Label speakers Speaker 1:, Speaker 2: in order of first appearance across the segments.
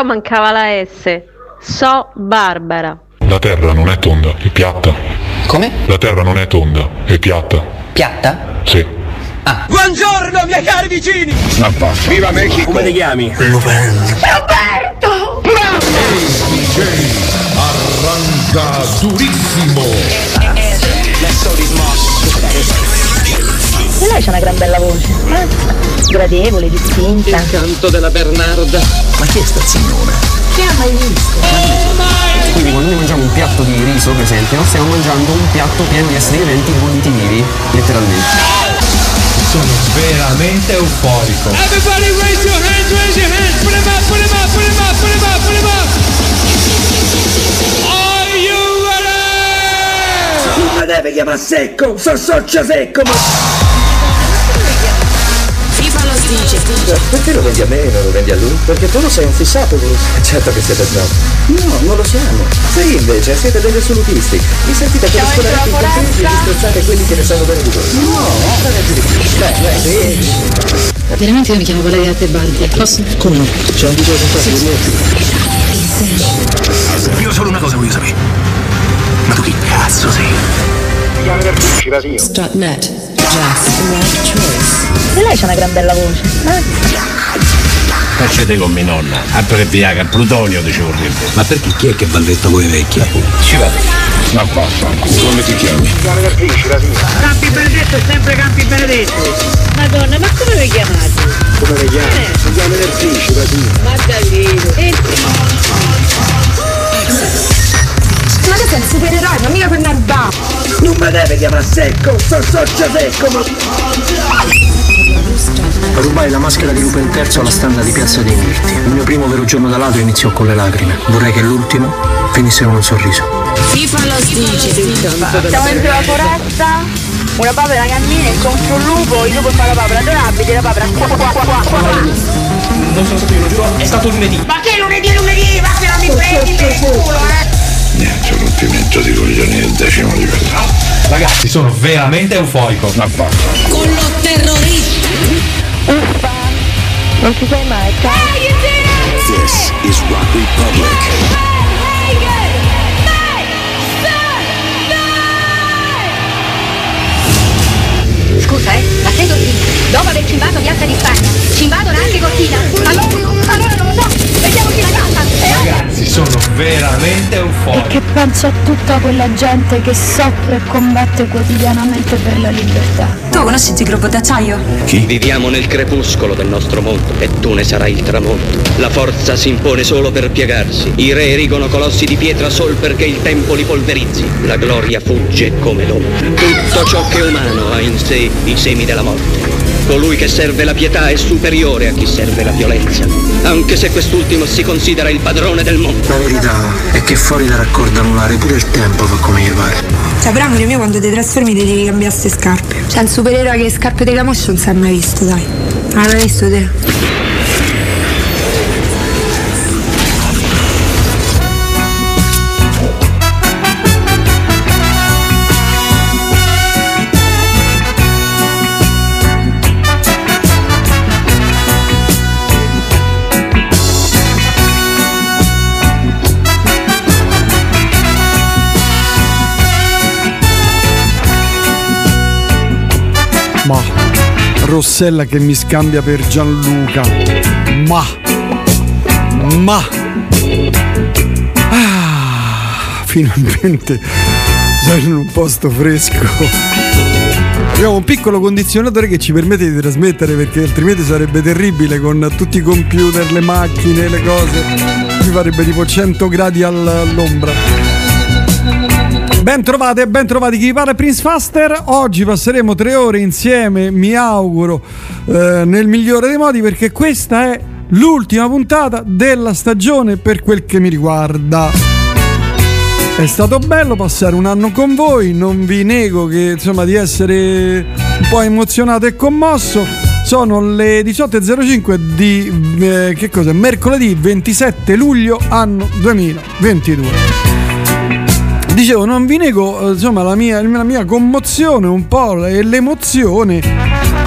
Speaker 1: Però mancava la S. So Barbara.
Speaker 2: La terra non è tonda, è piatta.
Speaker 3: Come?
Speaker 2: La terra non è tonda, è piatta.
Speaker 3: Piatta?
Speaker 2: Sì.
Speaker 3: Ah.
Speaker 4: Buongiorno miei cari vicini!
Speaker 5: Viva Mexico!
Speaker 4: Come ti chiami?
Speaker 5: Roberto! Bravo! DJ arranca durissimo!
Speaker 6: E lei c'ha una gran bella voce, gradevole, distinta.
Speaker 4: Il canto della Bernarda.
Speaker 5: Ma chi è sta signora?
Speaker 6: Che ha mai visto?
Speaker 7: Quindi quando noi mangiamo un piatto di riso, per esempio, stiamo mangiando un piatto pieno di esseri viventi bolliti vivi, letteralmente.
Speaker 8: Sono veramente euforico.
Speaker 9: Everybody raise your hands, put them up, put them up, put them up, put them up, put them up. Are you ready?
Speaker 4: Non mi deve chiamare secco, so socio secco, ma...
Speaker 10: FIFA lo dice.
Speaker 4: Perché lo vendi a me e non lo vendi a lui? Perché tu lo sei un fissato, lui. Certo che siete snob. No, non lo siamo. Voi invece siete degli assolutisti. Vi sentite come scolariti in contenti e disprezzate quelli che ne sanno bene di voi. No, ragazzi di più.
Speaker 10: Veramente io mi chiamo Valeria Tebaldi. Posso?
Speaker 4: Come no? C'è un video con
Speaker 5: Io solo una cosa voglio sapere. Ma tu chi cazzo sei?
Speaker 10: Strutnet. Jazz. Right choice.
Speaker 6: E lei c'ha una gran bella voce,
Speaker 8: Facete con mia nonna, abbreviaga, plutonio dicevo tempo.
Speaker 5: Ma perché chi è che balletta voi vecchia?
Speaker 8: Ci vado.
Speaker 5: Ma basta, come ti chiami?
Speaker 11: Campi Benedetto è sempre Campi Benedetto.
Speaker 6: Madonna, ma come vi chiamate?
Speaker 4: Come le chiami? Si chiama Nerfici, la signora.
Speaker 6: Maddalino.
Speaker 11: Ma che sei un supereroe, ma mica per Narba.
Speaker 4: Non mi deve chiamare secco, so socio secco, ma...
Speaker 12: Rubai la maschera di Lupin III alla standa di Piazza dei Mirti. Il mio primo vero giorno da ladro iniziò con le lacrime. Vorrei che l'ultimo finisse con un sorriso.
Speaker 10: FIFA lo dice.
Speaker 6: Siamo dentro la foresta, una papera cammina incontra un lupo, il lupo fa la papera adorabile, la papera qua.
Speaker 8: Non sono stato io, lo giuro, è stato lunedì.
Speaker 11: Ma che lunedì, ma che non mi prendi per il culo,
Speaker 5: Niente, rompimento di coglioni del 10° livello.
Speaker 8: Ragazzi, sono veramente euforico.
Speaker 5: Ma basta.
Speaker 10: Con lo terrorista.
Speaker 6: Uffa, non ci sei mai, ciao.
Speaker 5: This is Rock Republic.
Speaker 11: Scusa, ma sei Cortina? Dopo aver cimbato Piazza di Spagna, ci invadono anche Cortina? Allora non lo so, vediamoci la casa!
Speaker 8: Ragazzi, sono veramente euforico.
Speaker 13: E che penso a tutta quella gente che soffre e combatte quotidianamente per la libertà.
Speaker 10: Tu conosci Zigro d'acciaio?
Speaker 5: Chi?
Speaker 14: Viviamo nel crepuscolo del nostro mondo e tu ne sarai il tramonto. La forza si impone solo per piegarsi. I re erigono colossi di pietra sol perché il tempo li polverizzi. La gloria fugge come l'ombra. Tutto ciò che è umano ha in sé i semi della morte. Colui che serve la pietà è superiore a chi serve la violenza, anche se quest'ultimo si considera il padrone del mondo.
Speaker 12: La verità è che fuori da raccordo anulare pure il tempo fa come gli pare.
Speaker 13: Cioè, però amore mio, quando ti trasformi ti devi cambiare ste scarpe. Cioè, un supereroe che scarpe di Camoscio non si è mai visto, dai. Non l'hai visto te?
Speaker 15: Rossella che mi scambia per Gianluca. Finalmente sono in un posto fresco. Abbiamo un piccolo condizionatore che ci permette di trasmettere, perché altrimenti sarebbe terribile con tutti i computer, le macchine, le cose. Ci farebbe tipo 100 gradi all'ombra. Ben trovati chi vi parla, Prince Faster. Oggi passeremo 3 ore insieme, mi auguro, nel migliore dei modi, perché questa è l'ultima puntata della stagione per quel che mi riguarda. È stato bello passare un anno con voi, non vi nego che insomma di essere un po' emozionato e commosso. Sono le 18.05 di che cos'è? Mercoledì 27 luglio anno 2022. Dicevo, non vi nego insomma la mia commozione un po' e l'emozione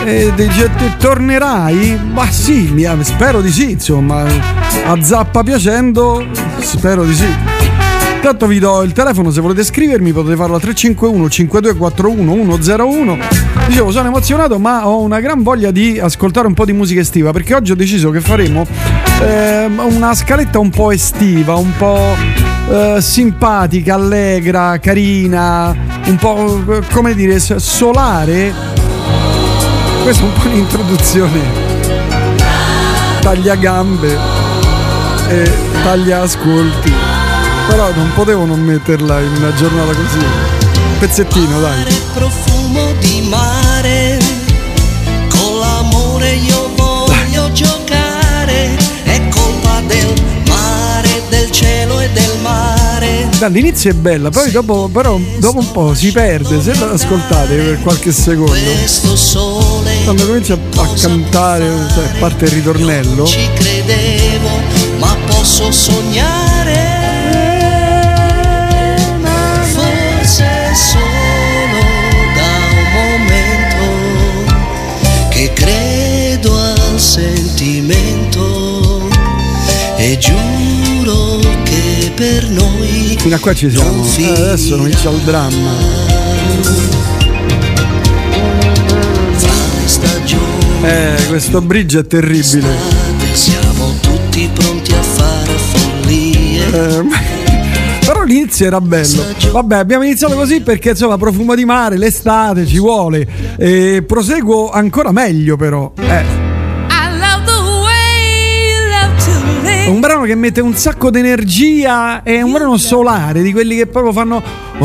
Speaker 15: dice tornerai? Ma sì, spero di sì, insomma, a zappa piacendo, spero di sì. Intanto vi do il telefono, se volete scrivermi potete farlo al 351 5241 101. Dicevo, sono emozionato, ma ho una gran voglia di ascoltare un po' di musica estiva, perché oggi ho deciso che faremo una scaletta un po' estiva, un po' simpatica, allegra, carina, un po' come dire solare. Questa è un po' un'introduzione taglia gambe e taglia ascolti, però non potevo non metterla in una giornata così. Un pezzettino, dai.
Speaker 3: Profumo di mare, con l'amore io voglio giocare, è colpa del mare, del cielo e del mare.
Speaker 15: Dall'inizio è bella, poi dopo un po' si perde, se la ascoltate per qualche secondo. Quando comincia a cantare, cioè, parte il ritornello.
Speaker 3: Ci credevo, ma posso sognare. Forse solo da un momento che credo al sentimento e giuro che per noi
Speaker 15: fino a qua ci siamo. Adesso comincia il dramma. Questo bridge è terribile.
Speaker 3: Siamo tutti pronti a fare follie.
Speaker 15: Però l'inizio era bello. Vabbè, abbiamo iniziato così perché insomma profumo di mare, l'estate ci vuole. E proseguo ancora meglio però. È un brano che mette un sacco di energia, è un brano solare, di quelli che proprio fanno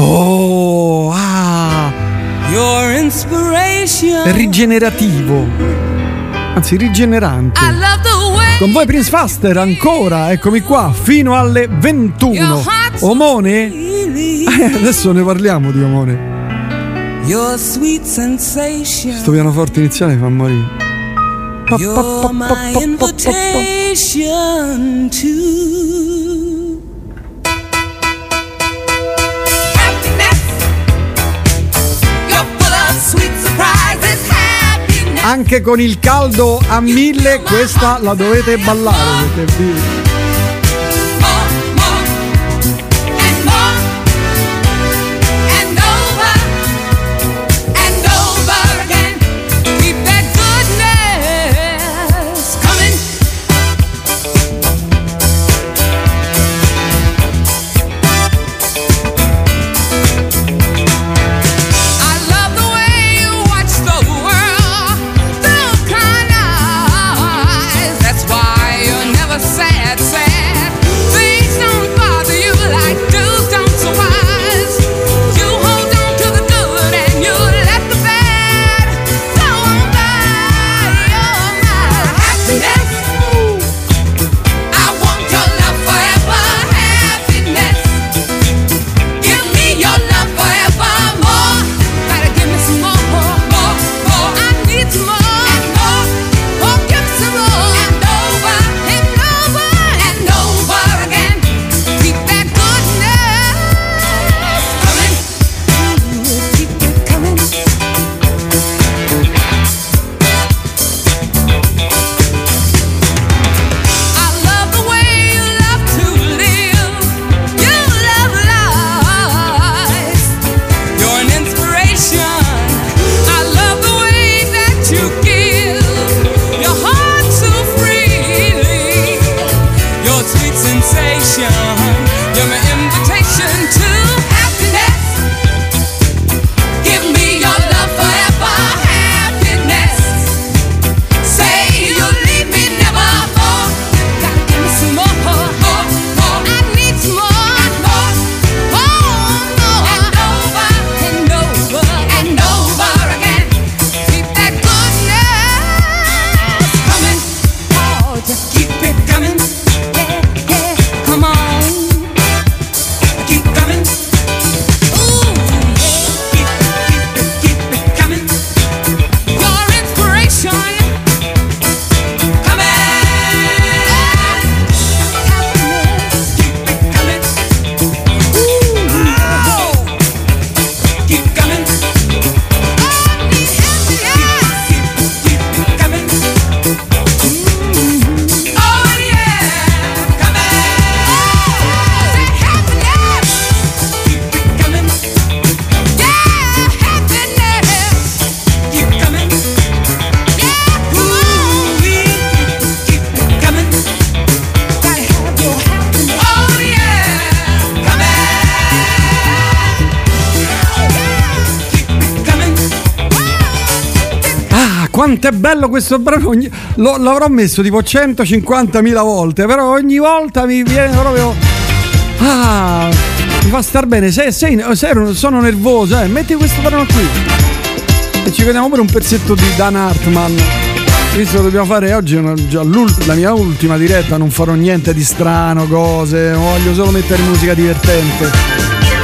Speaker 15: è rigenerativo, anzi rigenerante. Con voi Prince Faster ancora, eccomi qua, fino alle 21. Omone? Adesso ne parliamo di Omone. Sto pianoforte iniziale mi fa morire.
Speaker 3: You're my invitation to happiness. You're full of sweet surprises, happiness.
Speaker 15: Anche con il caldo a 1000 questa la dovete ballare perché
Speaker 3: Keep coming.
Speaker 15: quanto è bello questo brano, l'avrò messo tipo 150.000 volte, però ogni volta mi viene proprio mi fa star bene. Sono nervoso, metti questo brano qui e ci vediamo pure un pezzetto di Dan Hartman, visto che dobbiamo fare oggi la mia ultima diretta. Non farò niente di strano, cose, voglio solo mettere musica divertente.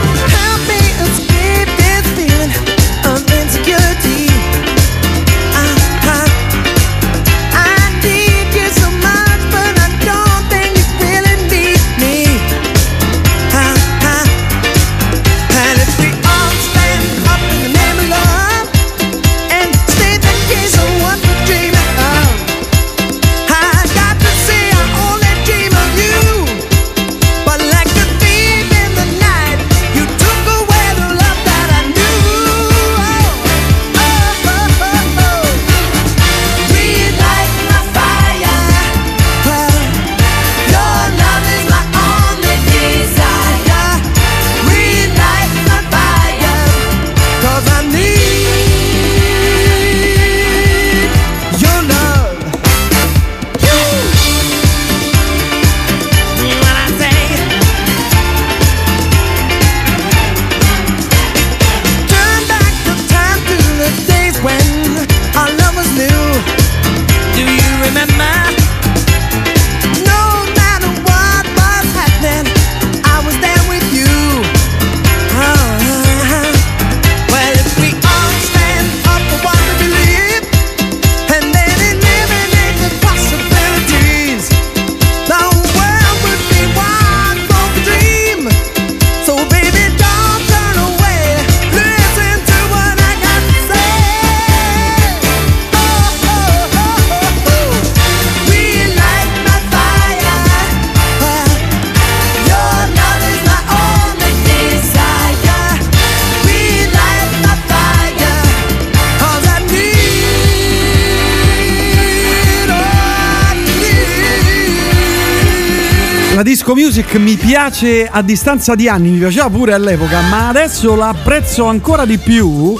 Speaker 15: La disco music mi piace a distanza di anni, mi piaceva pure all'epoca, ma adesso la apprezzo ancora di più.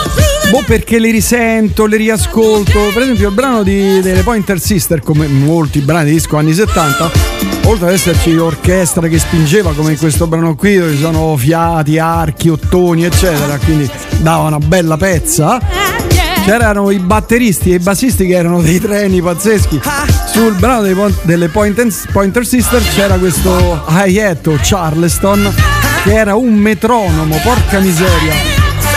Speaker 15: Perché le risento, le riascolto. Per esempio il brano delle Pointer Sister, come molti brani di disco anni 70, oltre ad esserci orchestra che spingeva come in questo brano qui, dove ci sono fiati, archi, ottoni eccetera, quindi dava una bella pezza. C'erano i batteristi e i bassisti che erano dei treni pazzeschi. Sul brano delle Pointer Sister c'era questo hi-hat o Charleston che era un metronomo, porca miseria.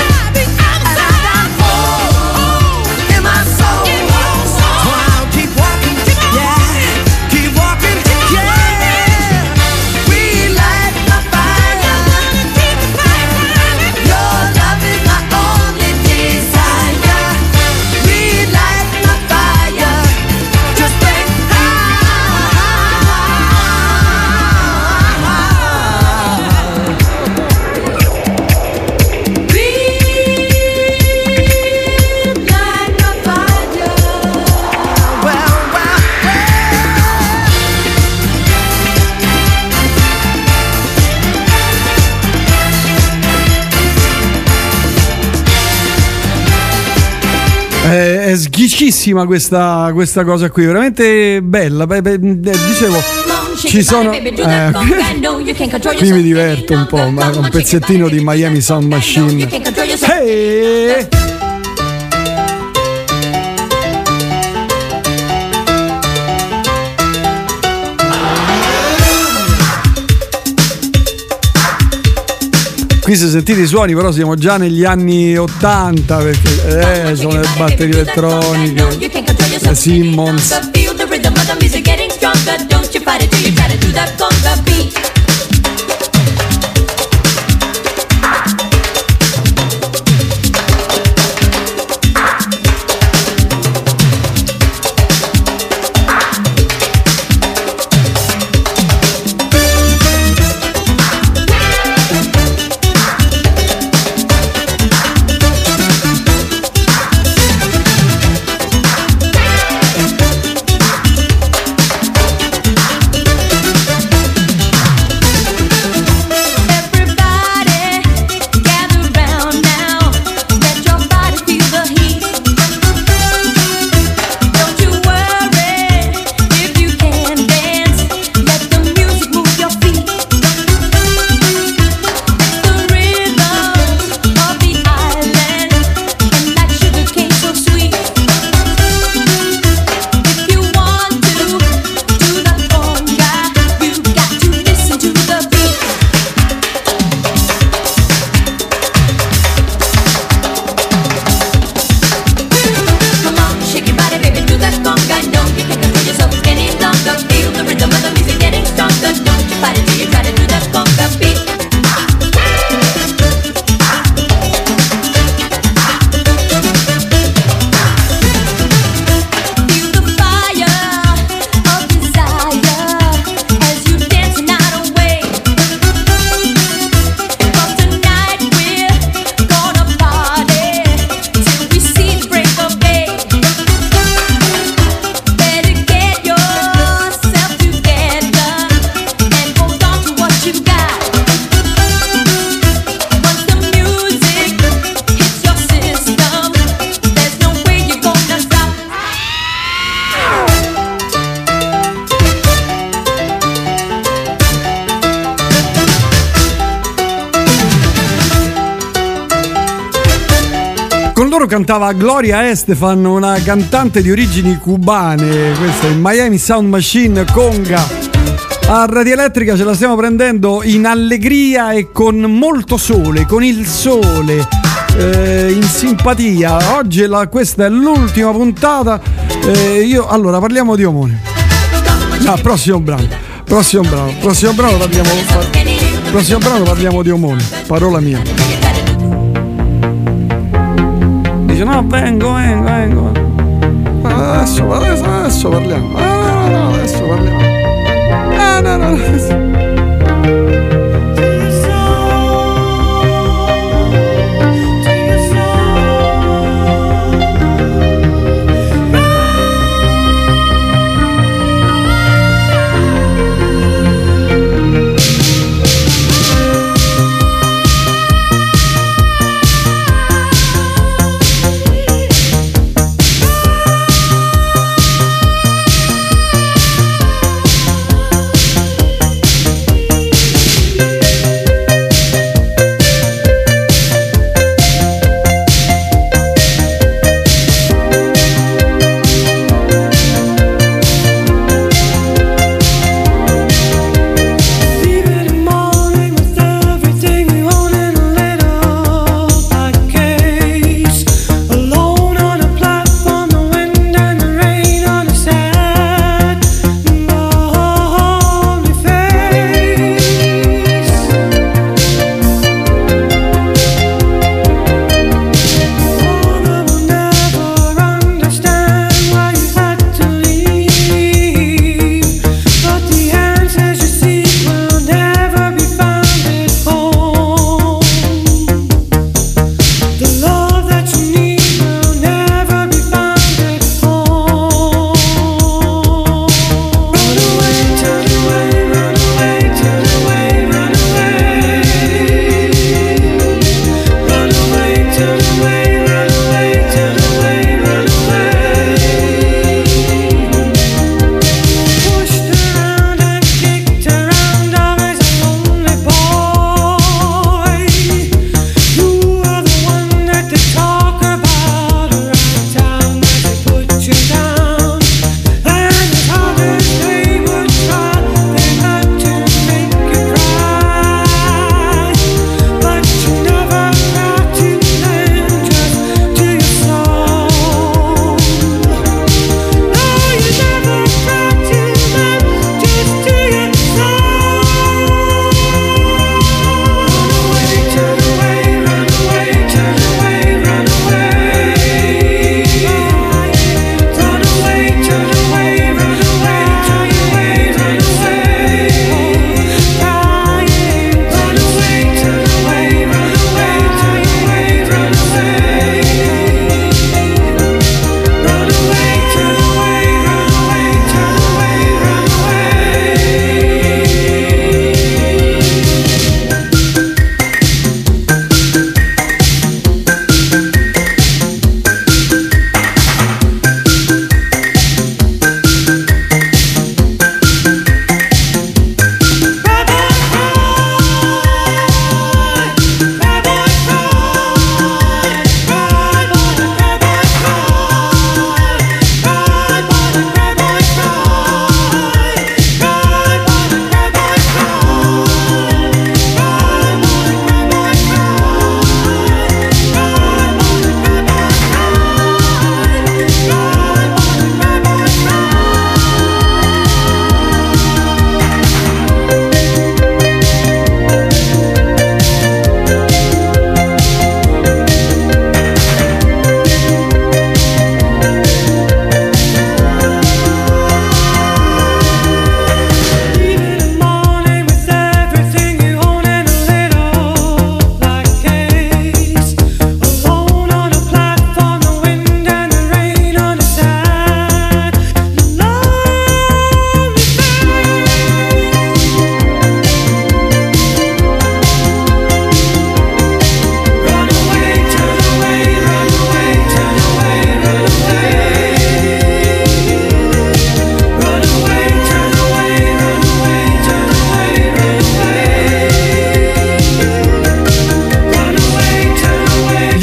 Speaker 15: È sghicissima questa cosa qui, veramente bella. Dicevo, ci sono qui mi diverto un po', ma un pezzettino di Miami Sound Machine. Hey! Qui se sentite i suoni però siamo già negli anni 80 perché sono le batterie elettroniche, le Simmons. loro cantava Gloria Estefan, una cantante di origini cubane. Questa è Miami Sound Machine, Conga. A Radio Elettrica ce la stiamo prendendo in allegria e con molto sole, con il sole, in simpatia. Oggi questa è l'ultima puntata. Allora parliamo di omone. No, prossimo brano parliamo di omone. Parola mia. Dice no, vengo. Adesso parliamo. Adesso parliamo. No.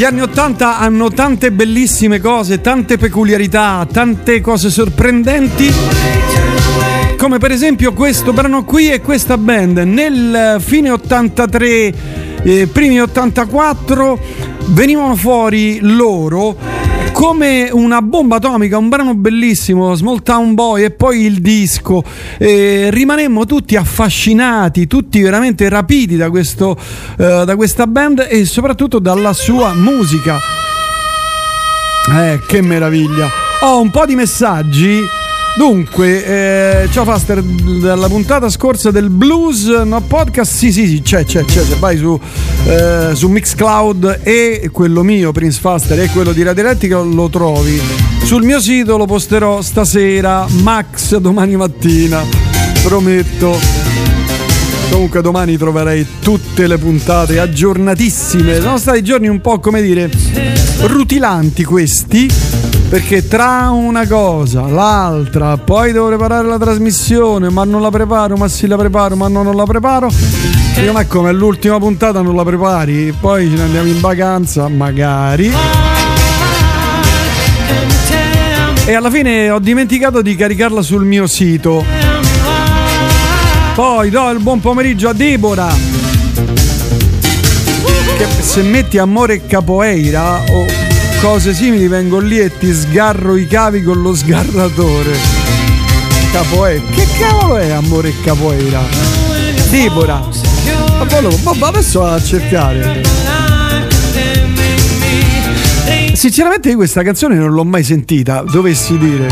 Speaker 15: anni 80 hanno tante bellissime cose, tante peculiarità, tante cose sorprendenti, come per esempio questo brano qui e questa band. Nel fine 83, primi 84 venivano fuori loro come una bomba atomica, un brano bellissimo, Small Town Boy, e poi il disco. Rimanemmo tutti affascinati, tutti veramente rapiti da questa band e soprattutto dalla sua musica. Che meraviglia! Ho un po' di messaggi. Dunque, ciao Faster, dalla puntata scorsa del Blues No Podcast, sì, c'è, se vai su Mixcloud e quello mio, Prince Faster, e quello di Radio Elettrica lo trovi. Sul mio sito lo posterò stasera, max domani mattina, prometto. Comunque domani troverei tutte le puntate aggiornatissime. Sono stati giorni un po', come dire, rutilanti questi, perché tra una cosa, l'altra, poi devo preparare la trasmissione, ma non la preparo, ma sì la preparo, ma no, non la preparo. Dico, ma come, l'ultima puntata non la prepari? Poi ce ne andiamo in vacanza, magari. E alla fine ho dimenticato di caricarla sul mio sito. Poi do il buon pomeriggio a Deborah, che se metti Amore Capoeira o cose simili vengo lì e ti sgarro i cavi con lo sgarratore. Capoeira, che cavolo è Amore Capoeira? Deborah, ma adesso vado a cercare. Sinceramente io questa canzone non l'ho mai sentita, dovessi dire.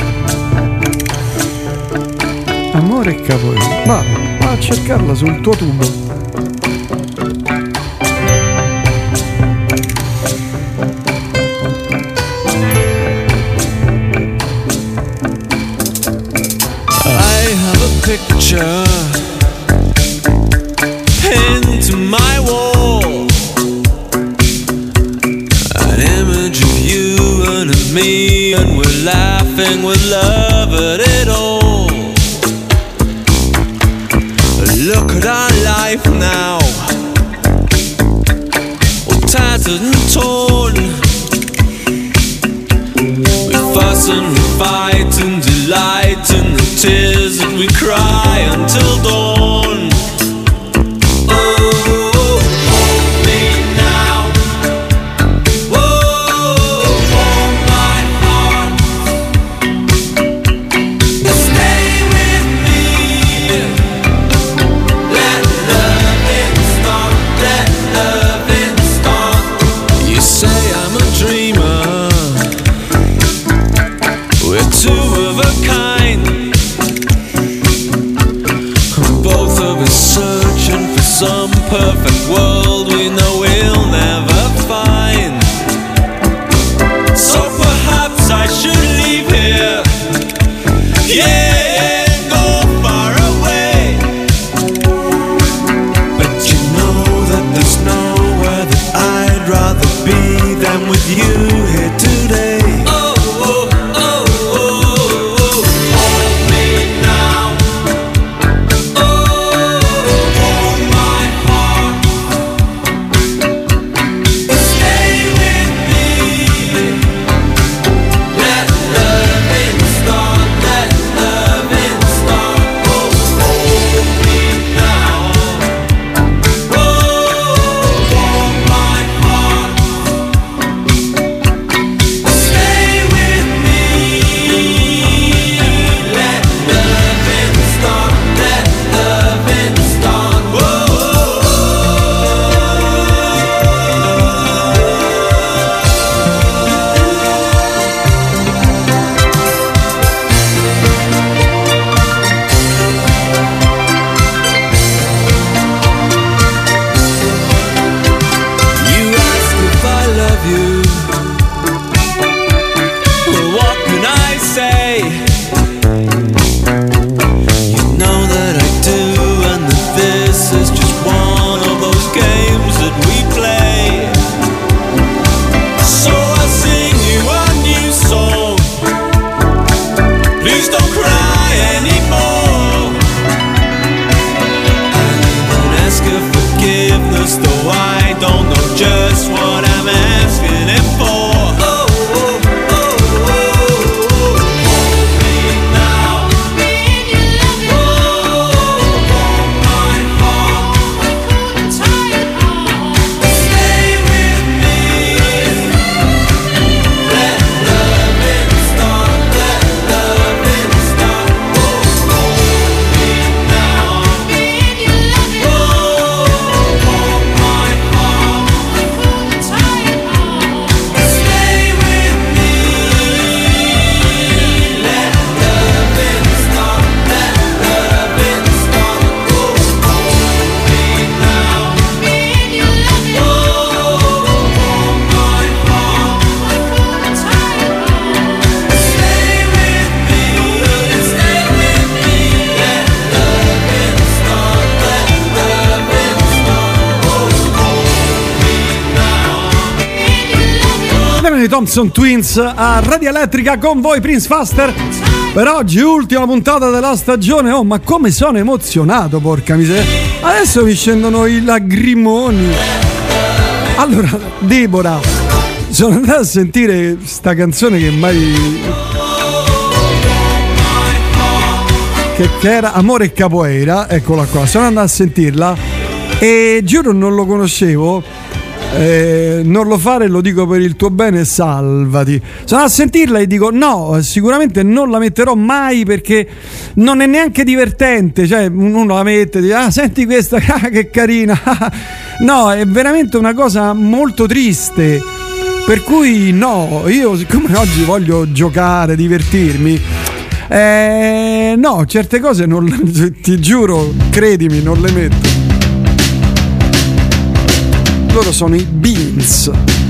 Speaker 15: Amore Capoeira, va a cercarla sul tuo tubo.
Speaker 9: Picture pinned to my wall, an image of you and of me, and we're laughing with love at it all. Look at our life now, all tattered and torn. We fuss and we fight and delight in the tears that we cry until dawn. Oh, hold me now. Oh, hold my heart. Stay with me. Let loving start. Let loving start. You say I'm a dreamer. We're two of a kind. Both of us searching for some perfect world we know we'll never find. So perhaps I should leave here, yeah, and go far away. But you know that there's nowhere that I'd rather be than with you here today.
Speaker 15: i Thompson Twins a Radio Elettrica con voi, Prince Faster. Per oggi ultima puntata della stagione. Oh, ma come sono emozionato, porca miseria. Adesso mi scendono i lagrimoni. Allora, Deborah, sono andato a sentire sta canzone che mai... che era Amore e Capoeira, eccola qua. Sono andato a sentirla e giuro non lo conoscevo. Non lo fare, lo dico per il tuo bene, salvati. Sono a sentirla e dico no, sicuramente non la metterò mai perché non è neanche divertente. Cioè uno la mette e dice senti questa, che carina. No, è veramente una cosa molto triste, per cui no, io siccome oggi voglio giocare, divertirmi, no, certe cose non, ti giuro, credimi, non le metto. Loro sono i Beans.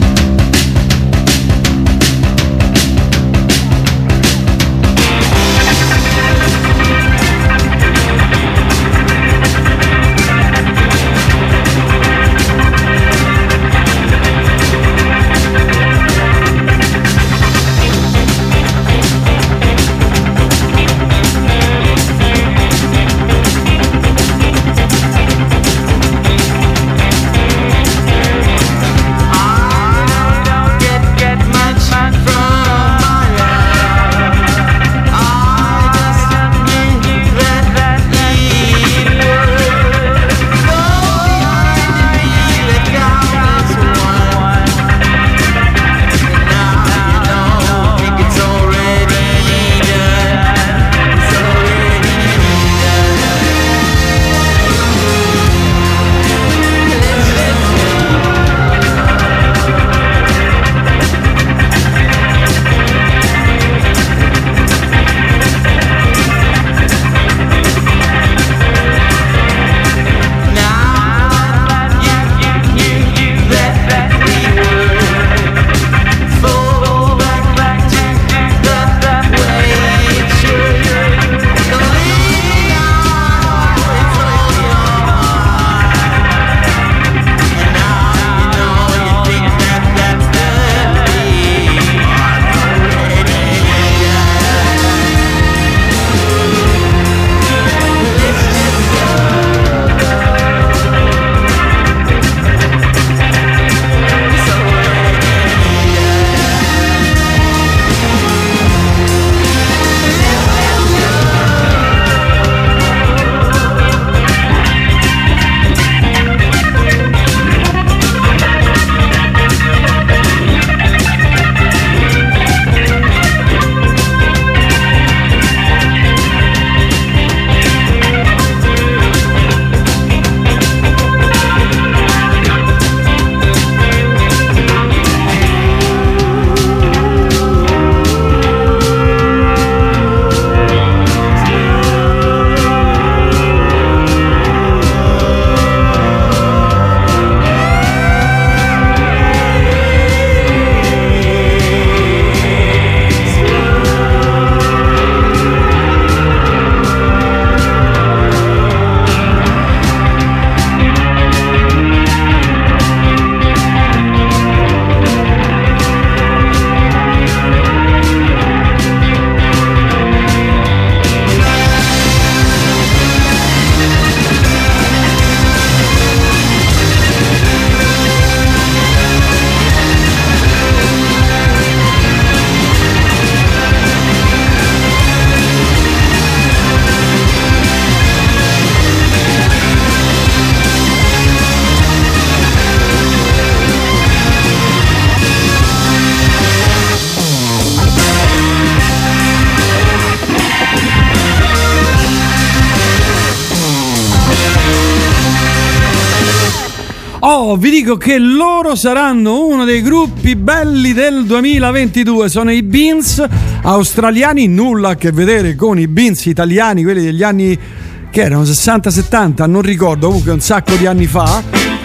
Speaker 15: Oh, vi dico che loro saranno uno dei gruppi belli del 2022. Sono i Beans australiani, nulla a che vedere con i Beans italiani, quelli degli anni che erano 60-70, non ricordo, comunque un sacco di anni fa.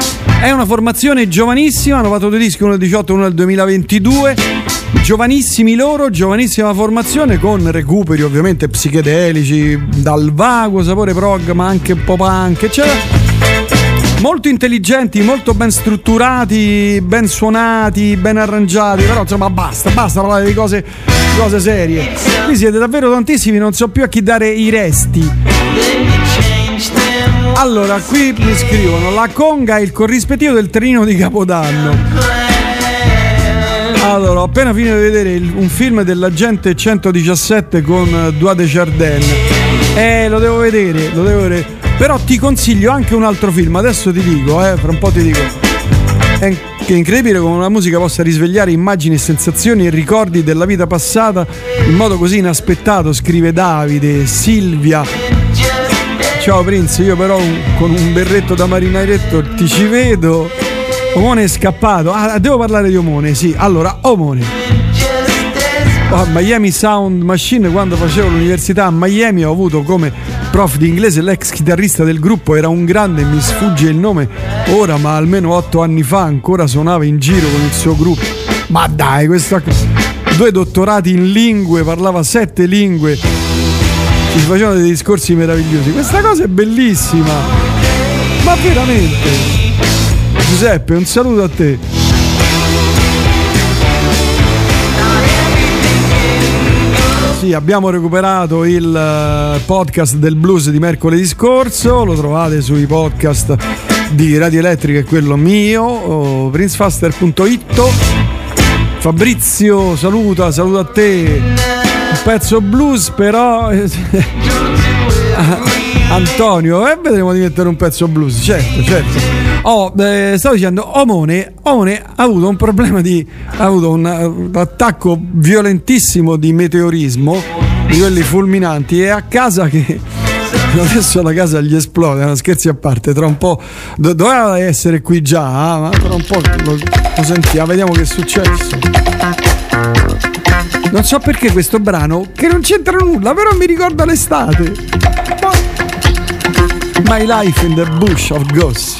Speaker 15: È una formazione giovanissima, hanno fatto due dischi, uno del 18 e uno del 2022. Giovanissimi loro, giovanissima formazione con recuperi ovviamente psichedelici, dal vago sapore prog ma anche un po' punk, eccetera. molto intelligenti, molto ben strutturati, ben suonati, ben arrangiati, però insomma basta parlare di cose serie. Qui siete davvero tantissimi, non so più a chi dare i resti. Allora, qui mi scrivono: la conga è il corrispettivo del trenino di Capodanno. Allora, ho appena finito di vedere un film dell'agente 117 con Dua Desjardins. Lo devo vedere. Però ti consiglio anche un altro film, adesso ti dico, fra un po' ti dico. È incredibile come una musica possa risvegliare immagini, sensazioni e ricordi della vita passata in modo così inaspettato, scrive Davide. Silvia: ciao Prince, io però con un berretto da marinaretto ti ci vedo. Omone è scappato. Devo parlare di Omone, sì. Allora, Omone. Miami Sound Machine, quando facevo l'università a Miami ho avuto come prof di inglese l'ex chitarrista del gruppo, era un grande, mi sfugge il nome ora, ma almeno 8 anni fa ancora suonava in giro con il suo gruppo. Ma dai, 2 dottorati in lingue, parlava 7 lingue, ci facevano dei discorsi meravigliosi. Questa cosa è bellissima, ma veramente. Giuseppe, un saluto a te. Sì, abbiamo recuperato il podcast del blues di mercoledì scorso, lo trovate sui podcast di Radio Elettrica e quello mio, princefaster.it. Fabrizio saluta a te. Un pezzo blues però Antonio, vedremo di mettere un pezzo blues, certo. Stavo dicendo, Omone ha avuto un problema ha avuto un attacco violentissimo di meteorismo, di quelli fulminanti, e a casa che adesso la casa gli esplode, no, scherzi a parte, tra un po' doveva essere qui già, ma tra un po' lo sentiamo, vediamo che è successo. Non so perché questo brano, che non c'entra nulla, però mi ricorda l'estate. My Life in the Bush of Ghosts.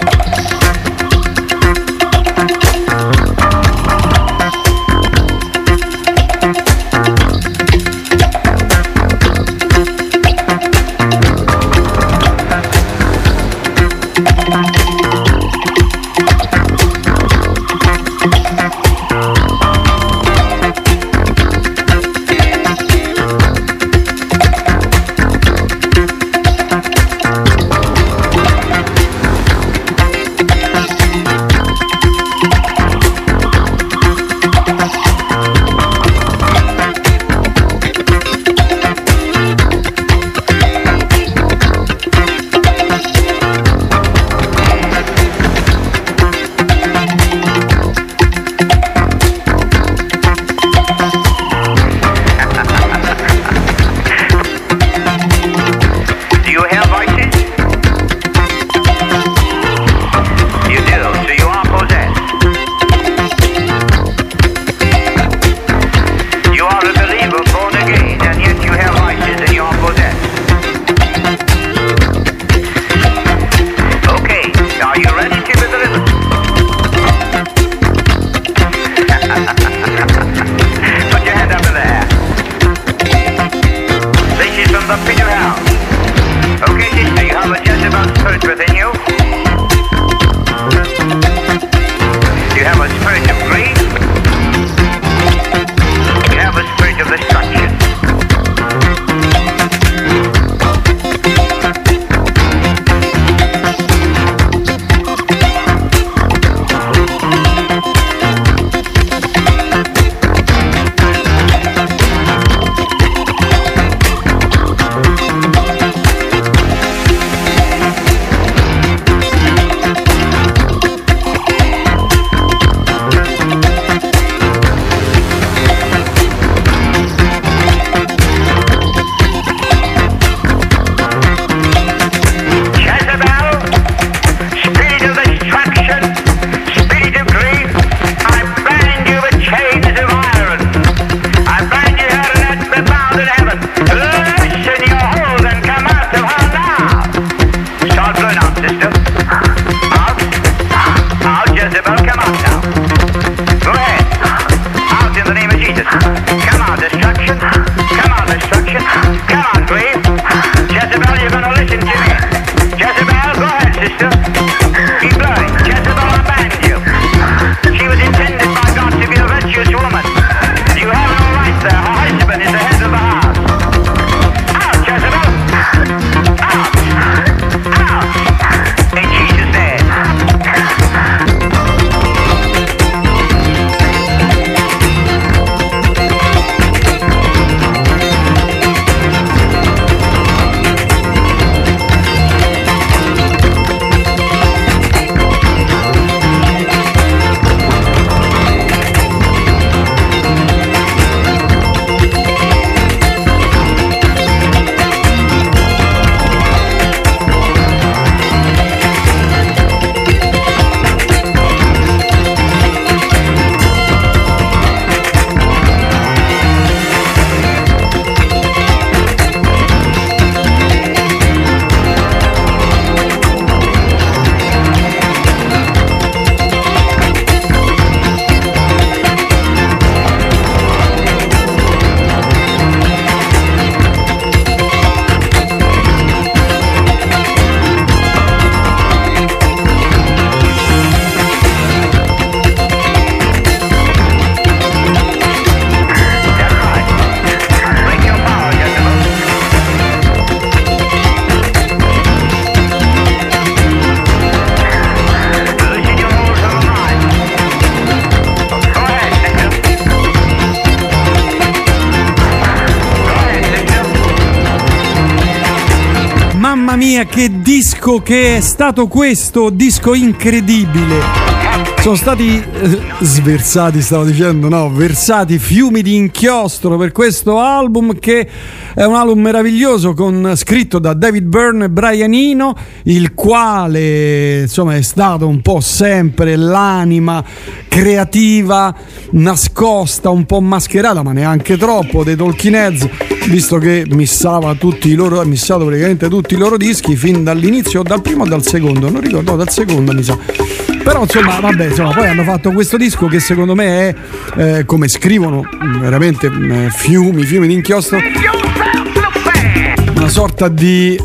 Speaker 15: che disco che è stato questo, disco incredibile. Sono stati sversati, stavo dicendo, no, versati fiumi di inchiostro per questo album, che è un album meraviglioso scritto da David Byrne e Brian Eno, il quale insomma è stato un po' sempre l'anima creativa, nascosta, un po' mascherata, ma neanche troppo, dei Talking Heads, visto che missato praticamente tutti i loro dischi fin dall'inizio, dal primo o dal secondo, non ricordo, dal secondo mi sa. Però insomma, vabbè, insomma, poi hanno fatto questo disco che secondo me è, come scrivono veramente fiumi di inchiostro, una sorta di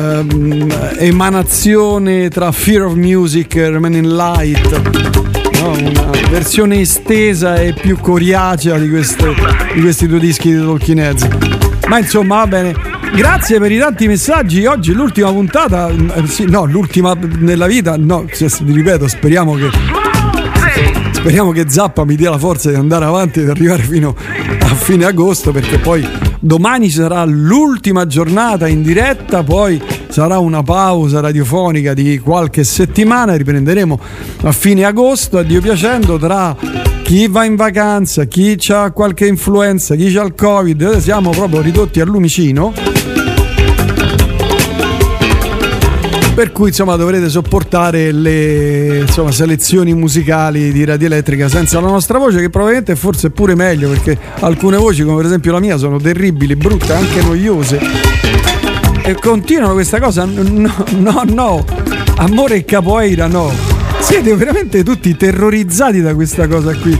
Speaker 15: emanazione tra Fear of Music e Remaining Light, no? Una versione estesa e più coriacea di questi due dischi di Talking Heads. Ma insomma, va bene. Grazie per i tanti messaggi. Oggi l'ultima puntata, l'ultima nella vita, no, ripeto, speriamo che Zappa mi dia la forza di andare avanti ed arrivare fino a fine agosto, perché poi domani sarà l'ultima giornata in diretta, poi sarà una pausa radiofonica di qualche settimana, riprenderemo a fine agosto, a Dio piacendo, tra chi va in vacanza, chi ha qualche influenza, chi ha il Covid, siamo proprio ridotti al lumicino. Per cui insomma dovrete sopportare le selezioni musicali di Radio Elettrica senza la nostra voce, che probabilmente forse è pure meglio, perché alcune voci, come per esempio la mia, sono terribili, brutte, anche noiose. E continuano questa cosa, no, amore e capoeira no. Siete veramente tutti terrorizzati da questa cosa qui.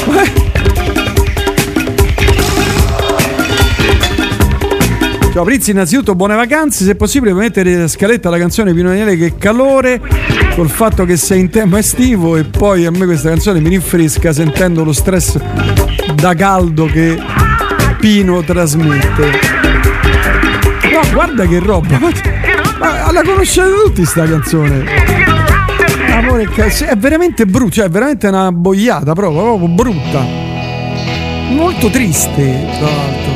Speaker 15: Ciao Prizzi, innanzitutto buone vacanze, se possibile puoi mettere in scaletta la canzone Pino Daniele Che calore, col fatto che sei in tema estivo, e poi a me questa canzone mi rinfresca sentendo lo stress da caldo che Pino trasmette. No, guarda che roba, ma la conoscete tutti sta canzone? Amore, è veramente brutta, cioè è veramente una boiata, proprio brutta, molto triste tra l'altro.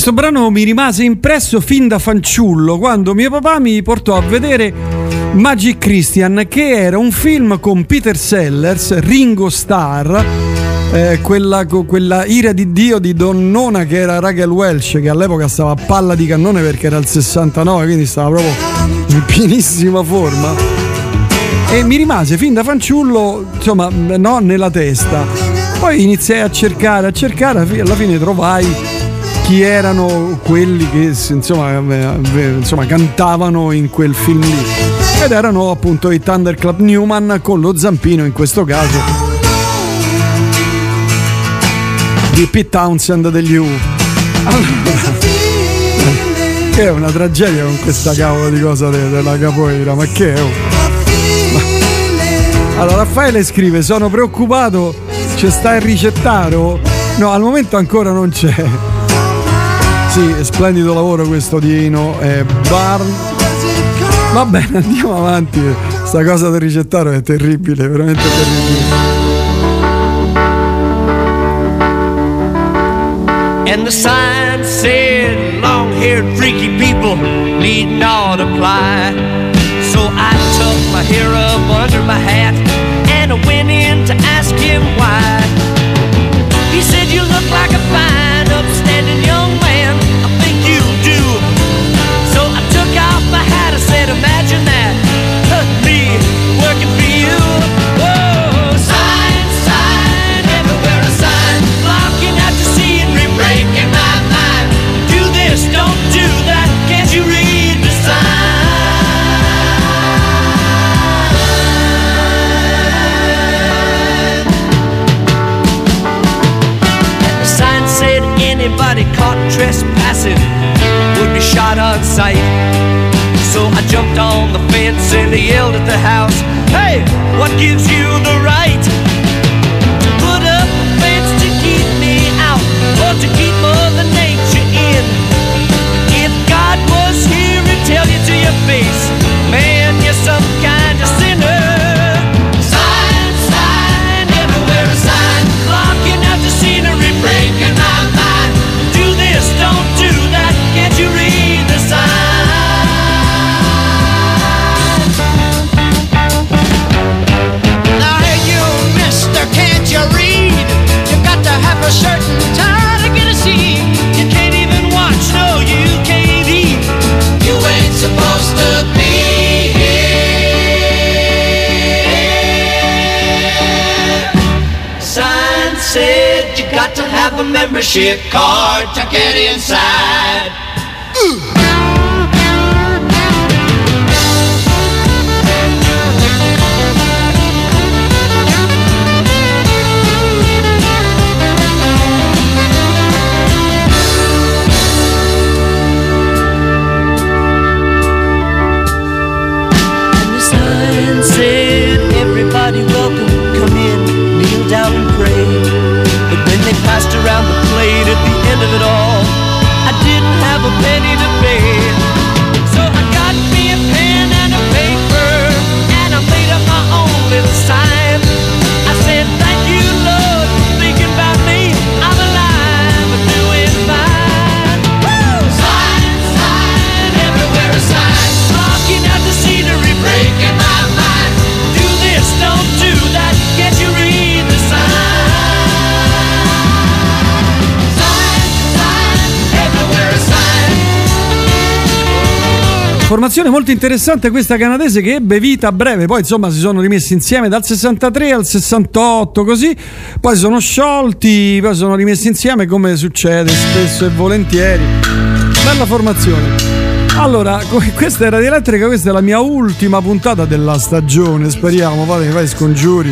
Speaker 15: Questo brano mi rimase impresso fin da fanciullo, quando mio papà mi portò a vedere Magic Christian, che era un film con Peter Sellers, Ringo Starr, quella ira di Dio di donnona che era Raquel Welch, che all'epoca stava a palla di cannone perché era il 69, quindi stava proprio in pienissima forma, e mi rimase fin da fanciullo, insomma, no, nella testa. Poi iniziai a cercare, alla fine trovai chi erano quelli che insomma cantavano in quel film lì, ed erano appunto i Thunderclap Newman, con lo zampino in questo caso di Pete Townshend degli U. Che è una tragedia con questa cavolo di cosa della capoeira, ma che è? Allora Raffaele scrive: sono preoccupato, c'è sta il ricettario? No, al momento ancora non c'è. Sì, splendido lavoro questo di Ino e Barn. Va bene, andiamo avanti. Sta cosa del ricettario è terribile, veramente terribile.
Speaker 9: And the sign said, long-haired freaky people need not apply. So I tucked my hair up under my hat and I went in to ask him why. He said, you look like a fine, upstanding young man, I think you do. So I took off my hat, I said, imagine that, me working for you. Whoa, sign, sign, everywhere a sign, blocking out the scenery, breaking my mind. Do this, don't do that, can't you read the sign? Anybody caught trespassing would be shot on sight. So I jumped on the fence and I yelled at the house, hey, what gives you the right to put up a fence to keep me out or to keep Mother Nature in? If God was here, he'd tell you to your face, man, you're some kind of sinner. Sign, sign, everywhere a sign, blocking out the scenery, breaking my mind. Don't do that, can't you read the sign? Now hey you mister, can't you read? You got to have a certain time to get a seat. You can't even watch, no you can't eat. You ain't supposed to be here. Sign said you got to have a membership card to get inside. And the sign said, everybody welcome, come in, kneel down and pray. But when they passed around the plate at the end of it all, I didn't have a penny to pay. So I got me a pen and a paper, and I made up my own little sign. I said, thank you, Lord, for thinking about me. I'm alive and doing fine. Woo! Sign, sign, everywhere a sign, blocking out the scenery, breaking my mind. Do this, don't do that, can't you read the sign?
Speaker 15: Formazione molto interessante questa canadese, che ebbe vita breve, poi insomma si sono rimessi insieme dal 63 al 68 così, poi sono sciolti, poi sono rimessi insieme come succede spesso e volentieri. Bella formazione. Allora, questa era di Elettrica, questa è la mia ultima puntata della stagione, speriamo, fai scongiuri.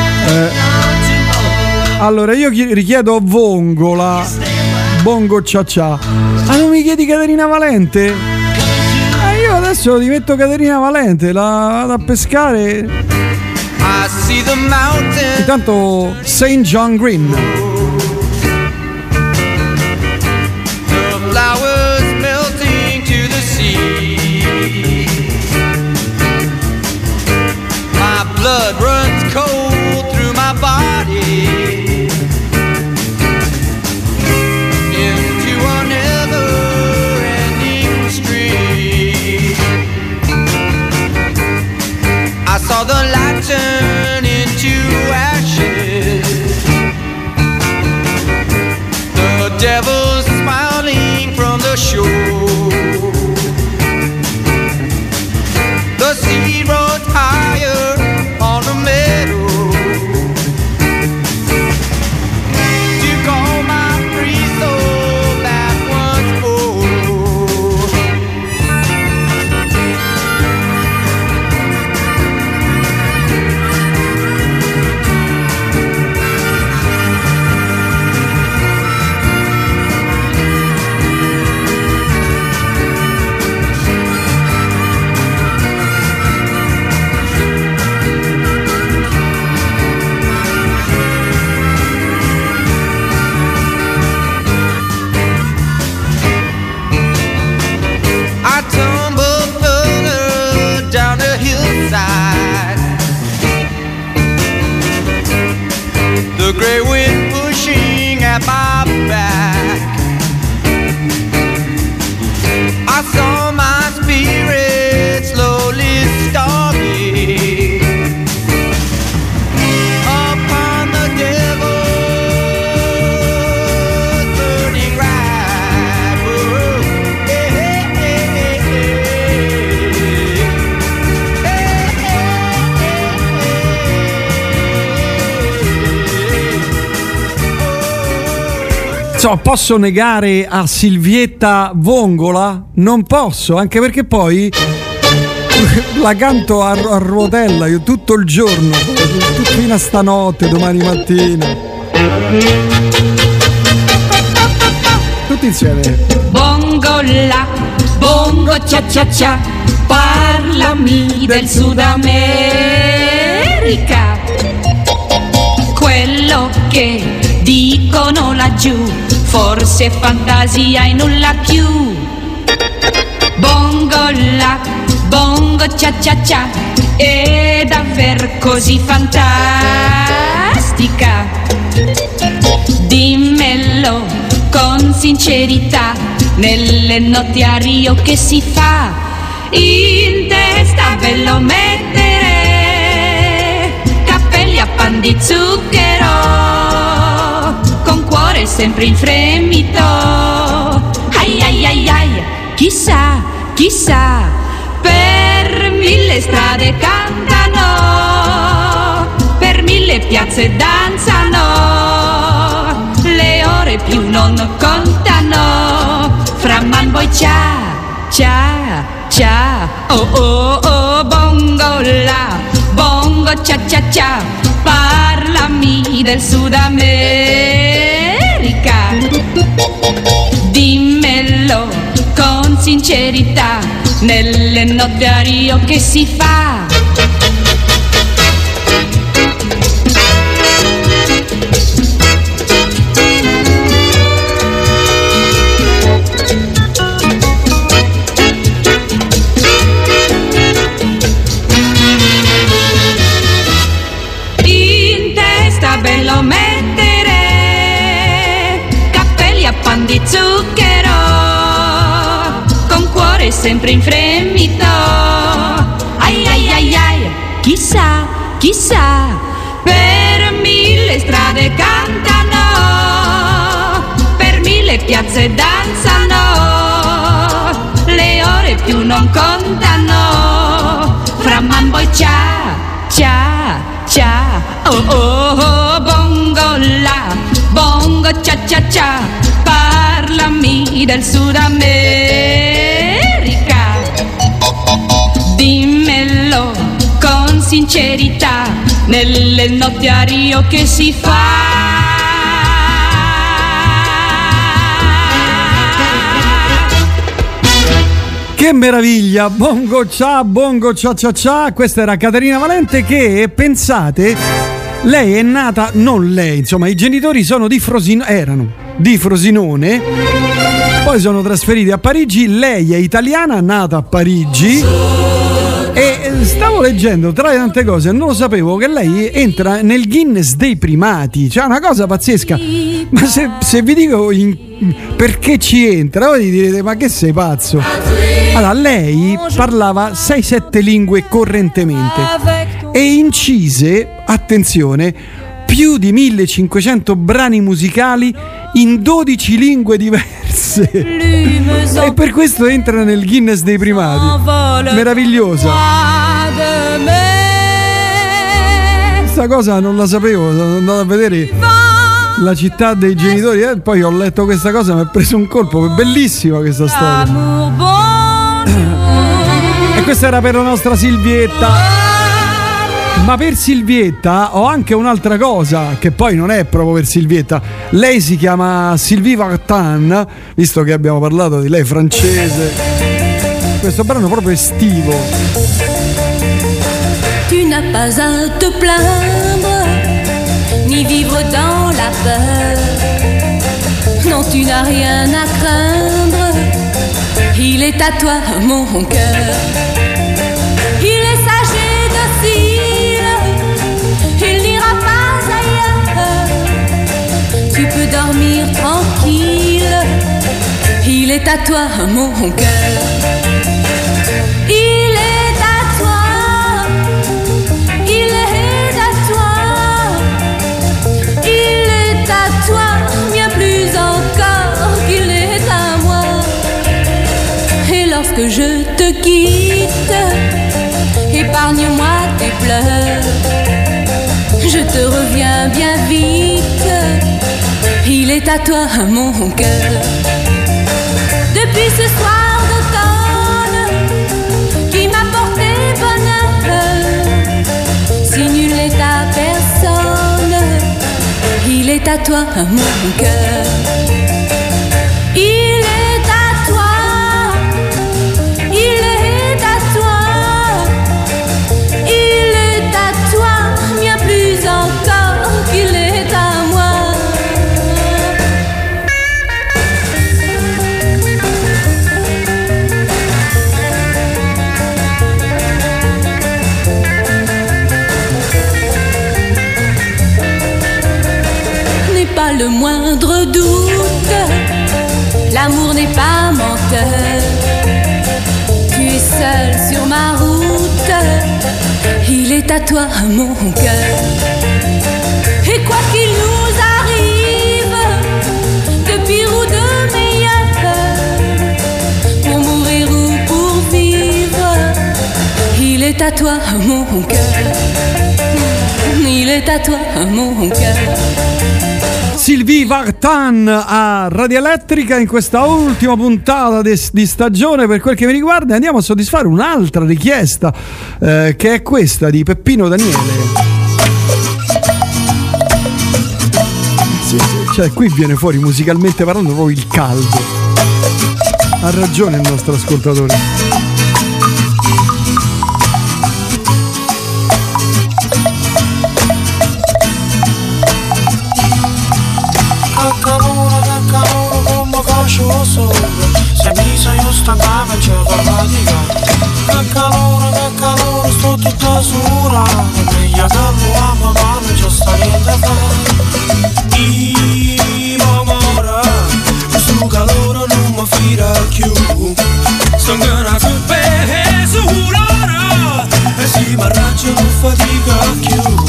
Speaker 15: Allora io richiedo Vongola, Bongo Cia Cia. Ah, non mi chiedi Caterina Valente? Io adesso ti metto Caterina Valente, la vado a pescare. Intanto St. John Green.
Speaker 9: The flowers melting to the sea. My blood runs cold through my body into an ever the light turn into ashes. The devil's smiling from the shore. The sea rose higher on the meadow. To call my free soul back once more. I tumbled further down the hillside. The gray wind pushing at my back. I saw my spirit slowly starving upon the devil's burning ride. Whoa, hey, hey, hey, hey,
Speaker 15: So, posso negare a Silvietta Vongola? Non posso, anche perché poi la canto a ruotella io tutto il giorno, fino a stanotte, domani mattina. Tutti insieme.
Speaker 16: Bongo la, bongo cia cia cia, parlami del Sud America. Quello che dicono laggiù, forse è fantasia e nulla più. Bongo la, bongo cia cia cia, è davvero così fantastica. Dimmelo con sincerità, nelle notti a Rio che si fa? In testa ve lo mettere, capelli a pan di zucchero, con cuore sempre infremito. Ai ai ai ai, chissà, chissà, per 1000 strade cantano, per 1000 piazze danzano, le ore più non contano. Fra man boy cia, cia, cia, oh oh oh, bongo la, bongo cia cia cia, parlami del Sud America. Dimmelo con sincerità, nelle notti a Rio che si fa? In testa ve lo mettere, capelli a pan di zucchero, con cuore sempre in fremito. Ai ai ai ai, chissà, chissà, per 1000 strade cantano, per 1000 piazze danzano, le ore più non contano. Fra man boy cia, cia, cia, oh oh oh, bongo la, bongo cia cia cia, parlami del Sud America. Dimmelo con sincerità, nelle notti a Rio che si fa?
Speaker 15: Che meraviglia, bongo cia cia cia. Questa era Caterina Valente che, pensate, lei è nata, non lei, insomma i genitori sono erano di Frosinone, poi sono trasferiti a Parigi. Lei è italiana, nata a Parigi, e stavo leggendo tra le tante cose, non lo sapevo, che lei entra nel Guinness dei primati, cioè una cosa pazzesca. Ma se vi dico perché ci entra, voi direte ma che sei pazzo. Allora, lei parlava 6-7 lingue correntemente e incise, attenzione, più di 1500 brani musicali in 12 lingue diverse e per questo entra nel Guinness dei primati. Meravigliosa. Questa cosa non la sapevo, sono andato a vedere La città dei genitori e poi ho letto questa cosa e mi ha preso un colpo. È bellissima questa storia. E questa era per la nostra Silvietta. Ma per Silvietta ho anche un'altra cosa che poi non è proprio per Silvietta. Lei si chiama Sylvie Vartan, visto che abbiamo parlato di lei, francese. Questo brano è proprio estivo.
Speaker 16: Tu n'as pas à te plaindre, ni vivre dans la peur. Non, tu n'as rien à craindre, il est à toi mon cœur. Il est sage et docile, il n'ira pas ailleurs. Tu peux dormir tranquille, il est à toi mon cœur. Il est à toi, il est à toi, il est à toi, bien plus encore qu'il est à moi. Et lorsque je te quitte, épargne-moi tes pleurs, je te reviens bien vite, il est à toi mon cœur. Depuis ce soir d'automne qui m'a porté bonheur, si nul n'est à personne, il est à toi mon cœur. Il est à toi, il est à toi, il est à toi, bien plus encore qu'il est à moi. Pas le moindre doute, l'amour n'est pas menteur. Tu es seul sur ma route, il est à toi mon cœur. Et quoi qu'il nous arrive, de pire ou de meilleur, pour mourir ou pour vivre, il est à toi mon cœur. Il est à toi mon cœur.
Speaker 15: Sylvie Vartan a Radio Elettrica in questa ultima puntata di stagione per quel che mi riguarda. Andiamo a soddisfare un'altra richiesta che è questa di Peppino Daniele. Sì, cioè qui viene fuori musicalmente parlando proprio il caldo. Ha ragione il nostro ascoltatore.
Speaker 17: Se mi sa io stancava c'è da fatica. Che calore, sto tutta sura. Meglio che lo amo ma non c'è sta niente da fare. Io amore, questo calore non mi fira più. Sto ancora super sull'ora e si mi arrangia non fatica più.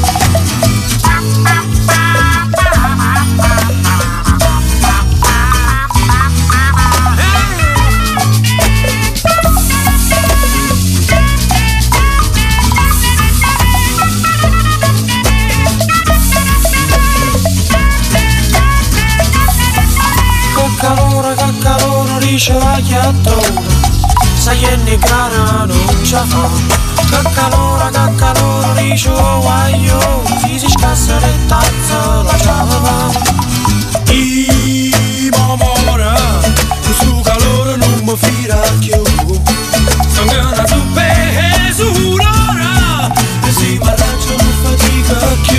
Speaker 17: Dice la chiattona, sai che ne cara non c'ha fa. Che calore, dice oh guaio, si scassa le tazze, la ciava va. Io amore, questo calore non mi fira più. Sono una super sull'ora, e si mi arrangia non fatica più.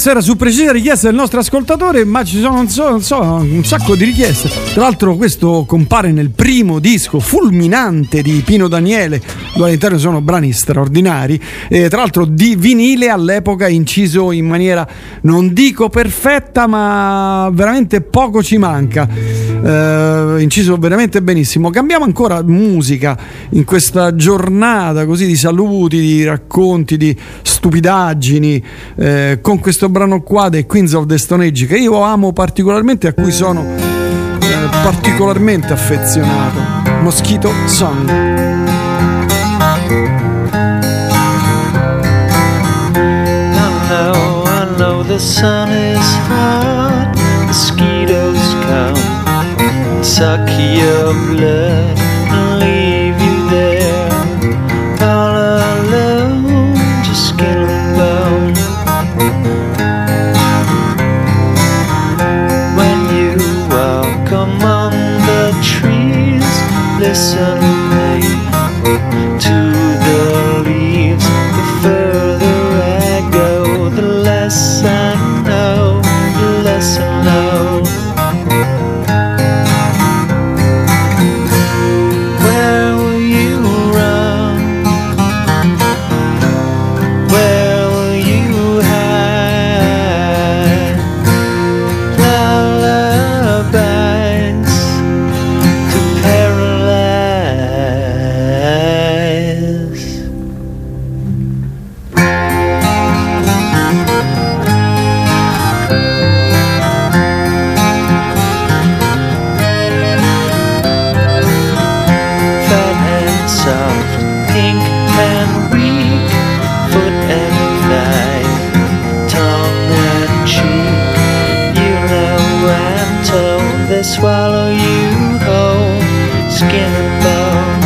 Speaker 15: Questa era su precisa richiesta del nostro ascoltatore, ma ci sono un sacco di richieste. Tra l'altro questo compare nel primo disco fulminante di Pino Daniele, dove all'interno sono brani straordinari, e tra l'altro di vinile all'epoca, inciso in maniera non dico perfetta, ma veramente poco ci manca, inciso veramente benissimo. Cambiamo ancora musica in questa giornata così di saluti, di racconti, di stupidaggini, con questo brano qua dei Queens of the Stone Age, che io amo particolarmente, a cui sono particolarmente affezionato. Mosquito Song.
Speaker 18: I know the sun is hot, mosquitoes come, suck your blood and leave you there, all alone, just skin and bone. When you walk among the trees, listen to the leaves. The further I go, the less I know, the less I know. Where will you run? Where will you hide? Lullabies to paralyze. Fat and soft, pink and weak, foot and thigh, tongue and cheek. You know I'm told they swallow you whole, skin and bone.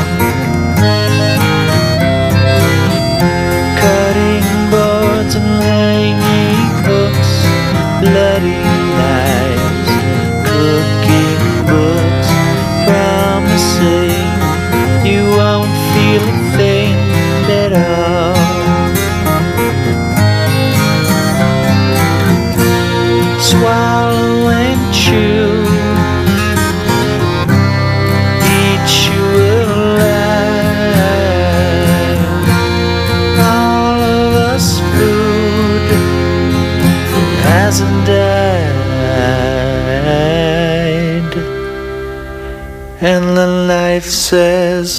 Speaker 18: Cutting boards and hanging hooks, bloody lies, cooking books, promising you won't feel a thing at all. Swallow and chew, eat you alive. All of us food hasn't died, and the knife says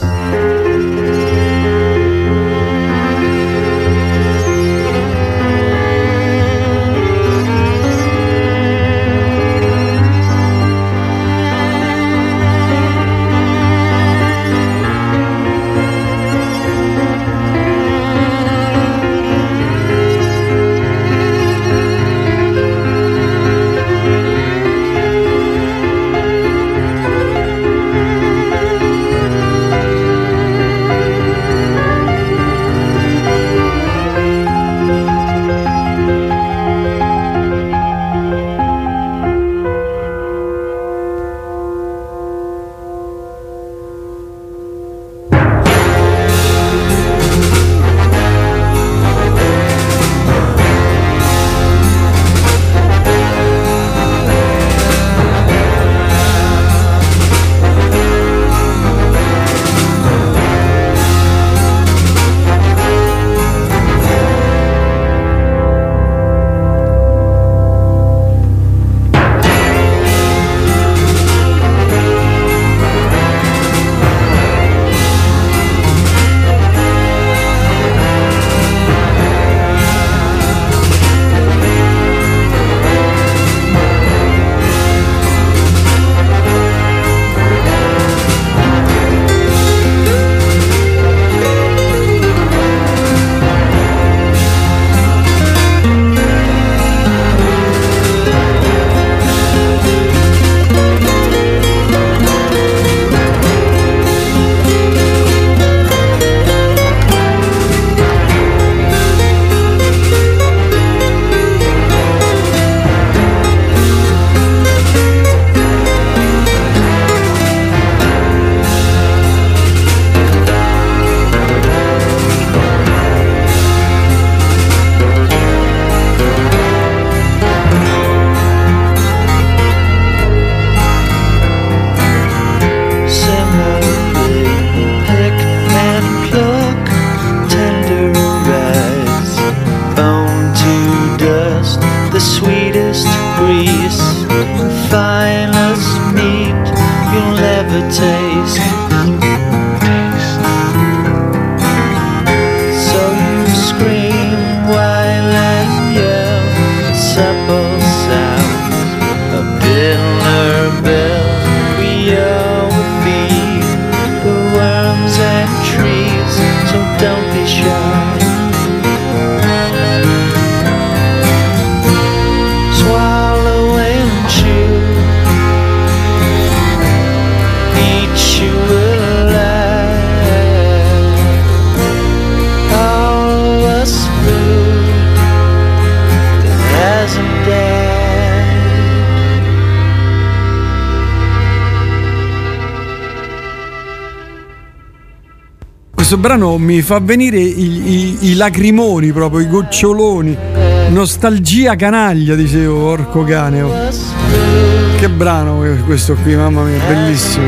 Speaker 18: sweetest grease, the finest meat you'll ever taste. So you scream, while and yell, supple sounds, a dinner bell. We all will feed the worms and trees, so don't be shy. Swallow and chew, eat you alive. All of us food that hasn't died.
Speaker 15: Questo brano mi fa venire i lacrimoni, proprio i goccioloni. Nostalgia canaglia, dicevo, porco cane. Oh. Che brano questo qui, mamma mia, bellissimo.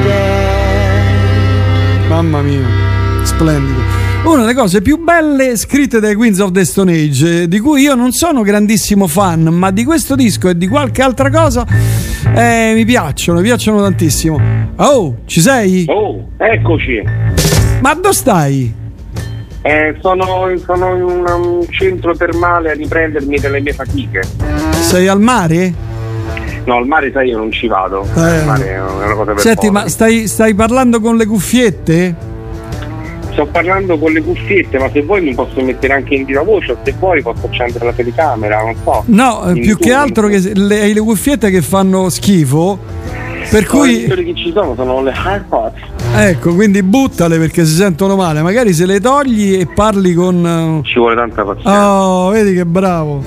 Speaker 15: Mamma mia, splendido. Una delle cose più belle scritte dai Queens of the Stone Age, di cui io non sono grandissimo fan, ma di questo disco e di qualche altra cosa mi piacciono tantissimo. Oh, ci sei?
Speaker 19: Oh, eccoci.
Speaker 15: Ma dove stai?
Speaker 19: Sono in un centro termale a riprendermi delle mie fatiche.
Speaker 15: Sei al mare?
Speaker 19: No, al mare sai io non ci vado. Al mare è una cosa per
Speaker 15: Senti,
Speaker 19: poveri.
Speaker 15: ma stai parlando con le cuffiette?
Speaker 19: Sto parlando con le cuffiette, ma se vuoi mi posso mettere anche in viva voce, o se vuoi posso accendere la telecamera, non so.
Speaker 15: No, più che altro che hai le cuffiette che fanno schifo, per cui
Speaker 19: le che ci sono le AirPods.
Speaker 15: Ecco, quindi buttale perché si sentono male, magari se le togli e parli con
Speaker 19: Ci vuole tanta pazienza.
Speaker 15: Oh, vedi che bravo.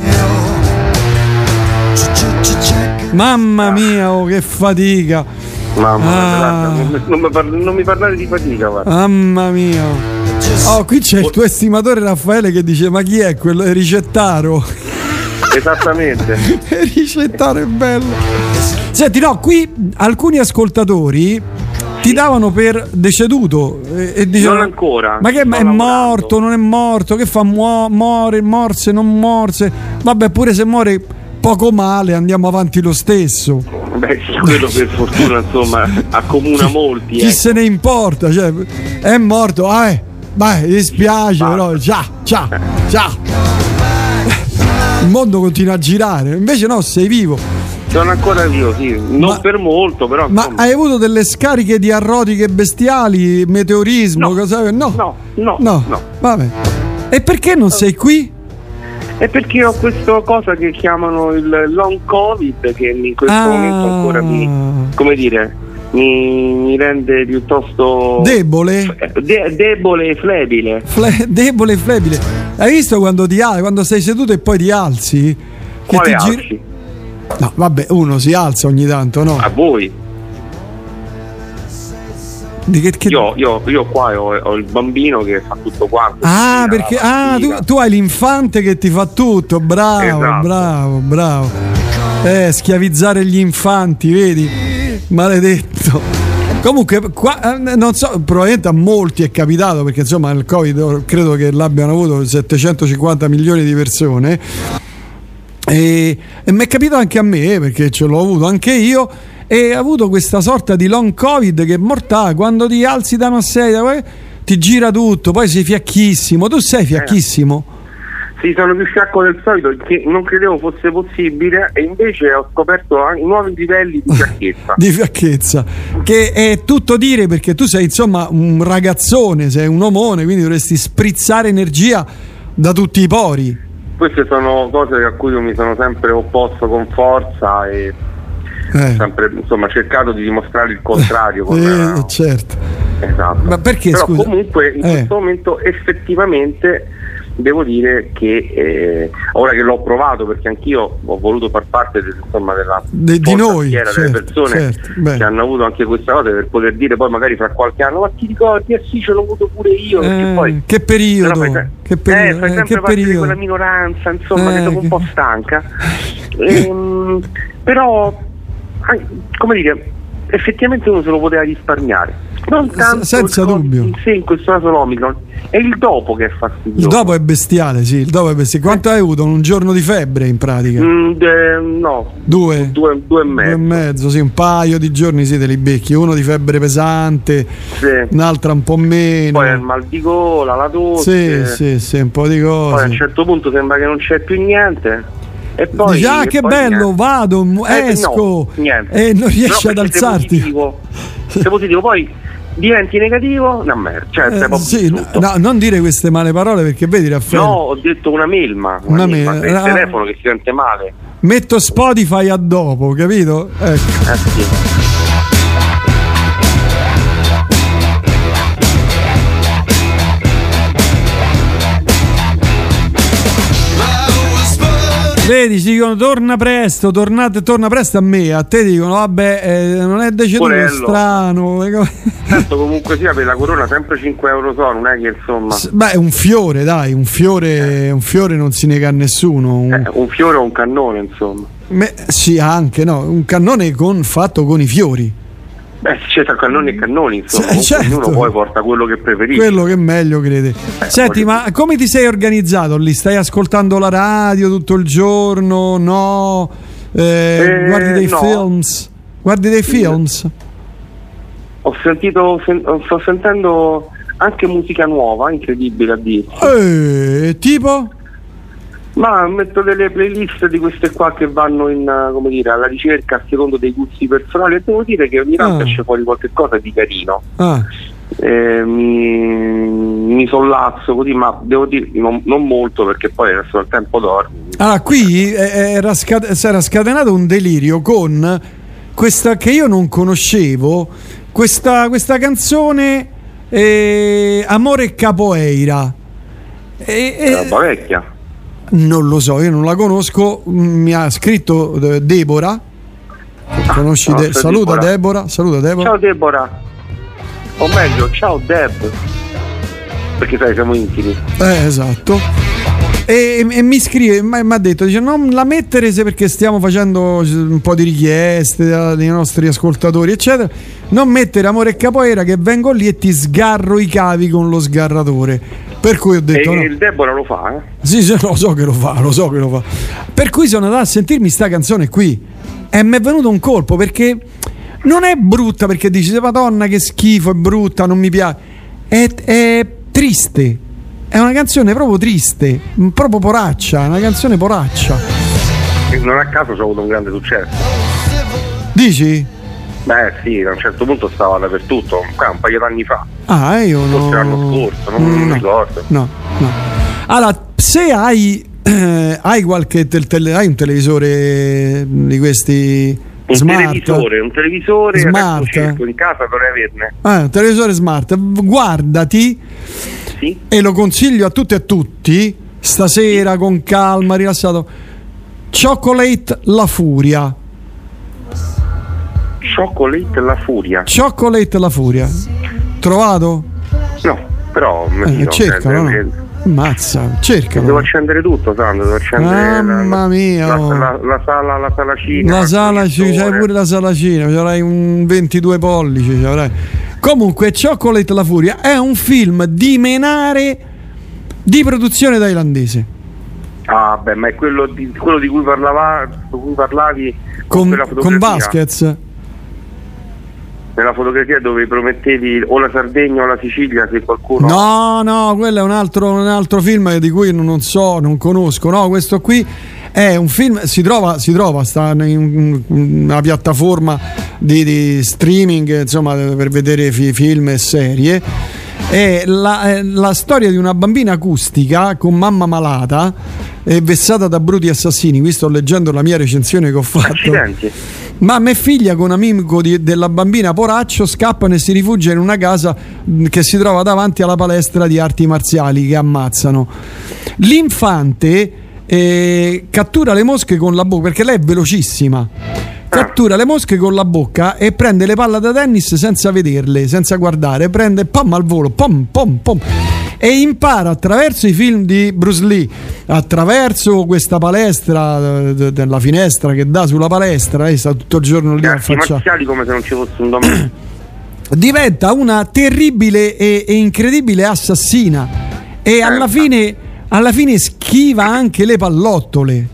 Speaker 15: Mamma mia, oh, che fatica.
Speaker 19: Mamma mia, non mi parlare di fatica, guarda.
Speaker 15: Mamma mia. Oh, qui c'è il tuo estimatore Raffaele che dice: ma chi è quello? È Ricettaro.
Speaker 19: Esattamente.
Speaker 15: Ricettaro è bello. Senti, no, qui alcuni ascoltatori ti davano per deceduto e dicevano:
Speaker 19: non ancora.
Speaker 15: Ma che è morto, non è morto? Che fa? Muore, morse, non morse? Vabbè, pure se muore poco male, andiamo avanti lo stesso.
Speaker 19: Beh, quello per fortuna insomma accomuna molti.
Speaker 15: Chi se ne importa? Cioè, è morto, vai, mi dispiace, però ciao. Il mondo continua a girare, invece no, sei vivo.
Speaker 19: Sono ancora vivo, sì, non per molto, però.
Speaker 15: Ma hai avuto delle scariche di arrotiche bestiali, meteorismo?
Speaker 19: No.
Speaker 15: Vabbè. E perché non sei qui?
Speaker 19: È perché ho questa cosa che chiamano il long covid, che in questo momento ancora mi rende piuttosto
Speaker 15: debole?
Speaker 19: Debole e flebile.
Speaker 15: Debole e flebile. Hai visto quando sei seduto e poi ti alzi?
Speaker 19: Quale alzi?
Speaker 15: No, vabbè, uno si alza ogni tanto, no?
Speaker 19: A voi? Io qua ho il bambino che fa tutto quanto.
Speaker 15: Perché tu hai l'infante che ti fa tutto. Bravo, esatto. bravo. Schiavizzare gli infanti, vedi? Maledetto. Comunque qua, non so, probabilmente a molti è capitato, perché insomma il Covid credo che l'abbiano avuto 750 milioni di persone e mi è capitato anche a me, perché ce l'ho avuto anche io, e ho avuto questa sorta di long covid che è mortale. Quando ti alzi da una sedia ti gira tutto, poi sei fiacchissimo. Tu sei fiacchissimo?
Speaker 19: Sì, sono più fiacco del solito, che non credevo fosse possibile, e invece ho scoperto anche nuovi livelli di fiacchezza.
Speaker 15: Di fiacchezza, che è tutto dire, perché tu sei insomma un ragazzone, sei un omone, quindi dovresti sprizzare energia da tutti i pori.
Speaker 19: Queste sono cose a cui io mi sono sempre opposto con forza e sempre insomma cercato di dimostrare il contrario.
Speaker 15: Certo.
Speaker 19: Esatto.
Speaker 15: Ma perché?
Speaker 19: Però
Speaker 15: scusa?
Speaker 19: comunque in questo momento effettivamente devo dire che ora che l'ho provato, perché anch'io ho voluto far parte della
Speaker 15: di noi,
Speaker 19: delle persone che hanno avuto anche questa cosa, per poter dire poi magari fra qualche anno: ma ti ricordi? Sì, ce l'ho avuto pure io. Poi,
Speaker 15: che periodo?
Speaker 19: Fai sempre parte di quella minoranza, insomma, che dopo un po' stanca. Però come dire, effettivamente uno se lo poteva risparmiare. Non tanto
Speaker 15: senza dubbio.
Speaker 19: In sé, in questo caso l'Omicron, è il dopo che è fastidioso.
Speaker 15: Il dopo è bestiale, sì, il dopo è bestiale. Quanto hai avuto? Un giorno di febbre in pratica?
Speaker 19: No.
Speaker 15: Due e mezzo. 2,5, sì, un paio di giorni sì te li becchi. Uno di febbre pesante, un'altra un po' meno.
Speaker 19: Poi il mal di gola, la tosse.
Speaker 15: Sì, un po' di cose.
Speaker 19: Poi a un certo punto sembra che non c'è più niente. E poi,
Speaker 15: dici, che
Speaker 19: poi
Speaker 15: bello,
Speaker 19: niente.
Speaker 15: vado, esco,
Speaker 19: no, niente.
Speaker 15: E non riesci
Speaker 19: no,
Speaker 15: ad alzarti.
Speaker 19: Sei positivo, poi diventi negativo, una merda. Cioè,
Speaker 15: sì, no, non dire queste male parole perché vedi Raffaele.
Speaker 19: No, ho detto una melma per il telefono che si sente male.
Speaker 15: Metto Spotify a dopo, capito? Ecco.
Speaker 19: Sì.
Speaker 15: Vedi, ci dicono torna presto, torna presto a me, a te dicono vabbè non è deceduto, strano.
Speaker 19: Certo, comunque sia per la corona sempre 5 euro sono, non è che insomma.
Speaker 15: Beh, un fiore, dai, un fiore non si nega a nessuno.
Speaker 19: Un fiore o un cannone, insomma.
Speaker 15: Sì, anche, no, un cannone fatto con i fiori.
Speaker 19: Beh, c'è tra cannoni e cannoni, insomma,
Speaker 15: certo.
Speaker 19: Ognuno poi porta quello che preferisce.
Speaker 15: Quello che meglio crede. Senti, ma come ti sei organizzato lì? Stai ascoltando la radio tutto il giorno? No? Guardi dei films? Guardi dei films?
Speaker 19: Sto sentendo anche musica nuova, incredibile a dirsi.
Speaker 15: Tipo?
Speaker 19: Ma metto delle playlist di queste qua che vanno in, come dire, alla ricerca a secondo dei gusti personali e devo dire che ogni tanto esce fuori qualche cosa di carino. Mi sollazzo così, ma devo dire non molto perché poi adesso al tempo dormi.
Speaker 15: Allora, qui si era scatenato un delirio con questa che io non conoscevo, questa canzone Amore Capoeira.
Speaker 19: Roba vecchia.
Speaker 15: Non lo so, io non la conosco. Mi ha scritto Deborah. Conosci saluta Deborah.
Speaker 19: Ciao Deborah. O meglio, ciao Deb. Perché sai, siamo intimi.
Speaker 15: Esatto. E mi scrive, mi ha detto, dice non la mettere perché stiamo facendo un po' di richieste dei nostri ascoltatori eccetera, non mettere Amore Capoeira che vengo lì e ti sgarro i cavi con lo sgarratore. Per cui ho detto
Speaker 19: il Deborah lo fa,
Speaker 15: Sì, lo so che lo fa. Per cui sono andato a sentirmi sta canzone qui e mi è venuto un colpo perché non è brutta perché dici Madonna che schifo, è brutta, non mi piace. È triste. È una canzone proprio triste, proprio poraccia, una canzone poraccia.
Speaker 19: Non a caso c'ha avuto un grande successo.
Speaker 15: Dici?
Speaker 19: Beh sì, a un certo punto stava dappertutto, un paio d'anni fa.
Speaker 15: Io no.
Speaker 19: Forse l'anno scorso, non mi ricordo.
Speaker 15: No. Allora, se hai qualche hai un televisore di questi smart,
Speaker 19: un televisore
Speaker 15: smart
Speaker 19: in casa dovrei averne.
Speaker 15: Un televisore smart, guardati.
Speaker 19: Sì.
Speaker 15: E lo consiglio a tutti e a tutti stasera con calma, rilassato. Chocolate La Furia. Chocolate La Furia. Trovato?
Speaker 19: No, però
Speaker 15: cercalo, Ammazza, cercalo.
Speaker 19: Devo accendere tutto, Sandro, devo accendere
Speaker 15: mamma mia,
Speaker 19: la salacina.
Speaker 15: La salacina, c'hai pure la salacina, c'avrai un 22 pollici, c'avrai. Comunque Chocolate La Furia è un film di menare di produzione thailandese.
Speaker 19: Beh, ma è quello di cui parlavi
Speaker 15: con Vasquez.
Speaker 19: Nella fotografia dove promettevi o la Sardegna o la Sicilia, se qualcuno.
Speaker 15: No, quello è un altro film di cui non conosco. No, questo qui è un film, si trova sta in una piattaforma di streaming, insomma, per vedere film e serie. È la storia di una bambina acustica con mamma malata e vessata da bruti assassini. Qui sto leggendo la mia recensione che ho fatto.
Speaker 19: Accidenti.
Speaker 15: Mamma e figlia con amico della bambina poraccio scappano e si rifugiano in una casa che si trova davanti alla palestra di arti marziali che ammazzano. L'infante cattura le mosche con la bocca perché lei è velocissima. Cattura le mosche con la bocca e prende le palle da tennis senza vederle, senza guardare, prende pom al volo, pom pom pom. e impara attraverso i film di Bruce Lee, attraverso questa palestra della finestra che dà sulla palestra, sta tutto il giorno lì a faccia
Speaker 19: marziali come se non ci fosse un domani.
Speaker 15: Diventa una terribile e incredibile assassina e alla fine schiva anche le pallottole.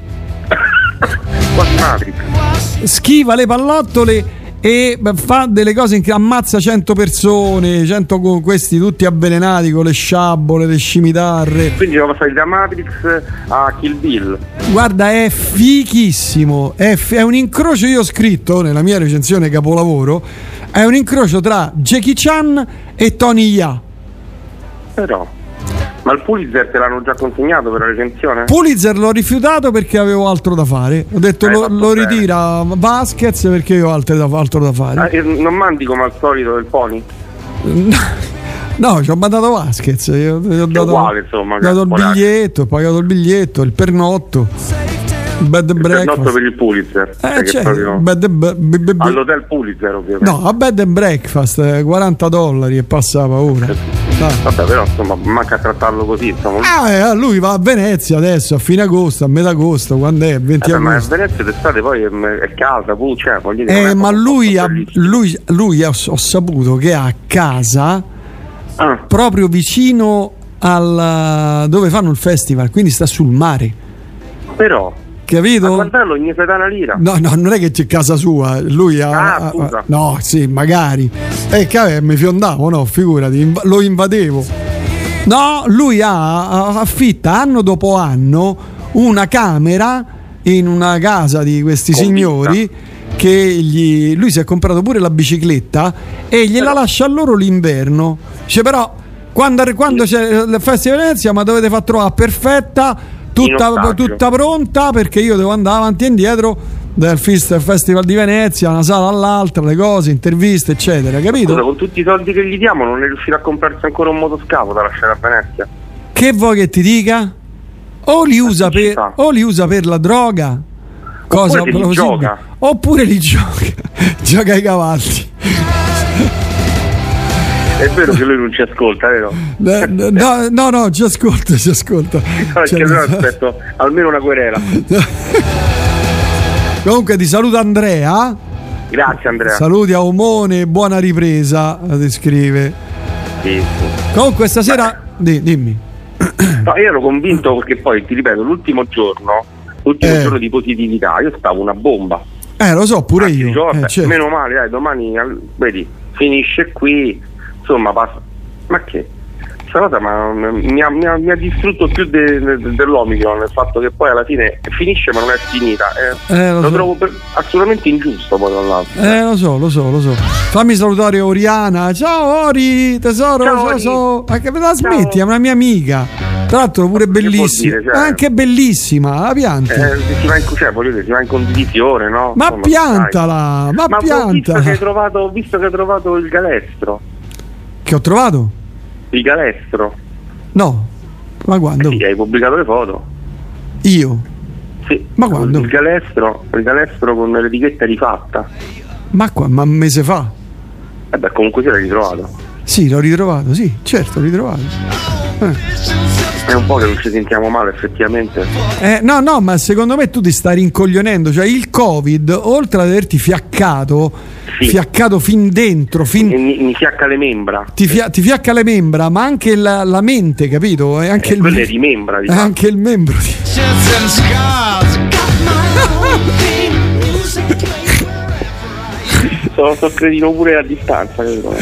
Speaker 15: Schiva le pallottole e fa delle cose ammazza 100 persone, 100 con questi tutti avvelenati con le sciabole, le scimitarre.
Speaker 19: Quindi siamo passati da Matrix a Kill Bill.
Speaker 15: Guarda, è fichissimo, è un incrocio, io ho scritto nella mia recensione capolavoro, è un incrocio tra Jackie Chan e Tony Jaa.
Speaker 19: Però ma il Pulitzer te l'hanno già consegnato per la recensione?
Speaker 15: Pulitzer l'ho rifiutato perché avevo altro da fare. Ho detto lo ritira Vasquez perché io ho altro da fare.
Speaker 19: Non mandi come al solito del Pony?
Speaker 15: No, ci ho mandato Vasquez. Io ho dato,
Speaker 19: uguale, insomma,
Speaker 15: dato il biglietto, ho pagato il biglietto, il pernotto. Bed and breakfast.
Speaker 19: Pernotto per il Pulitzer.
Speaker 15: Proprio...
Speaker 19: all'hotel Pulitzer, ovviamente.
Speaker 15: No, a bed and breakfast, $40 e passava ora.
Speaker 19: Vabbè, però insomma, manca a trattarlo così, insomma.
Speaker 15: Lui va a Venezia adesso a fine agosto, a metà agosto, quando è 20 agosto.
Speaker 19: Ma a Venezia d'estate poi è calda, cioè, voglio dire,
Speaker 15: ma lui ho saputo che ha casa proprio vicino al dove fanno il festival, quindi sta sul mare.
Speaker 19: Però
Speaker 15: capito?
Speaker 19: Ma guardarlo in pedana lira.
Speaker 15: No, non è che c'è casa sua, lui no, sì, magari. Mi fiondavo, no, figurati, lo invadevo. No, lui affitta anno dopo anno una camera in una casa di questi signori che lui si è comprato pure la bicicletta e gliela lascia a loro l'inverno. Dice però quando c'è il Festival di Venezia, ma dovete far trovare perfetta, tutta pronta, perché io devo andare avanti e indietro del Festival di Venezia, una sala all'altra, le cose, interviste, eccetera, capito?
Speaker 19: Scusa, con tutti i soldi che gli diamo non è riuscito a comprarsi ancora un motoscafo da lasciare a Venezia.
Speaker 15: Che vuoi che ti dica? O li usa per la droga, cosa
Speaker 19: gioca.
Speaker 15: Oppure li gioca ai cavalli.
Speaker 19: È vero che lui non ci ascolta, vero?
Speaker 15: No, ci ascolta.
Speaker 19: Però aspetto almeno una querela.
Speaker 15: Comunque ti saluta Andrea.
Speaker 19: Grazie Andrea.
Speaker 15: Saluti a Omone, buona ripresa, ti scrive.
Speaker 19: Sì.
Speaker 15: Comunque stasera dimmi.
Speaker 19: No, io ero convinto perché poi ti ripeto, l'ultimo giorno di positività, io stavo una bomba.
Speaker 15: Lo so, pure io.
Speaker 19: Certo. Meno male, domani vedi, finisce qui. Insomma, passa. Ma che? Questa cosa mi ha distrutto più dell'Omicron, il fatto che poi alla fine finisce ma non è finita. Lo trovo assolutamente ingiusto poi dall'altro.
Speaker 15: Lo so. Fammi salutare Oriana. Ciao Ori, tesoro. Ciao. Anche me la smetti, è una mia amica. Tra l'altro pure bellissima. Dire, anche bellissima, la pianti.
Speaker 19: Si va in condivisione, no?
Speaker 15: Ma insomma, piantala, ma pianta.
Speaker 19: Ho visto che hai trovato il galestro.
Speaker 15: Che ho trovato?
Speaker 19: Il galestro.
Speaker 15: No, ma quando?
Speaker 19: Sì, hai pubblicato le foto.
Speaker 15: Io?
Speaker 19: Sì.
Speaker 15: Ma quando?
Speaker 19: Il galestro con l'etichetta rifatta.
Speaker 15: Ma un mese fa?
Speaker 19: Comunque l'hai ritrovato.
Speaker 15: Sì, l'ho ritrovato, sì, certo, l'ho ritrovato.
Speaker 19: È un po' che non ci sentiamo male effettivamente.
Speaker 15: No, ma secondo me tu ti stai rincoglionendo. Cioè il Covid, oltre ad averti fiaccato fin dentro,
Speaker 19: mi fiacca le membra.
Speaker 15: Ti fiacca le membra, ma anche la mente, capito? E anche
Speaker 19: quelle di membra, diciamo.
Speaker 15: Anche il membro
Speaker 19: sto cretino pure a distanza, credo.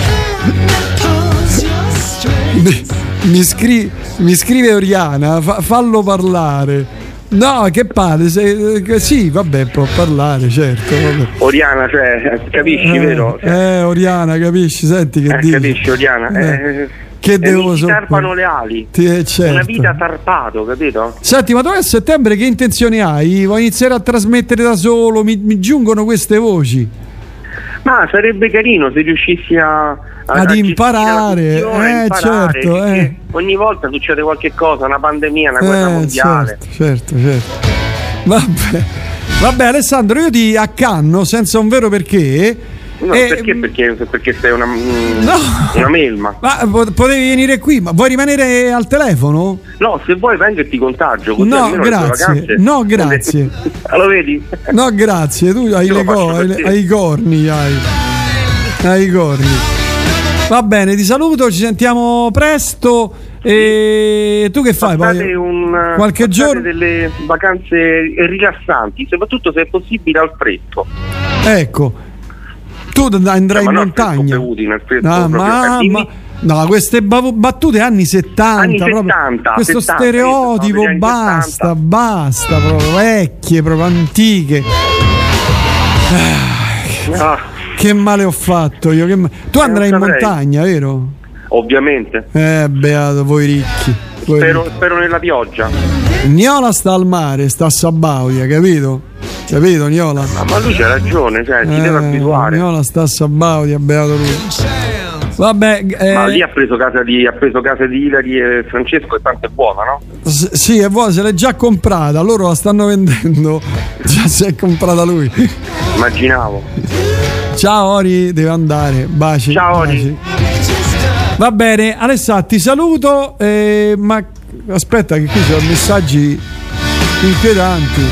Speaker 15: Mi scrive Oriana, fallo parlare. No, che palle, sì, vabbè, può parlare, certo. Vabbè.
Speaker 19: Oriana, cioè, capisci, vero?
Speaker 15: Oriana, capisci, senti che dici.
Speaker 19: Capisci, Oriana?
Speaker 15: Che devo
Speaker 19: mi tarpano le ali.
Speaker 15: Certo.
Speaker 19: Una vita tarpato, capito?
Speaker 15: Senti, ma tu a settembre che intenzioni hai? Vuoi iniziare a trasmettere da solo? Mi giungono queste voci.
Speaker 19: Ma sarebbe carino se riuscissi ad imparare,
Speaker 15: certo.
Speaker 19: Ogni volta succede qualche cosa, una pandemia, una guerra mondiale.
Speaker 15: Certo. Vabbè, Alessandro, io ti accanno senza un vero perché
Speaker 19: No, perché sei una melma.
Speaker 15: Ma potevi venire qui, ma vuoi rimanere al telefono?
Speaker 19: No, se vuoi vengo e ti contagio. Così
Speaker 15: no, grazie. No, grazie.
Speaker 19: Lo vedi?
Speaker 15: No, grazie. Tu hai i corni, hai i corni. Va bene, ti saluto, ci sentiamo presto. E tu che fai? Qualche giorno
Speaker 19: delle vacanze rilassanti, soprattutto se è possibile al fresco.
Speaker 15: Ecco. Tu andrai in montagna. No, queste battute anni 70, proprio,
Speaker 19: 70
Speaker 15: questo
Speaker 19: 70,
Speaker 15: stereotipo, basta, proprio vecchie, proprio antiche. Che male ho fatto io. Tu andrai in montagna, vero?
Speaker 19: Ovviamente.
Speaker 15: Beato, voi ricchi.
Speaker 19: Spero nella pioggia.
Speaker 15: Niola sta al mare, sta a Sabaudia, capito? Capito, Niola?
Speaker 19: Ma lui c'ha ragione, cioè si deve abituare.
Speaker 15: Niola sta a Sabaudia, beato lui. Vabbè,
Speaker 19: ma lì ha preso casa di Ilari e Francesco, e tanto è buona, no?
Speaker 15: Sì, è buona, se l'è già comprata, loro la stanno vendendo. Già si è comprata lui.
Speaker 19: Immaginavo.
Speaker 15: Ciao Ori, deve andare. Baci.
Speaker 19: Ciao Ori.
Speaker 15: Va bene, Alessà, ti saluto, ma aspetta che qui ci sono messaggi inquietanti.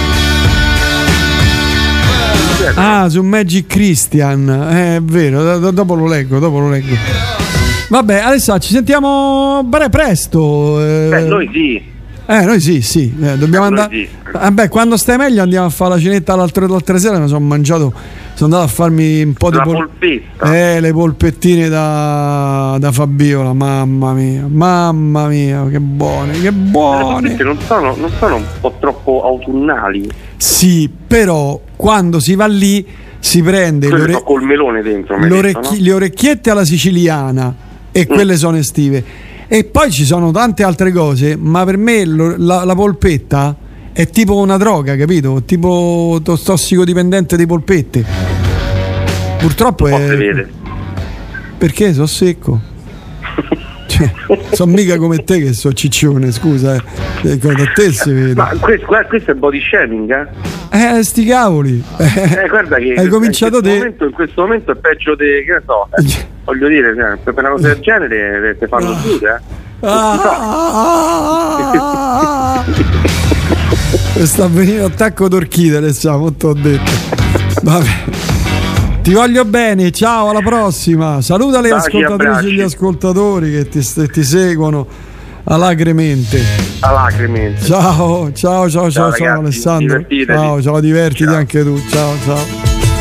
Speaker 15: Ah, su Magic Christian, è vero, dopo lo leggo. Vabbè, Alessà, ci sentiamo presto.
Speaker 19: Noi sì.
Speaker 15: Noi sì. Dobbiamo andare.
Speaker 19: Sì.
Speaker 15: Vabbè, quando stai meglio andiamo a fare la cenetta l'altra sera, mi sono andato a farmi un po' di
Speaker 19: polpetta.
Speaker 15: Le polpettine da Fabiola, mamma mia, che buone.
Speaker 19: Perché non sono un po' troppo autunnali.
Speaker 15: Sì, però quando si va lì si prende
Speaker 19: col melone dentro,
Speaker 15: le orecchiette alla siciliana e quelle sono estive. E poi ci sono tante altre cose, ma per me la polpetta è tipo una droga, capito? Tipo tossicodipendente di polpette. Purtroppo è.
Speaker 19: Vede.
Speaker 15: Perché sono secco? Cioè, sono mica come te che sono ciccione, scusa. Da te si vede.
Speaker 19: Ma questo è body shaming,
Speaker 15: sti cavoli.
Speaker 19: Guarda che
Speaker 15: hai cominciato
Speaker 19: in questo momento è peggio di, che ne so. Voglio dire, per una cosa del genere ti fanno chiudere.
Speaker 15: Sta venendo attacco d'orchide, adesso molto ho detto. Vabbè. Ti voglio bene, ciao, alla prossima. Saluta le ascoltatrici e gli ascoltatori che ti seguono alacremente. Ciao ragazzi, Alessandro. Ciao, divertiti anche tu. Ciao.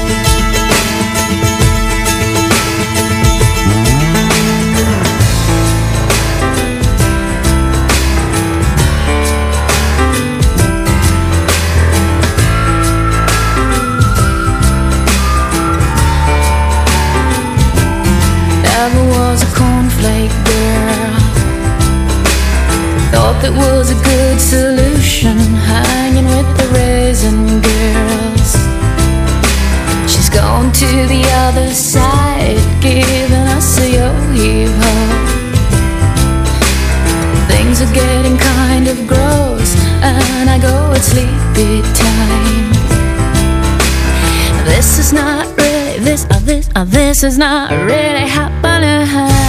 Speaker 20: It was a good solution, hanging with the raisin girls. She's gone to the other side, giving us a yo-yo. Things are getting kind of gross, and I go at sleepy time. This is not really, this is not really happening.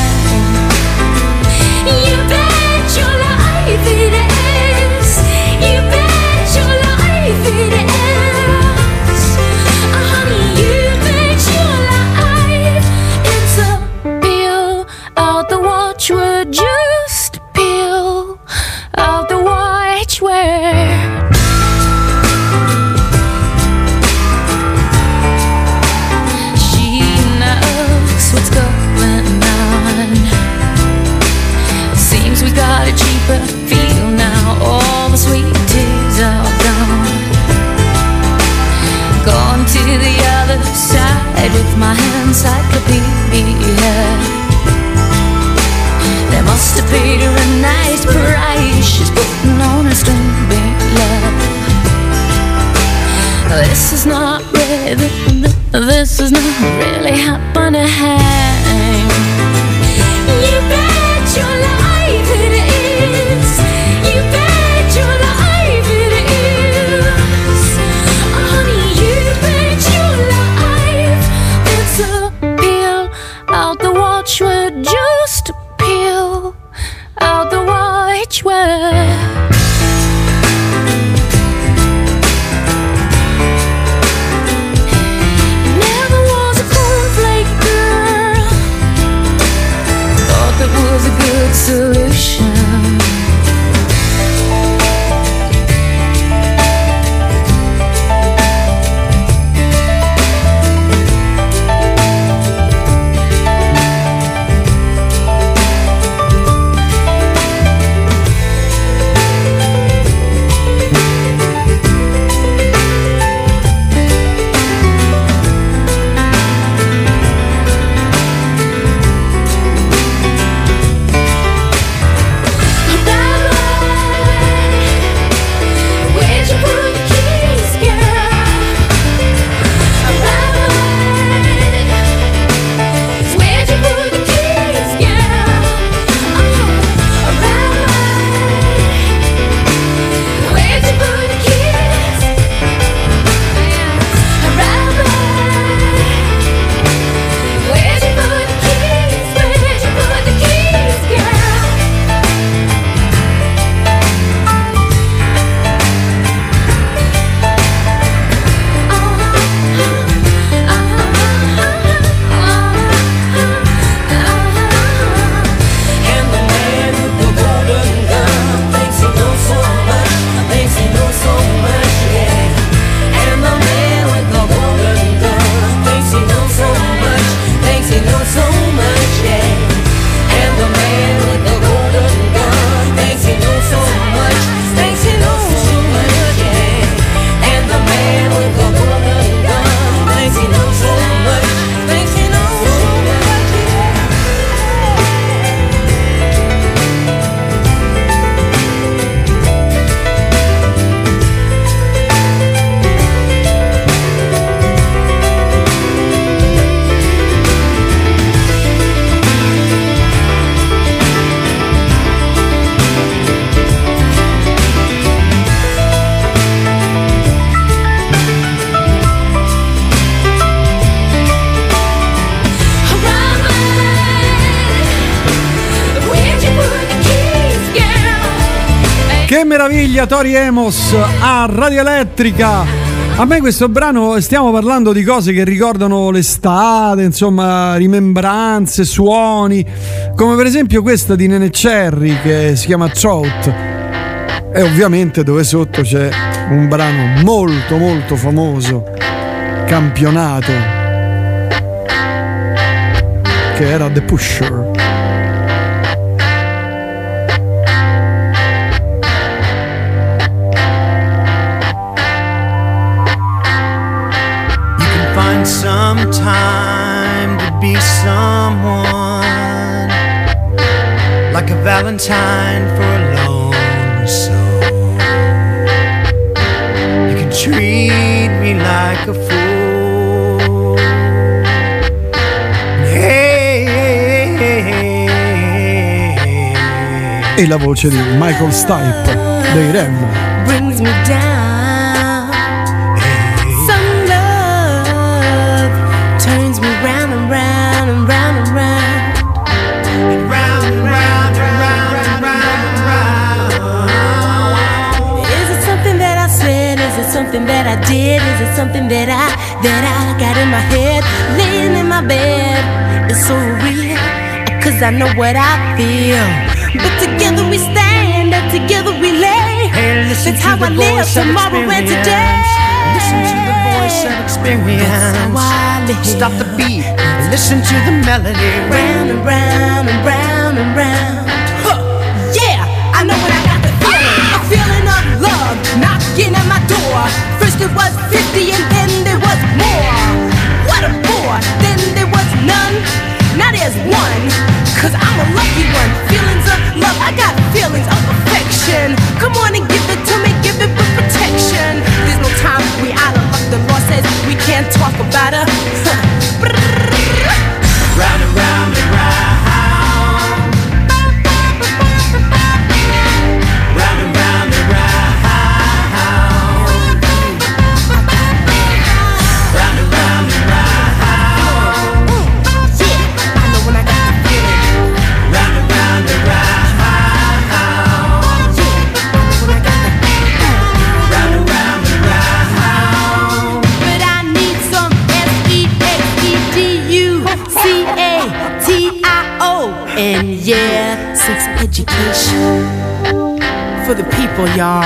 Speaker 20: You bet your life it is. You bet your life it is. Honey, you bet your life. It's a peel out the watchword. Just peel out the watchword. She knows what's going on. Seems we got a cheaper feel now. All the sweet teas are gone. Gone to the other side with my encyclopedia. They must have paid her a nice price. She's putting on a string love. This is not really, this is not really happening. You bet your life it is. You bet your life it is. Honey, you bet your life. It's a
Speaker 15: meraviglia, Tori Amos a Radio Elettrica. A me questo brano, stiamo parlando di cose che ricordano l'estate, insomma, rimembranze, suoni, come per esempio questa di Nene Cherry che si chiama Trout, e ovviamente dove sotto c'è un brano molto molto famoso, Campionato, che era The Pusher.
Speaker 18: Some time to be someone, like a Valentine for a lonely soul. You can treat me like a fool.
Speaker 15: E la voce di Michael Stipe dei Rem
Speaker 20: brings me down.
Speaker 21: Something that I did? Is it something that I got in my head? Laying in my bed, it's so real, 'cause I know what I feel. But together we stand and together we lay.
Speaker 18: Hey, listen
Speaker 21: that's
Speaker 18: to
Speaker 21: how
Speaker 18: the
Speaker 21: I live
Speaker 18: voice of
Speaker 21: tomorrow and today.
Speaker 18: Listen to the voice of experience.
Speaker 21: That's how I live.
Speaker 18: Stop the beat and listen to the melody.
Speaker 21: Round and round and round and round. Huh. Yeah, I know when I got the feeling, a feeling of love knocking at my door. First it was 50 and then there was more. What a bore, then there was none. Now there's one, 'cause I'm a lucky one. Feelings of love, I got feelings of affection. Come on and give it to me, give it with protection. There's no time, we out of luck. The law says we can't talk about her.
Speaker 18: Round and round and round. Round and round and round. Round and round and round.
Speaker 21: Yeah, I know when I got the feeling.
Speaker 18: Round and round and round.
Speaker 21: Yeah, I know when I got the
Speaker 18: Round and round and round.
Speaker 21: But I need some SEXEDUCATIO. And yeah, sex education for the people, y'all.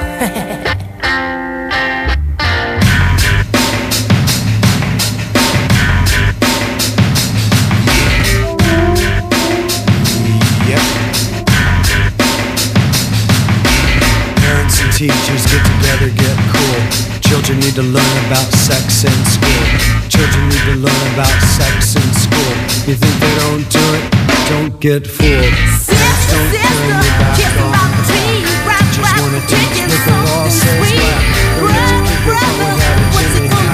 Speaker 18: Parents and teachers get together, get cool. Children need to learn about sex in school. Children need to learn about sex in school. You think they don't do it? Don't get fooled. Parents don't turn you back on the back. Just wanna teach what the law says black. Don't let your kid become what happened to me now.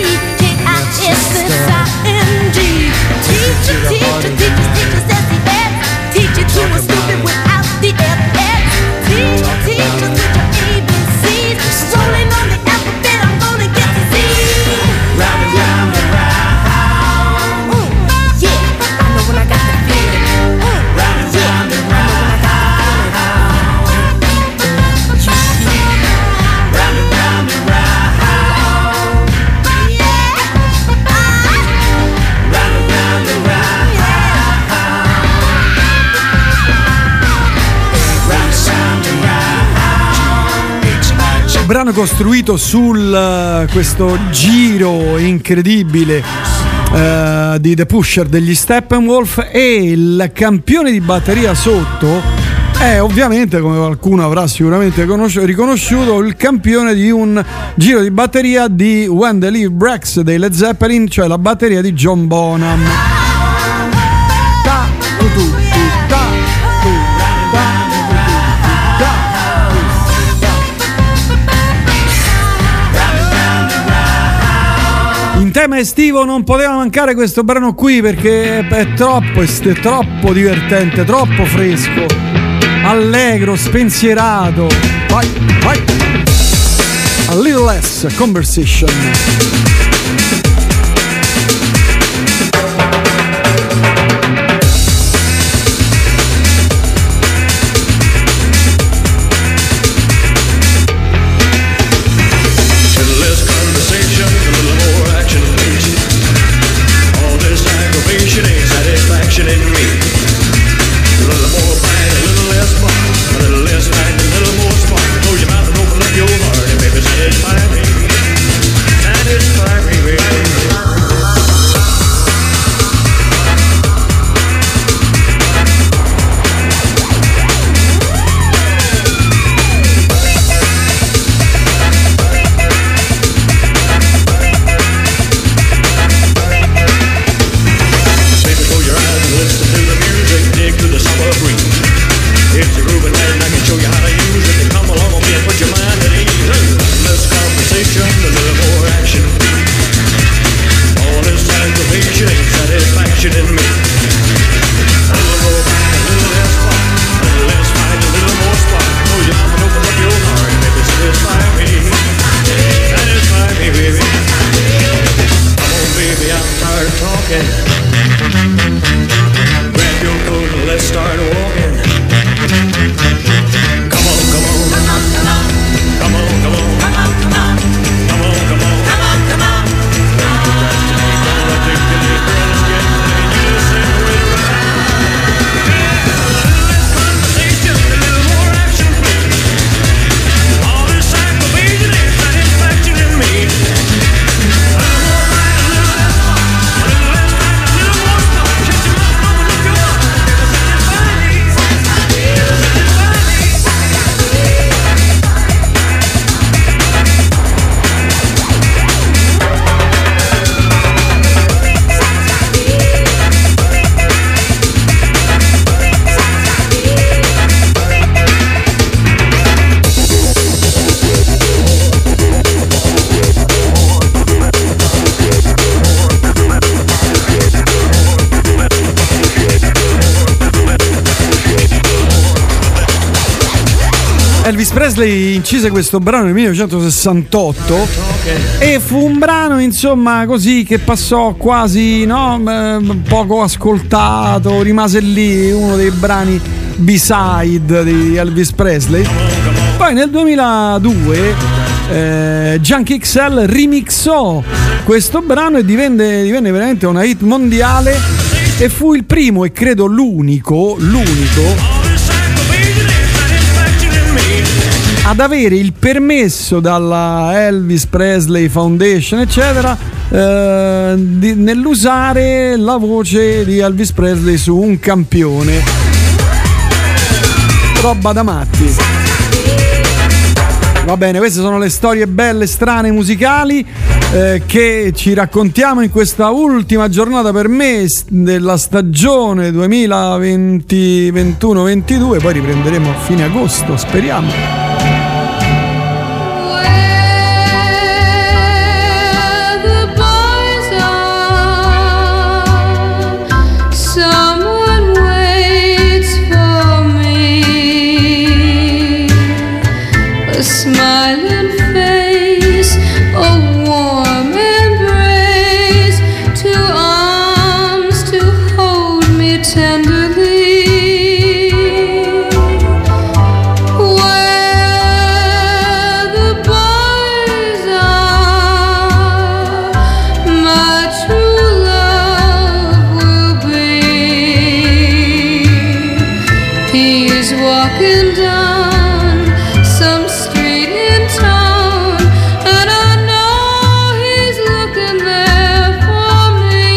Speaker 21: Teacher, teacher, teacher, teacher says the F. Teacher, you were stupid without the FX. Teacher, teacher, with your ABCs. Rolling on the alphabet, I'm gonna get the Z.
Speaker 18: Round and round and round.
Speaker 21: Yeah, I know when I got the feeling.
Speaker 18: Round and round and round. Round and round and round. Round and round and round.
Speaker 15: Brano costruito sul questo giro incredibile di The Pusher degli Steppenwolf, e il campione di batteria sotto è ovviamente, come qualcuno avrà sicuramente riconosciuto, il campione di un giro di batteria di When the Leaf Breaks dei Led Zeppelin, cioè la batteria di John Bonham. In tema estivo non poteva mancare questo brano qui, perché è troppo divertente, troppo fresco, allegro, spensierato. Vai, vai. A little less conversation.
Speaker 17: Okay. Grab your coat and let's start walking. Come on, come on. Come on, come on. Come on, come on. Come on, come on. Come on, come on. Come on, come on. Procrastinate, don't articulate, girl, let's get playing. You just say we're right. A little less conversation, a little more action, please. All this aggravation is satisfaction in me. A little more right, a little less fun. A little less time, a little more stuff. Shut your mouth, mama, look you up. Satisfy me. Satisfy me.
Speaker 15: Elvis Presley incise questo brano nel 1968 e fu un brano, insomma, così che passò quasi, no, poco ascoltato, rimase lì, uno dei brani B-side di Elvis Presley. Poi nel 2002 Junkie XL remixò questo brano e divenne veramente una hit mondiale e fu il primo e credo l'unico ad avere il permesso dalla Elvis Presley Foundation eccetera nell'usare la voce di Elvis Presley su un campione. Roba da matti. Va bene, queste sono le storie belle, strane, musicali che ci raccontiamo in questa ultima giornata per me della stagione 2020-21-22, poi riprenderemo a fine agosto, speriamo.
Speaker 20: Smiling face, a warm embrace, two arms to hold me tenderly. Where the boys are, my true love will be. He is walking down some street in town, and I know he's looking there for me.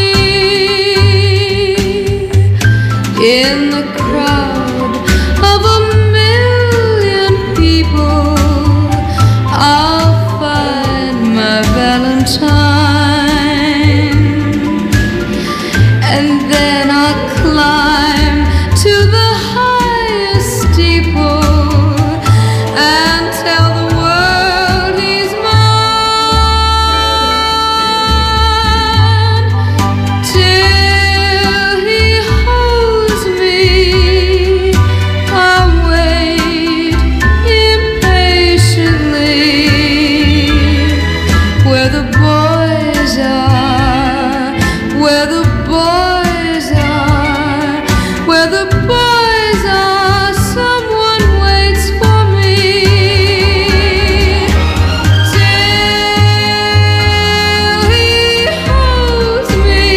Speaker 20: In the crowd of a million people, I'll find my Valentine, and then I'll climb to the highest steeple and tell the world he's mine. Till he holds me, I'll wait impatiently. Where the boys are, where the boys are, where the boys are, someone waits for me. Till he holds me,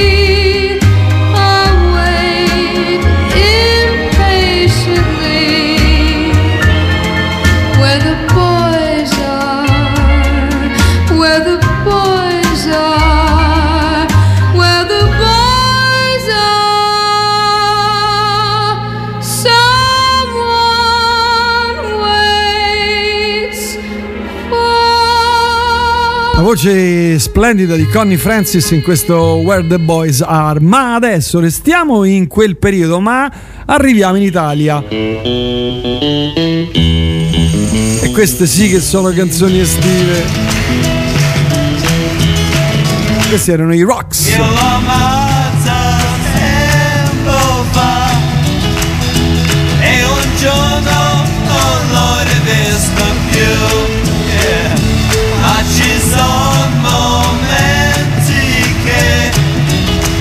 Speaker 20: I'll wait impatiently. Where the boys are, where the boys are, where the boys are, someone waits for.
Speaker 15: La voce splendida di Connie Francis in questo Where the Boys Are. Ma adesso restiamo in quel periodo, ma arriviamo in Italia. E queste sì che sono canzoni estive. Questi erano i Rocks.
Speaker 9: E un giorno, oh Lord, vespa più, yeah. Ma ci sono momenti che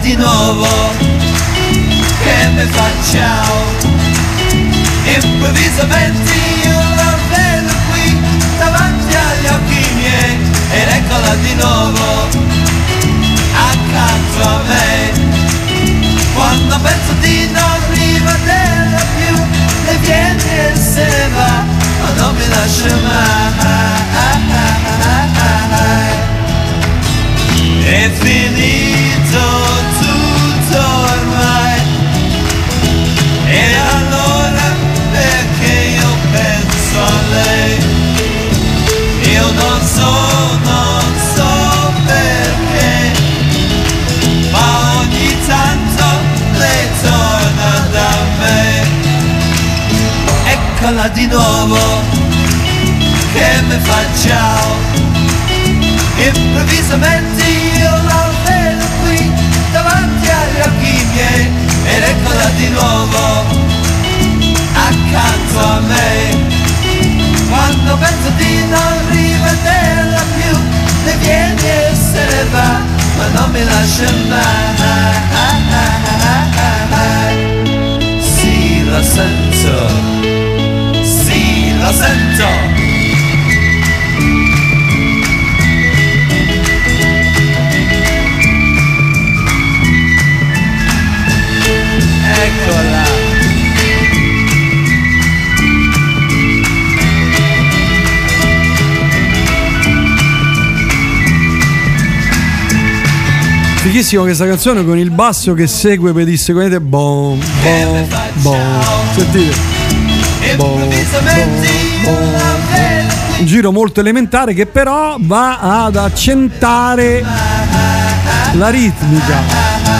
Speaker 9: di nuovo che mi fa ciao. Improvvisamente io la vedo qui davanti agli occhi miei ed eccola di nuovo accanto a me. Quando penso di non rivederla più, le viene e se ne va, ma non mi lascia mai. È finito tutto ormai, e allora perché io penso a lei? Io non so perché, ma ogni tanto lei torna da me. Eccola di nuovo che mi fa ciao. Improvvisamente io la vedo qui davanti agli occhi miei ed eccola di nuovo accanto a me. Quando penso di non rivederla più, le viene e se ne va, ma non mi lascia mai. Sì, lo sento, sì, lo sento. Eccola.
Speaker 15: Fighissimo questa canzone con il basso che segue pedissequamente bom bom bom. Sentite. Bom, bom, bom. Un giro molto elementare che però va ad accentare la ritmica.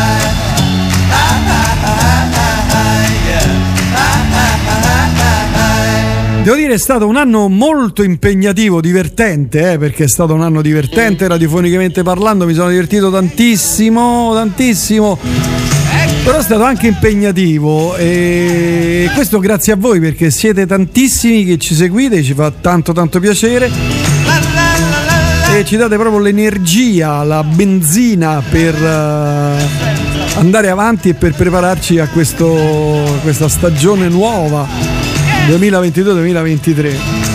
Speaker 15: Devo dire è stato un anno molto impegnativo, divertente, perché è stato un anno divertente, radiofonicamente parlando mi sono divertito tantissimo, però è stato anche impegnativo e questo grazie a voi perché siete tantissimi che ci seguite, ci fa tanto piacere e ci date proprio l'energia, la benzina per andare avanti e per prepararci a questa stagione nuova 2022-2023.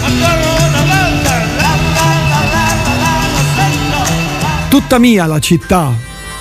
Speaker 15: Tutta mia la città.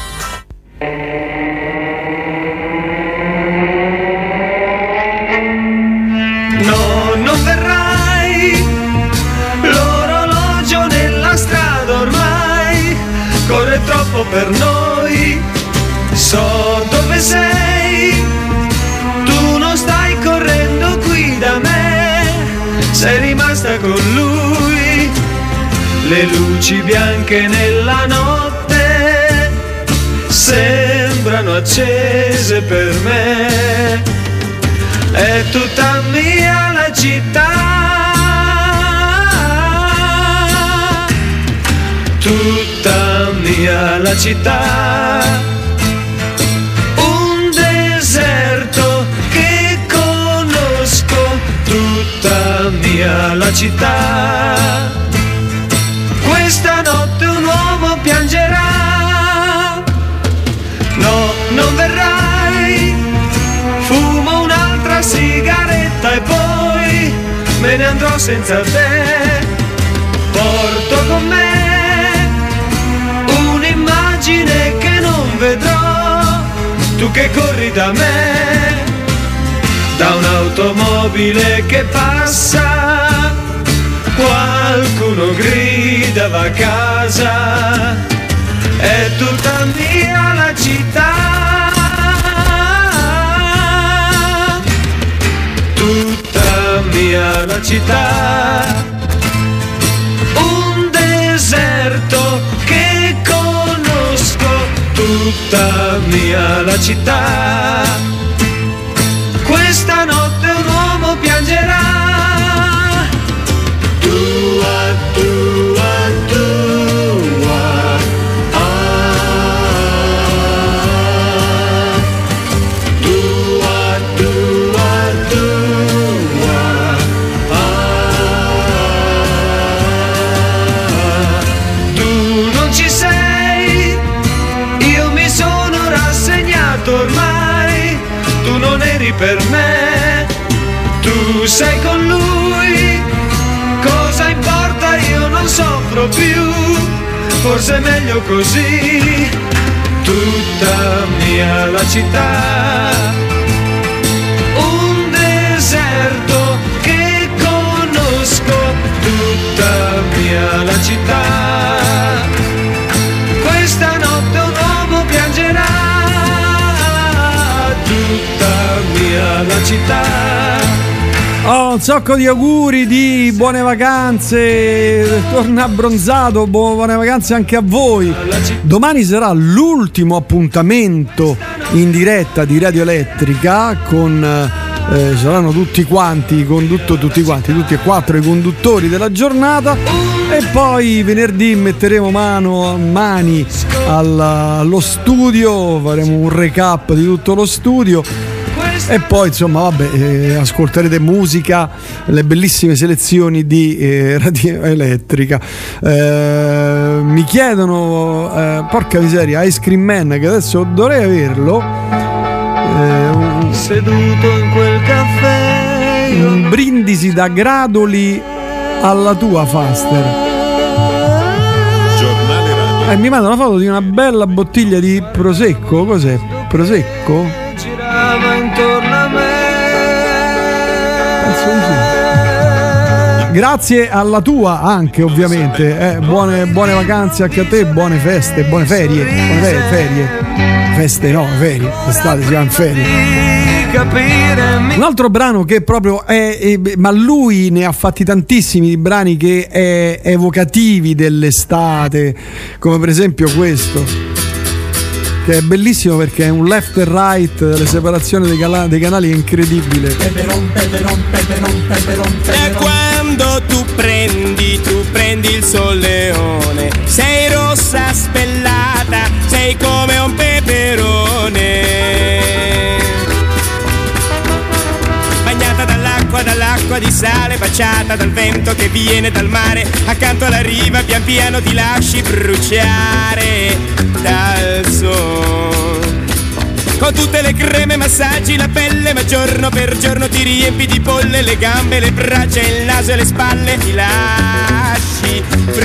Speaker 9: No, non verrai, l'orologio nella strada ormai corre troppo per noi, so dove sei, tu non stai correndo qui da me, sei rimasta con lui, le luci bianche nella notte sembrano accese per me, è tutta mia la città, tutta mia la città, un deserto che conosco, tutta mia la città, questa notte un uomo piangerà, no, non verrai, fumo un'altra sigaretta e poi me ne andrò senza te, porto con me un'immagine che non vedrò, tu che corri da me, da un'automobile che passa, qualcuno grida va a casa, è tutta mia la città, tutta mia la città, un deserto che conosco, tutta mia la città, questa notte un uomo piangerà, tua, tua, tua, tua, tua, tua, tu non ci sei, io mi sono rassegnato,
Speaker 1: tu sei con lui, cosa importa, io non soffro più, forse è meglio così, tutta mia la città, un deserto che conosco, tutta mia la città, questa notte un uomo piangerà, tutta mia la città.
Speaker 15: Oh, un sacco di auguri di buone vacanze, torna abbronzato, buone vacanze anche a voi. Domani sarà l'ultimo appuntamento in diretta di Radio Elettrica con saranno tutti quanti, tutti e quattro i conduttori della giornata, e poi venerdì metteremo mani allo studio, faremo un recap di tutto lo studio. E poi insomma vabbè, ascolterete musica, le bellissime selezioni di Radio Elettrica. Mi chiedono, porca miseria, Ice Cream Man, che adesso dovrei averlo,
Speaker 1: seduto in quel caffè,
Speaker 15: un brindisi da Gradoli alla tua Faster.
Speaker 2: Giornale radio.
Speaker 15: Mi manda una foto di una bella bottiglia di Prosecco. Cos'è? Prosecco?
Speaker 1: girava intorno a me.
Speaker 15: Grazie alla tua anche, ovviamente. Buone vacanze anche a te, buone feste, buone ferie. Feste no, ferie. L'estate si chiama ferie. Un altro brano che proprio ma lui ne ha fatti tantissimi di brani che è evocativi dell'estate, come per esempio questo, che è bellissimo perché è un left and right, la separazione dei canali è incredibile.
Speaker 22: Da quando tu prendi il solleone, sei rossa spellata, sei come un peperone, bagnata dall'acqua di sale, baciata dal vento che viene dal mare, accanto alla riva pian piano ti lasci bruciare dal sole. Con tutte le creme massaggi la pelle, ma giorno per giorno ti riempi di polle le gambe, le braccia, il naso e le spalle, ti lasci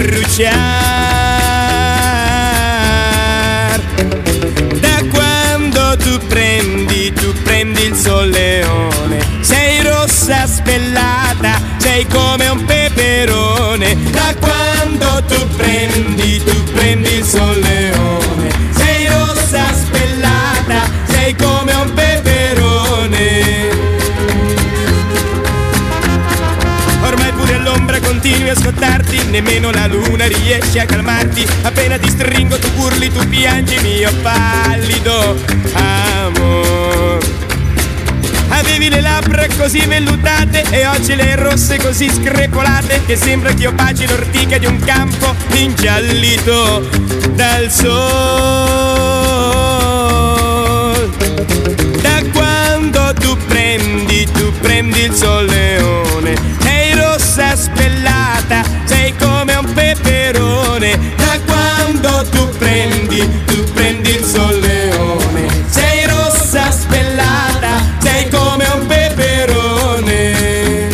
Speaker 22: bruciare. Da quando tu prendi il solleone, sei rossa spellata, sei come un peperone. Da quando tu prendi il solleone, sei rossa spellata, sei come un peperone. Ormai pure all'ombra continui a scottarti, nemmeno la luna riesce a calmarti. Appena ti stringo tu urli, tu piangi, mio pallido amor. Avevi le labbra così vellutate e oggi le rosse così screpolate che sembra che io baci l'ortica di un campo ingiallito dal sol. Da quando tu prendi il solleone, sei rossa spellata, sei come un peperone. Da quando tu prendi il solleone, sei rossa spellata, sei come un peperone.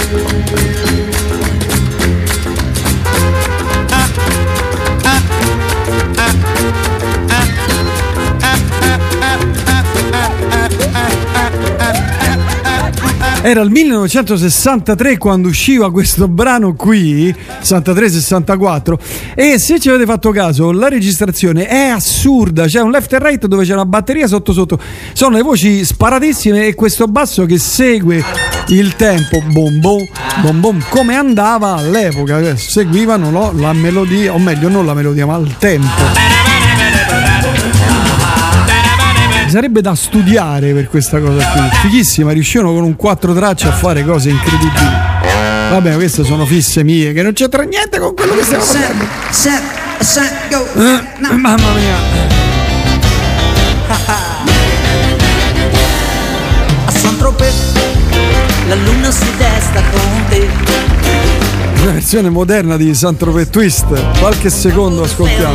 Speaker 15: Era il 1963 quando usciva questo brano qui, 63-64, e se ci avete fatto caso la registrazione è assurda, c'è un left and right dove c'è una batteria sotto, sono le voci sparatissime e questo basso che segue il tempo, bom bom bom bom, come andava all'epoca, seguivano la melodia, o meglio non la melodia ma il tempo. Sarebbe da studiare per questa cosa qui, fighissima, riuscivano con un 4 tracce a fare cose incredibili. Vabbè, queste sono fisse mie, che non c'entra niente con quello che stiamo facendo. Mamma mia.
Speaker 3: A Saint-Tropez la luna si desta con te.
Speaker 15: Una versione moderna di Saint-Tropez Twist, qualche secondo ascoltiamo.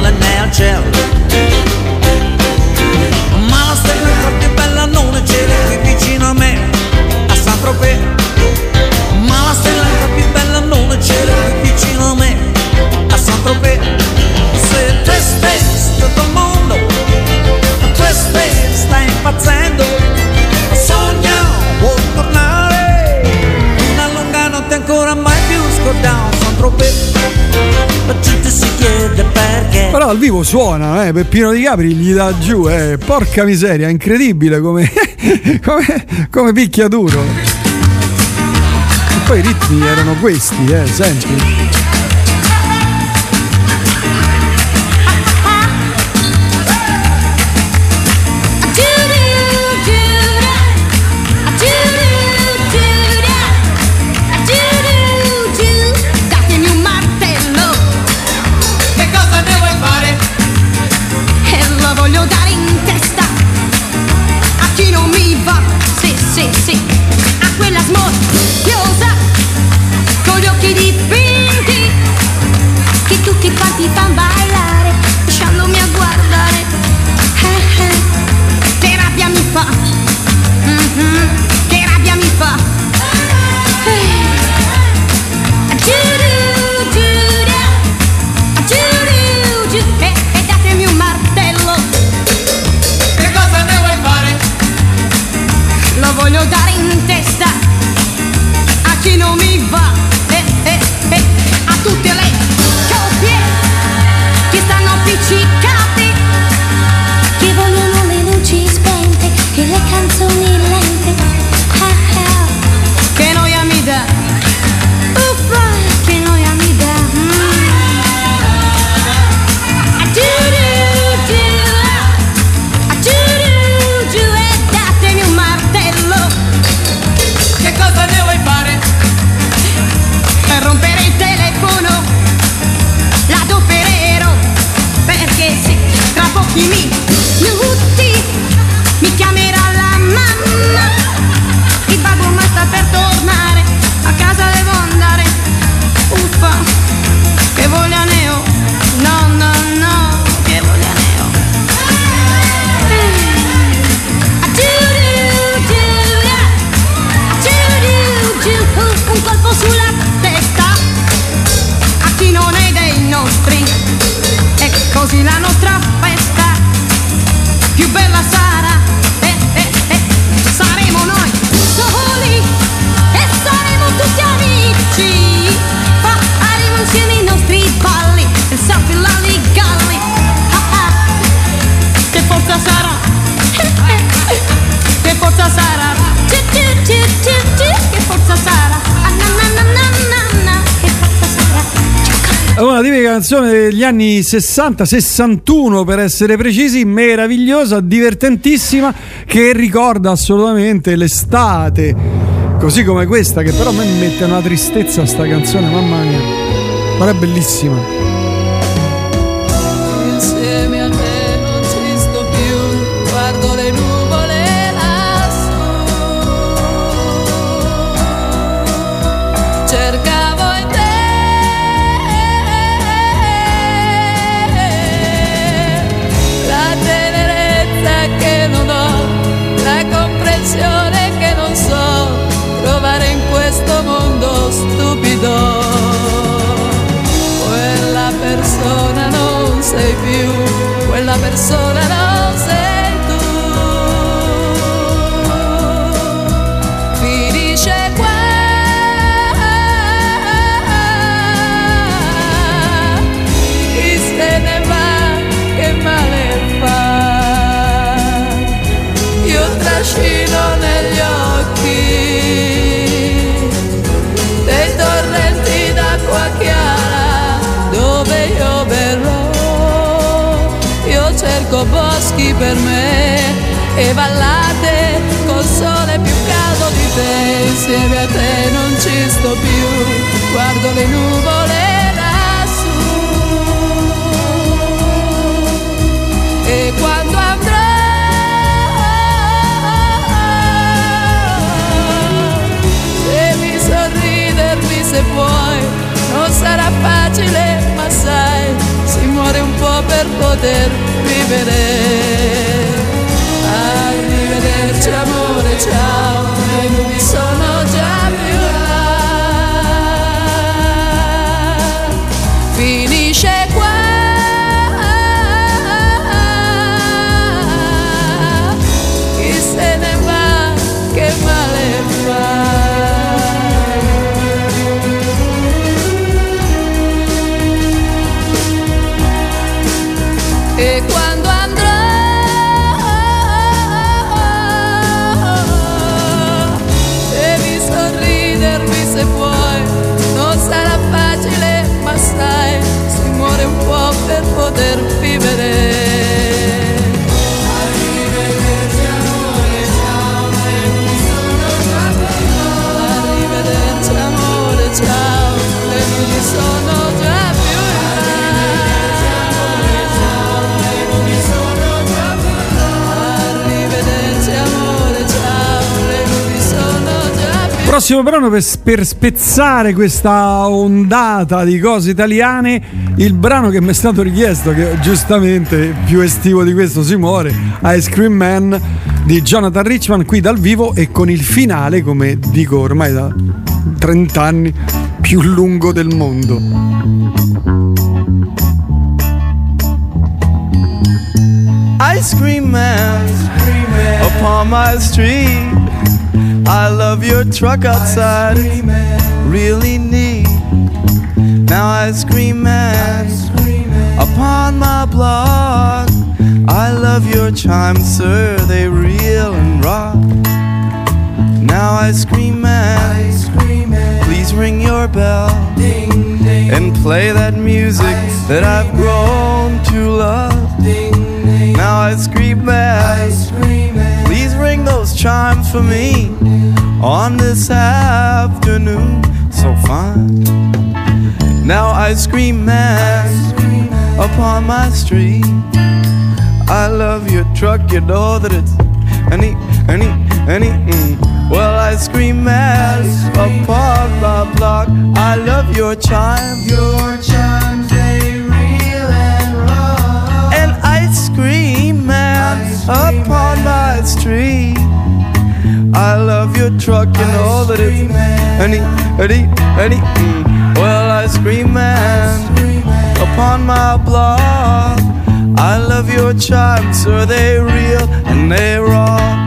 Speaker 4: ancora mai più scordato, sono troppe, la gente si chiede perché.
Speaker 15: Però al vivo suona, Peppino Di Capri gli dà giù, porca miseria, incredibile come picchia duro. E poi i ritmi erano questi, senti.
Speaker 21: Sì, a quella smorfiosa con gli occhi dipinti che tutti quanti fan ballare lasciandomi a guardare. Che rabbia mi fa, che rabbia mi fa. E datemi un martello.
Speaker 17: Che cosa ne vuoi fare?
Speaker 21: Lo voglio dare in testa a chi non mi va, a tutte le coppie che stanno appiccicate, che vogliono le luci spente e le canzoni lente. Che noia mi dà, uffa, che noia mi dà. E datemi un martello.
Speaker 17: Che cosa ne vuoi fare?
Speaker 21: Per rompere il telefono l'adopererò, perché sì, tra pochi minuti mi chiamerà la mamma. Il babbo ormai sta per tornare, a casa devo andare. Uffa, che voglia ne ho, no, che voglia ne ho. Un colpo sulla testa a chi non è dei nostri, e così la nostra festa più bella sarà. Saremo noi soli e saremo tutti amici, faremo insieme i nostri balli e selfie lalligalli. Che forza sarà, che forza sarà, che forza sarà.
Speaker 15: È una tipica canzone degli anni 60-61 per essere precisi, meravigliosa, divertentissima, che ricorda assolutamente l'estate, così come questa, che però a me mi mette una tristezza sta canzone, mamma mia, ma è bellissima.
Speaker 7: Insieme a te non ci sto più, guardo le nuvole lassù, cercavo in te la tenerezza che non ho, la comprensione che non so trovare in questo mondo stupido. Quella persona non sei più, quella persona non sei tu. Finisce qua, chi se ne va, che male fa. Io trascino negli occhi dei torrenti d'acqua chiara dove io verrò. Io cerco boschi per me e vallate col sole più caldo di te. Insieme a te non ci sto più, guardo le nuvole lassù, e quando andrò devi sorridermi se puoi, non sarà facile ma sai, si muore un po' per poter vivere. Arrivederci amore, ciao, le nubi sono già più là. Finisce qua, chi se ne va, che male fa.
Speaker 15: Prossimo brano per spezzare questa ondata di cose italiane, il brano che mi è stato richiesto, che giustamente più estivo di questo si muore, Ice Cream Man di Jonathan Richman, qui dal vivo e con il finale, come dico ormai da 30 anni, più lungo del mondo.
Speaker 6: Ice Cream Man upon my street, I love your truck outside, really neat. Now Ice Cream Man upon my block, I love your chimes, sir, they reel and rock. Now Ice Cream Man, please ring your bell and play that music that I've grown to love. Now Ice Cream Man, please ring those chimes for me on this afternoon so fine. Now Ice Cream Man upon my street, I love your truck, you know that it's any. Well, Ice Cream Man upon my block, I love your chimes. Your chimes, they reel and roll. And Ice Cream Man upon my street, I love your truck, you know that it's any. Well, Ice Cream Man upon my block, I love your chimes, sir, they reel and they roll.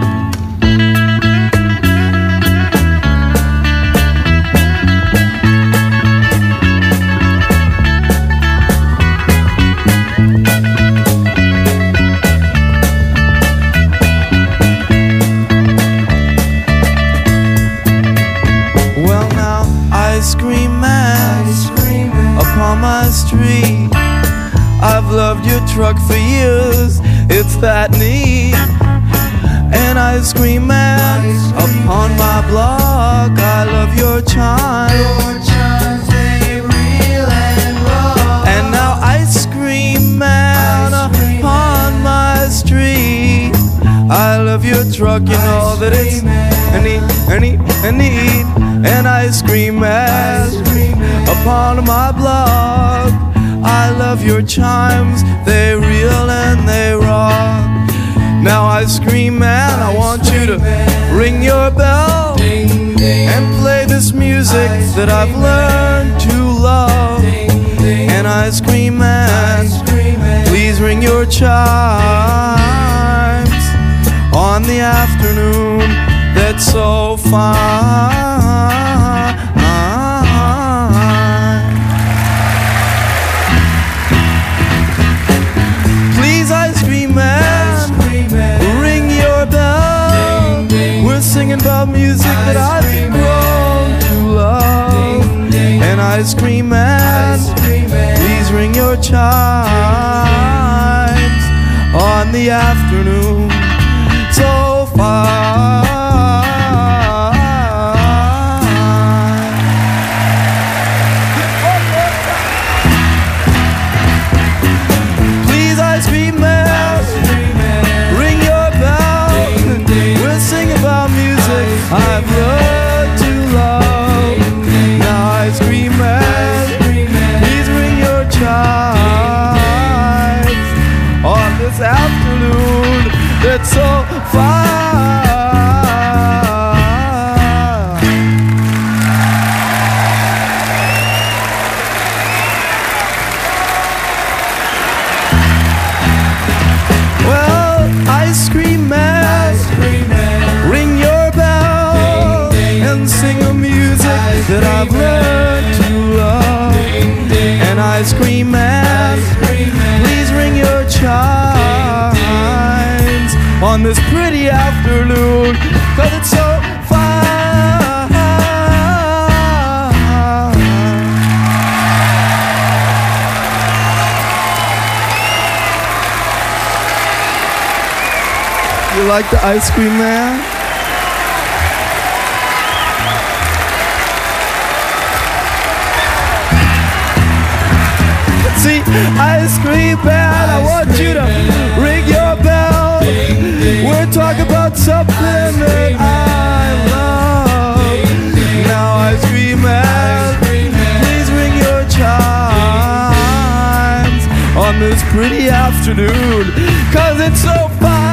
Speaker 6: Ice Cream Man upon my street, I've loved your truck for years, it's that neat. And Ice Cream Man upon my block, I love your chimes. Your chimes, they reel and roll. And now Ice Cream Man upon my street, I love your truck, you know that it's any. And Ice Cream Man upon my block, I love your chimes, they reel and they rock. Now Ice Cream Man, I want you to ring your bell and play this music that I've learned to love. And Ice Cream Man, please ring your chimes on the afternoon that's so fine. Please, Ice Cream Man, ring your bell. We're singing about music that I've grown to love. And Ice Cream Man, please ring your chimes on the afternoon so fine. I've learned to love. Now Ice Cream Man, please ring your chimes on this afternoon that's so fine. Well, Ice Cream Man, ring your sing a music that I've learned to love. And Ice Cream Man, please ring your chimes on this pretty afternoon, 'cause it's so fine. You like the Ice Cream Man? See, Ice Cream Man, I want you to ring your bell. We're talking about something that I love. pretty afternoon, 'cause it's so fine.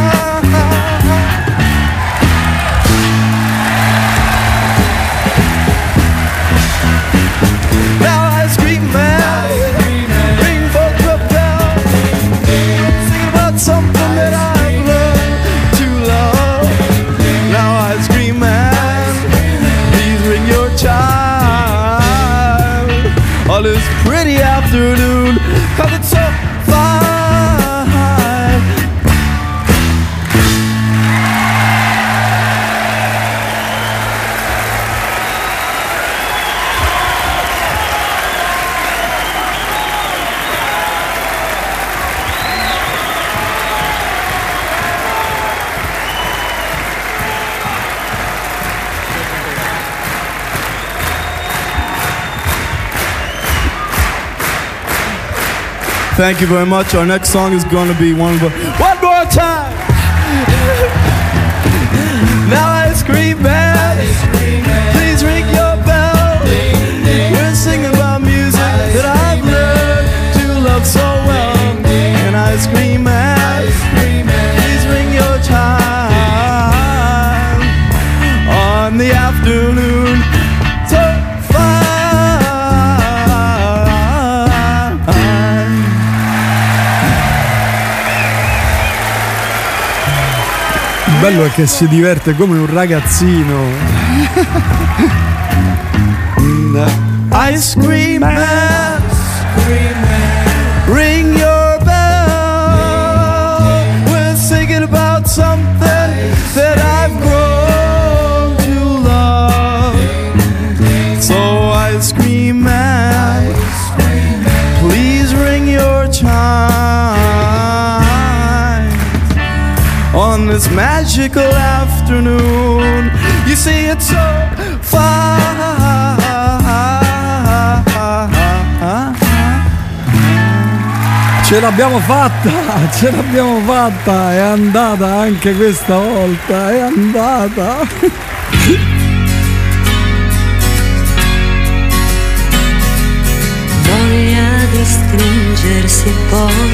Speaker 6: Now I scream man, ring for the bell, sing about something that I've learned to love. Now I scream man, please ring your child on this pretty afternoon, 'cause it's so fine. Thank you very much. Our next song is going to be one more time. Now I scream man, please ring your bell. We're singing about music that I've learned to love so well. And I scream man, please ring your chime on the afternoon. So fine.
Speaker 15: Il bello è che si diverte come un ragazzino.
Speaker 6: I scream man, ring your bell. We're singing about something that I've grown to love. So I scream man, please ring your chime on this magical afternoon. You see it's so fine.
Speaker 15: Ce l'abbiamo fatta, è andata anche questa volta, è andata.
Speaker 8: Voglia di stringersi poi,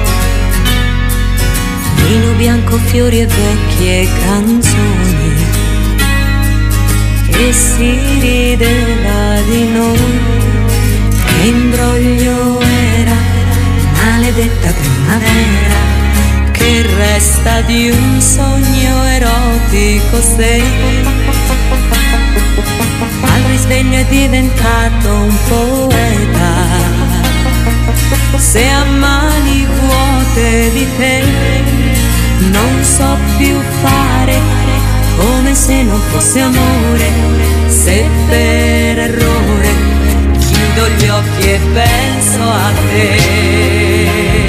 Speaker 8: vino bianco, fiori e vecchie canzoni, e si rideva di noi. Che imbroglio era, maledetta primavera, che resta di un sogno erotico se al risveglio è diventato un poeta. Se a mani vuote di te non so più fare, come se non fosse amore, se per errore chiudo gli occhi e penso a te.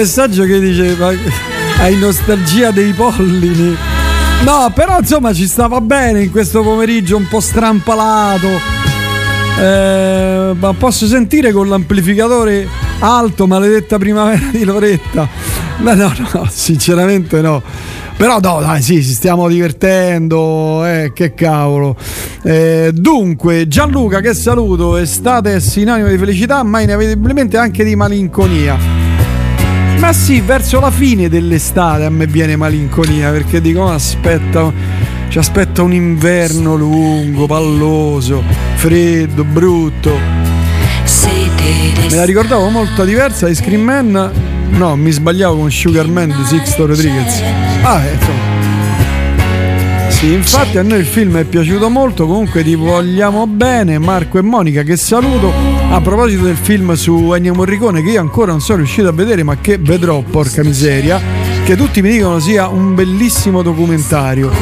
Speaker 15: messaggio che dice hai nostalgia dei pollini. No, però insomma ci stava bene in questo pomeriggio un po' strampalato. Ma posso sentire con l'amplificatore alto Maledetta primavera di Loretta? Ma no, sinceramente no. Però no, dai, sì, ci stiamo divertendo, che cavolo. Dunque, Gianluca, che saluto. Estate è sinonimo di felicità, ma inevitabilmente anche di malinconia. Ma sì, verso la fine dell'estate a me viene malinconia, perché dico, ci aspetta un inverno lungo, palloso, freddo, brutto. Me la ricordavo molto diversa di Scream Man. No, mi sbagliavo con Sugar Man di Sixto Rodriguez. Insomma. Sì, infatti a noi il film è piaciuto molto. Comunque ti vogliamo bene, Marco e Monica, che saluto. A proposito del film su Ennio Morricone, che io ancora non sono riuscito a vedere, ma che vedrò, porca miseria, che tutti mi dicono sia un bellissimo documentario.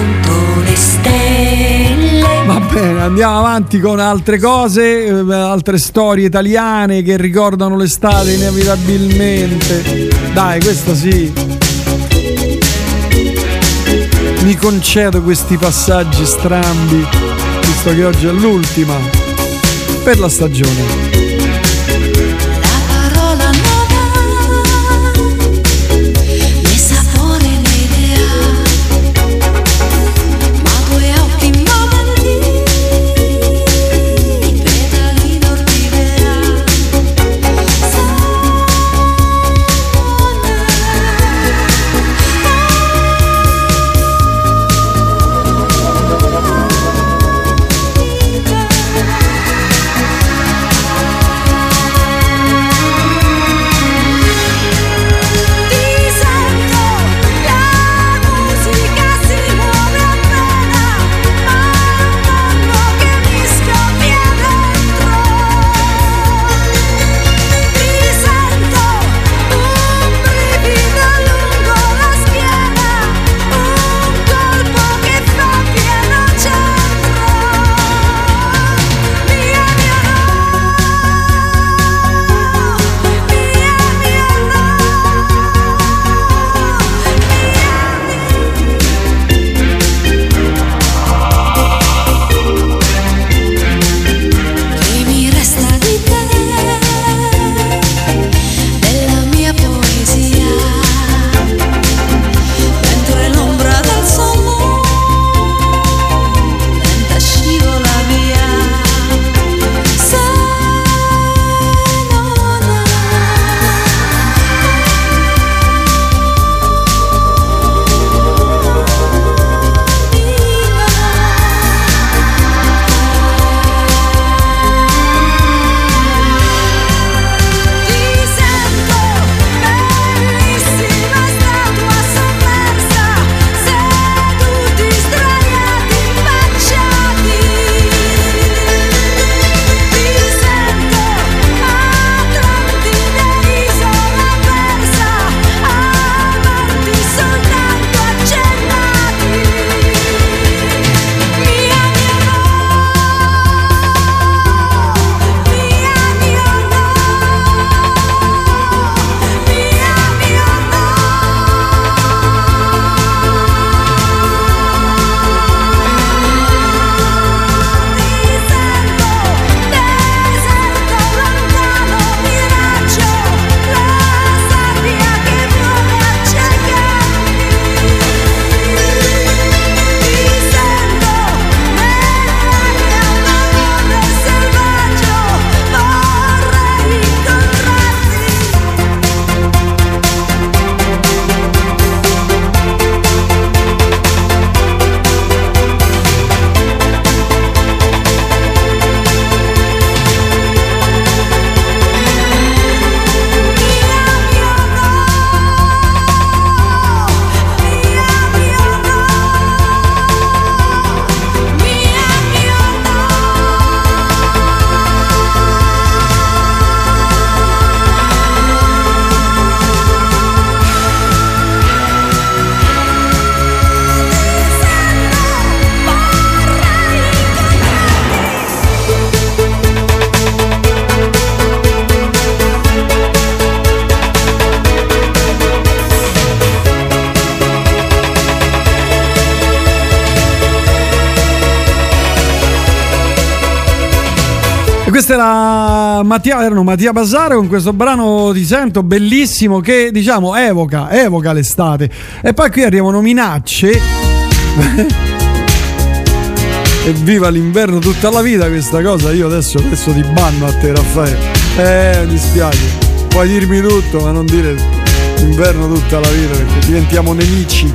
Speaker 15: Va bene, andiamo avanti con altre cose, altre storie italiane che ricordano l'estate inevitabilmente. Dai, questa sì. Mi concedo questi passaggi strambi, visto che oggi è l'ultima per la stagione. Questa era Mattia Bazzaro con questo brano Ti sento, bellissimo, che diciamo evoca l'estate. E poi qui arrivano minacce. Evviva l'inverno tutta la vita, questa cosa io adesso ti banno a te, Raffaele. Mi dispiace, puoi dirmi tutto ma non dire l'inverno tutta la vita, perché diventiamo nemici.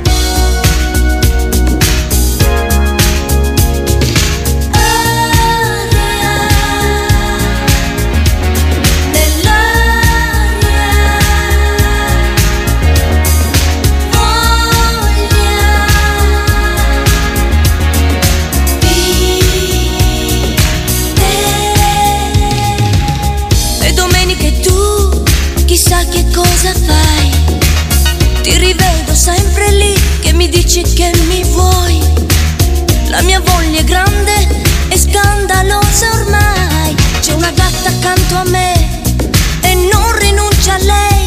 Speaker 10: Cosa fai? Ti rivedo sempre lì che mi dici che mi vuoi. La mia voglia è grande e scandalosa ormai. C'è una gatta accanto a me e non rinuncia a lei.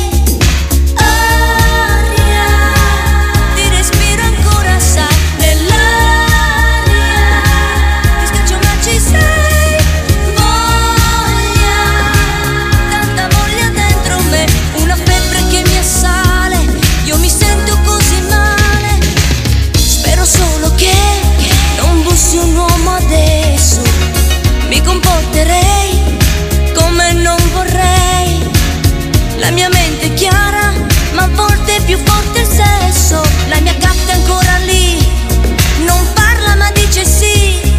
Speaker 10: Aria, ti respiro ancora, sai, nell'aria. Ti scaccio ma ci sei. Voglia, tanta voglia dentro me. Una febbre che mi assale, io mi sento così male. Spero solo che non bussi un uomo adesso. Mi comporterei come non vorrei. La mia mente è chiara, ma a volte è più forte il sesso. La mia gatta è ancora lì, non parla ma dice sì.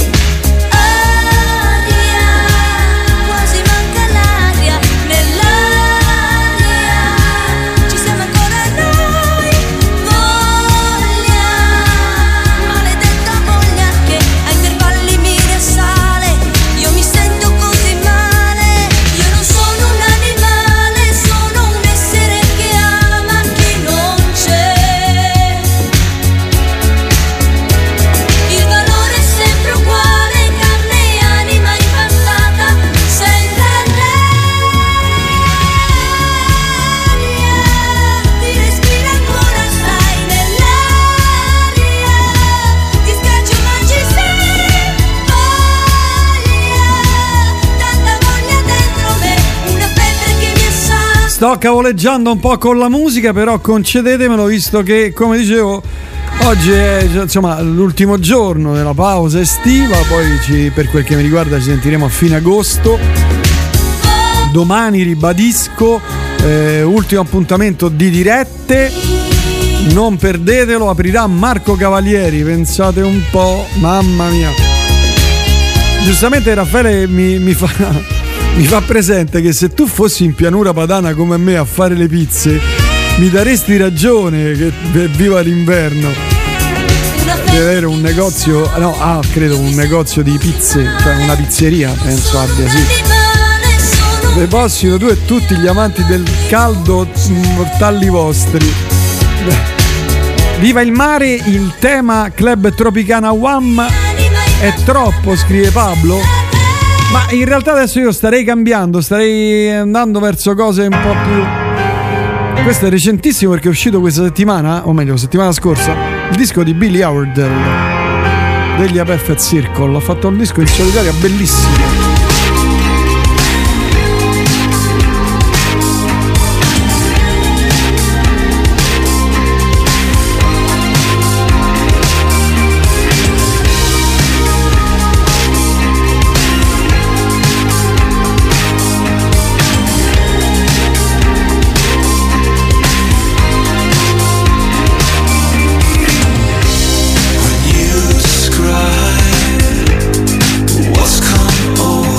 Speaker 15: Sto cavoleggiando un po' con la musica, però concedetemelo, visto che, come dicevo, oggi è insomma l'ultimo giorno della pausa estiva. Poi per quel che mi riguarda ci sentiremo a fine agosto. Domani ribadisco, ultimo appuntamento di dirette, non perdetelo, aprirà Marco Cavalieri, pensate un po', mamma mia. Giustamente Raffaele mi fa presente che se tu fossi in pianura padana come me a fare le pizze, mi daresti ragione che viva l'inverno. Deve avere un negozio, credo un negozio di pizze, cioè una pizzeria, penso abbia, sì. Deposito tu e tutti gli amanti del caldo, mortalli vostri. Viva il mare, il tema Club Tropicana Wham è troppo, scrive Pablo. Ma in realtà adesso io starei cambiando, starei andando verso cose un po' più... Questo è recentissimo perché è uscito questa settimana, o meglio settimana scorsa, il disco di Billy Howard degli A Perfect Circle. Ha fatto un disco in solitaria bellissimo.
Speaker 9: What's come over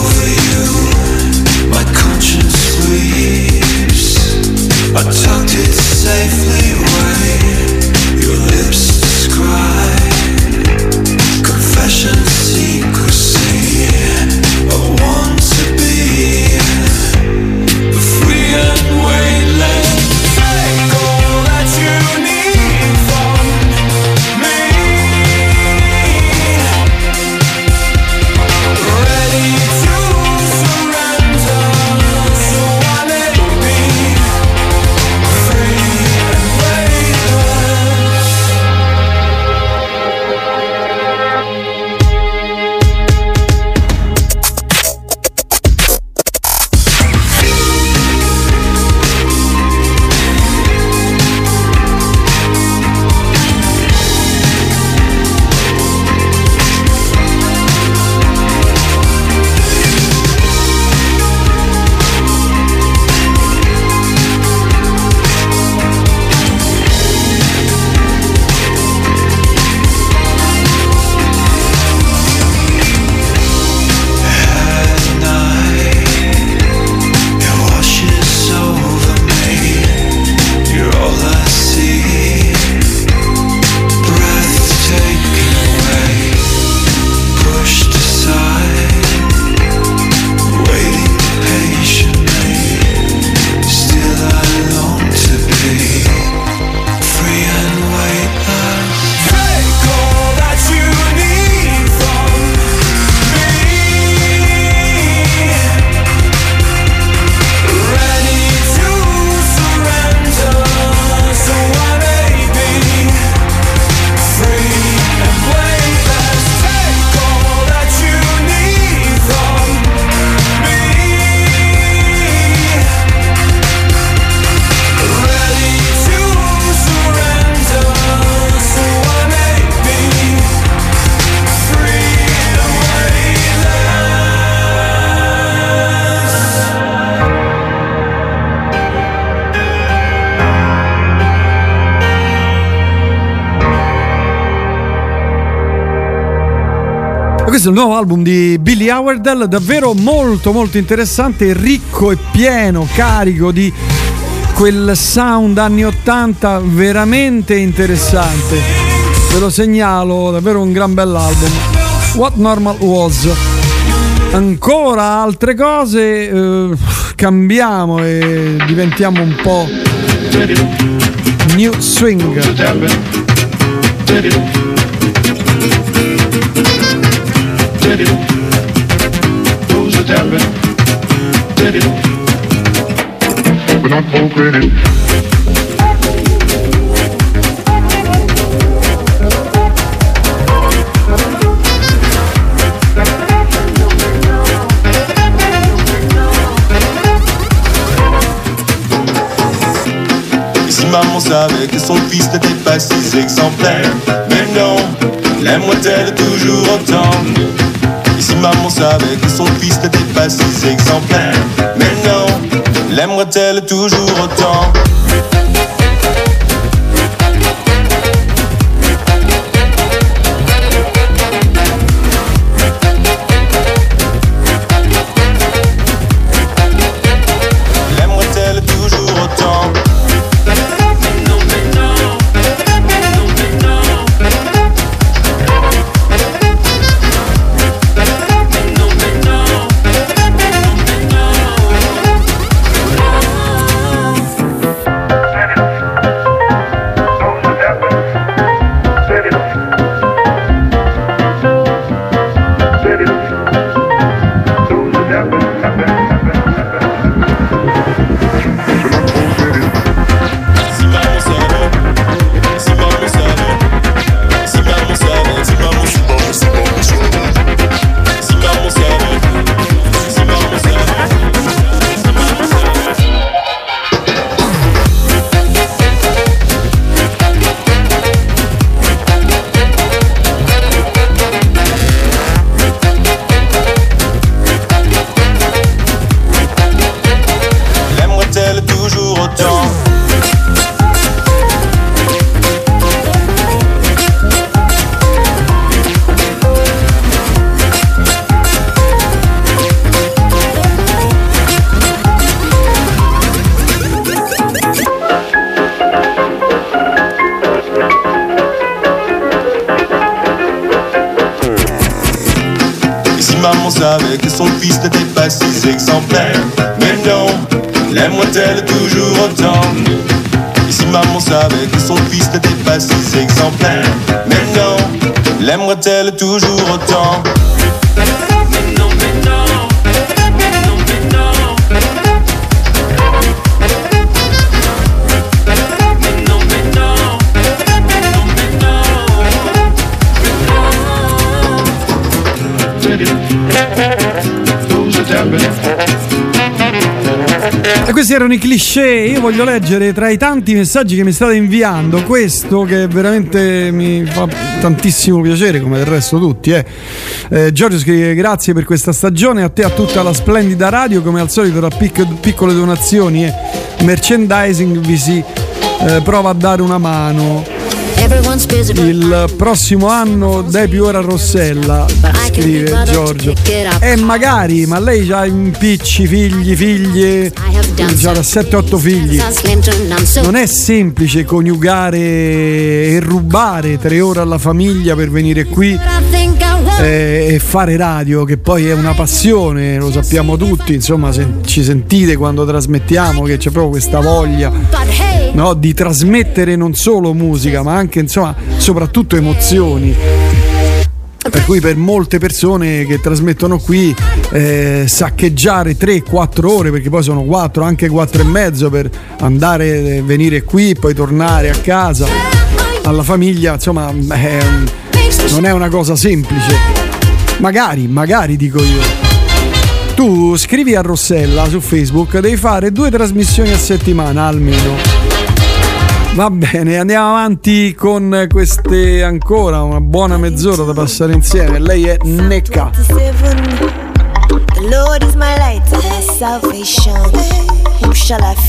Speaker 15: Questo è il nuovo album di Billy Howerdel, davvero molto molto interessante, ricco e pieno, carico di quel sound anni 80 veramente interessante. Ve lo segnalo, davvero un gran bell'album. What Normal Was. Ancora altre cose, cambiamo e diventiamo un po' new swing.
Speaker 2: But I'm hoping it.
Speaker 5: Si maman savait que son fils n'était pas si exemplaire, mais non, l'aimerait-elle toujours autant? Et si maman savait que son fils n'était pas si exemplaire, mais non, l'aimerait-elle toujours autant? L'aimerait-elle toujours autant? Savait que son fils n'était pas si exemplaire, mais non, l'aimerait-elle toujours autant? Et si maman savait que son fils n'était pas si exemplaire, mais non, l'aimerait-elle toujours autant?
Speaker 15: E questi erano i cliché. Io voglio leggere tra i tanti messaggi che mi state inviando questo che veramente mi fa tantissimo piacere, come del resto tutti. Giorgio scrive: grazie per questa stagione, a te e a tutta la splendida radio, come al solito tra piccole donazioni e merchandising vi si prova a dare una mano. Il prossimo anno dai più ora a Rossella, scrive Giorgio. E magari, ma lei ha impicci, figlie, già da 7-8 figli. Non è semplice coniugare e rubare 3 ore alla famiglia per venire qui e fare radio, che poi è una passione, lo sappiamo tutti, insomma, se ci sentite quando trasmettiamo che c'è proprio questa voglia, no, di trasmettere non solo musica ma anche, insomma, soprattutto emozioni. Per cui per molte persone che trasmettono qui saccheggiare 3-4 ore, perché poi sono 4, anche 4 e mezzo per andare, venire qui, poi tornare a casa, alla famiglia, insomma, non è una cosa semplice. Magari dico io, tu scrivi a Rossella su Facebook, devi fare 2 trasmissioni a settimana almeno. Va bene, andiamo avanti con queste, ancora una buona mezz'ora da passare insieme. Lei è Necca.
Speaker 11: The Lord is my light and my salvation. Whom shall I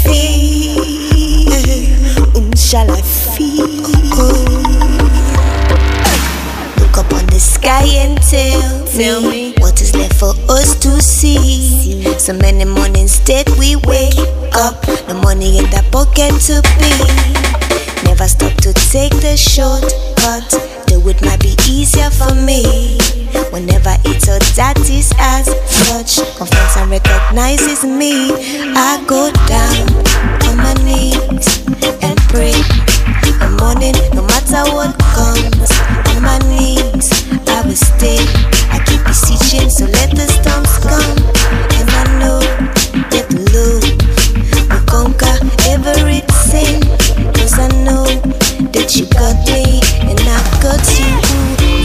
Speaker 11: fear? Whom shall I fear? Look up on the sky. sky and tell me what is left for us to see. So many mornings that we wake up, no money in the pocket to pay. Never stop to take the shortcut. Do it might be easier for me. Whenever it's all that is as such, confronts and recognizes me. I go down on my knees and pray. The morning, no matter what comes, on my knees I will stay. I keep beseeching, so let the storms come. And I know that the Lord will conquer everything. 'Cause I know that you got me and I got you.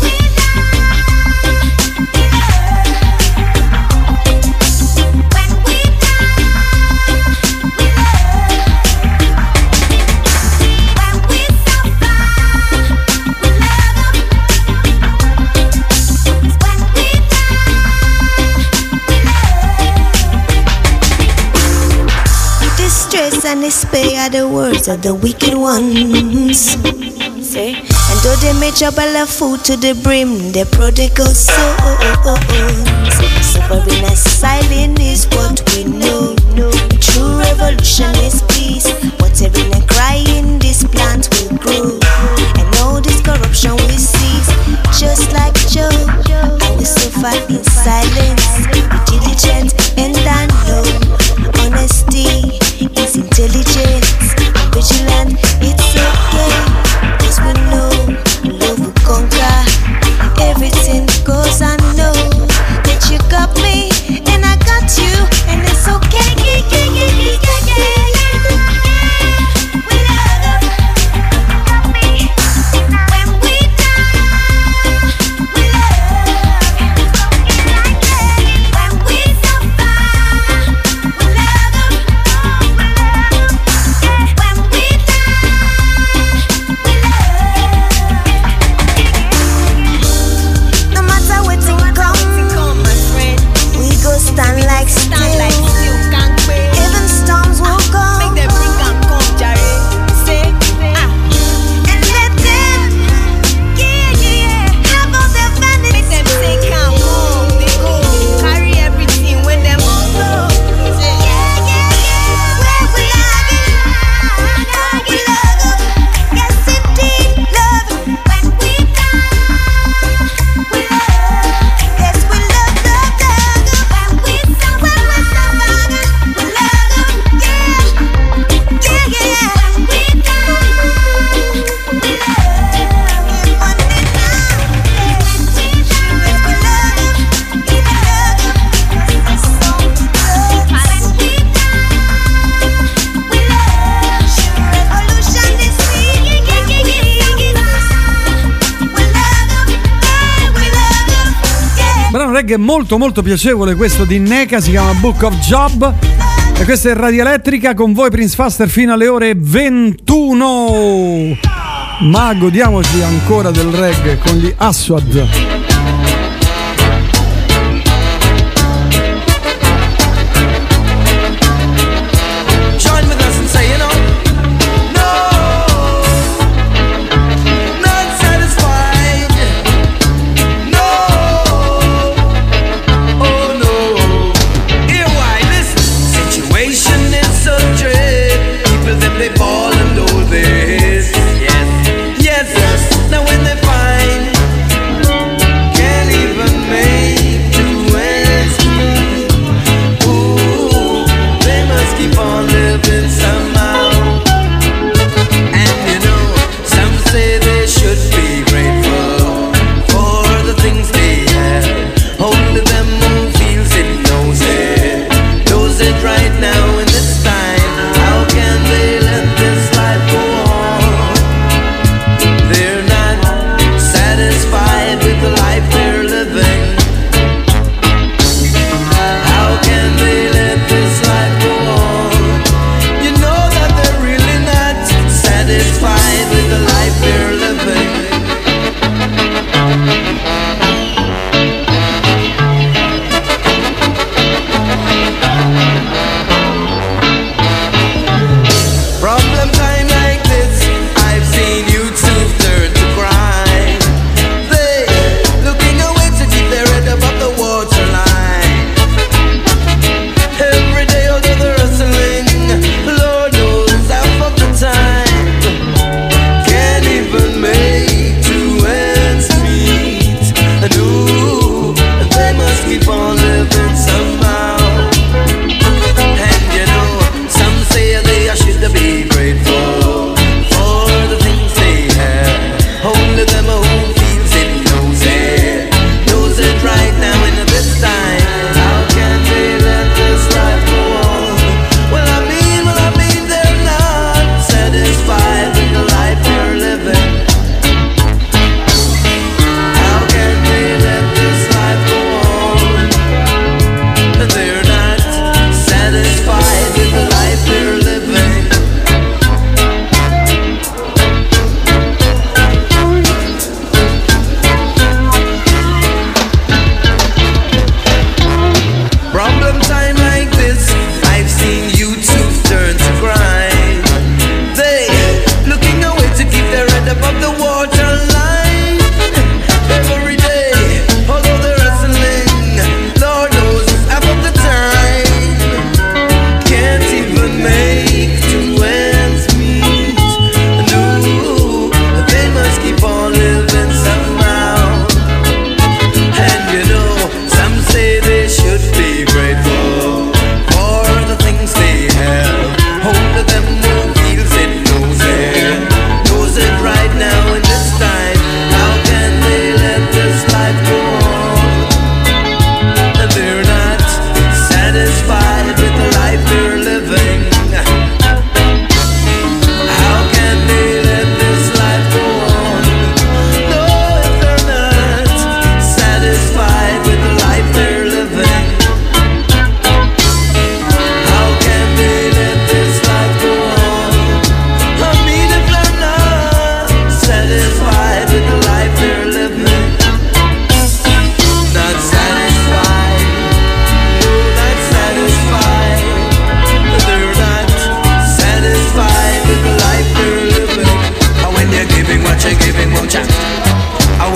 Speaker 11: And despair are the words of the wicked ones. See? And though they may trouble of food to the brim, the prodigal souls. Suffering and silent is what we know. The true revolution is peace. Watering and crying, this plant will grow. And all this corruption will cease. Just like Job, I will suffer in silence. Be diligent and I know honesty is intelligence, vigilant, it's okay. 'Cause we know love will conquer everything. 'Cause I know that you got me and I got you, and it's okay.
Speaker 15: Reggae molto molto piacevole, questo di Neka, si chiama Book of Job e questa è Radio Elettrica, con voi Prince Faster fino alle ore 21. Ma godiamoci ancora del reggae con gli Aswad.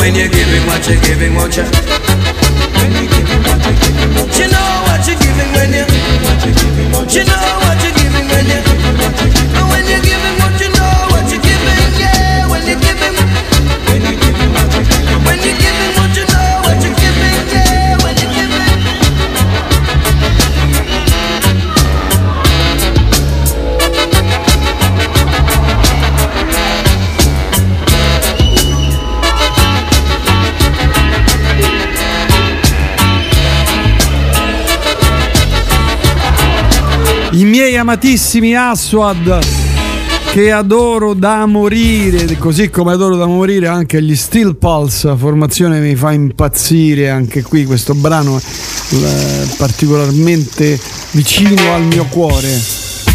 Speaker 3: When you're giving what you're giving, won't you? You know what you're giving when you. You know what you're giving when you. And when you're giving what you know what you're giving, yeah. When you're giving. When you're giving what you're giving. When you're giving what you know what you're giving, yeah. When you're giving.
Speaker 15: I miei amatissimi Aswad, che adoro da morire, così come adoro da morire anche gli Steel Pulse, formazione mi fa impazzire, anche qui questo brano è particolarmente vicino al mio cuore.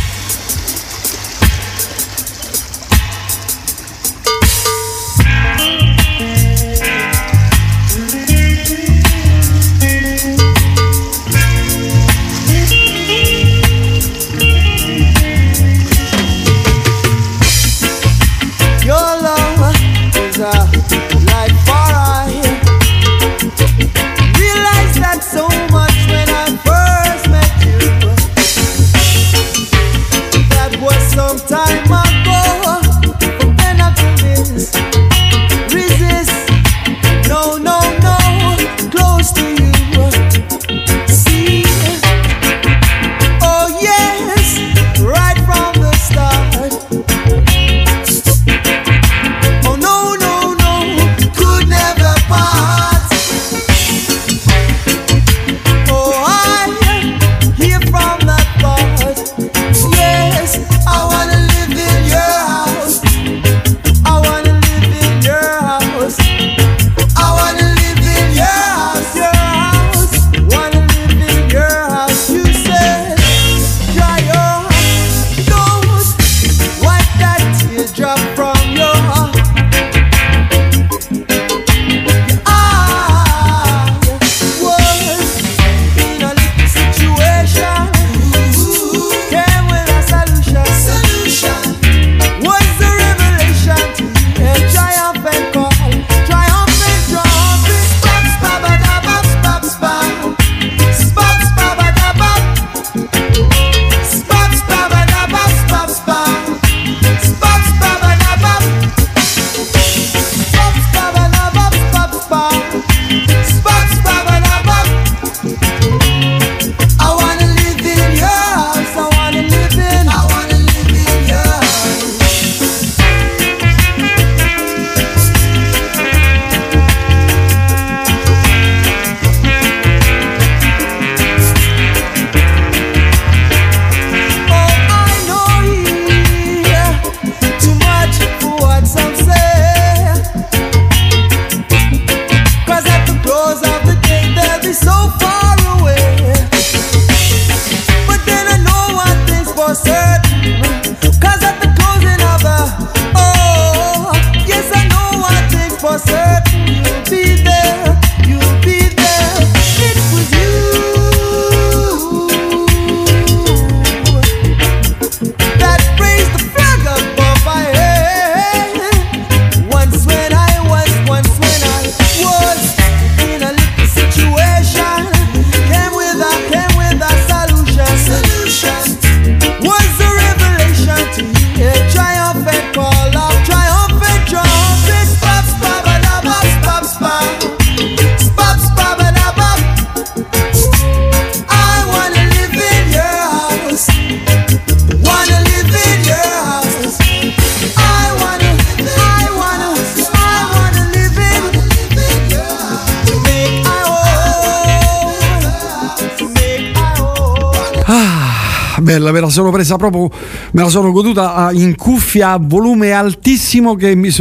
Speaker 15: Bella, me la sono presa proprio, me la sono goduta in cuffia a volume altissimo che mi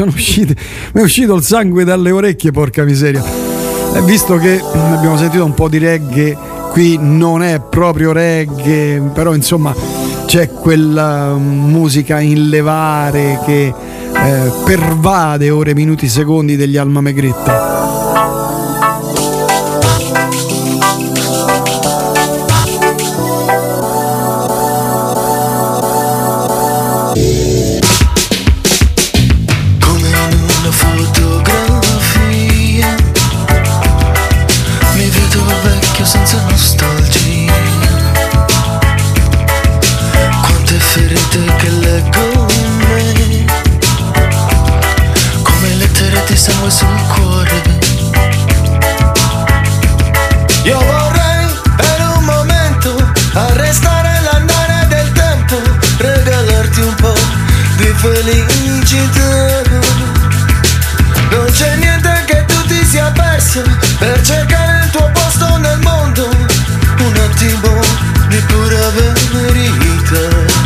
Speaker 15: è uscito il sangue dalle orecchie, porca miseria. E visto che abbiamo sentito un po' di reggae, qui non è proprio reggae, però insomma c'è quella musica in levare che pervade ore, minuti, secondi degli Alma Megretta.
Speaker 3: Come in una fotografia
Speaker 12: sangue sul cuore. Io vorrei per un momento arrestare l'andare del tempo, regalarti un po' di felicità. Non c'è niente che tu ti sia perso per cercare il tuo posto nel mondo, un attimo di pura verità.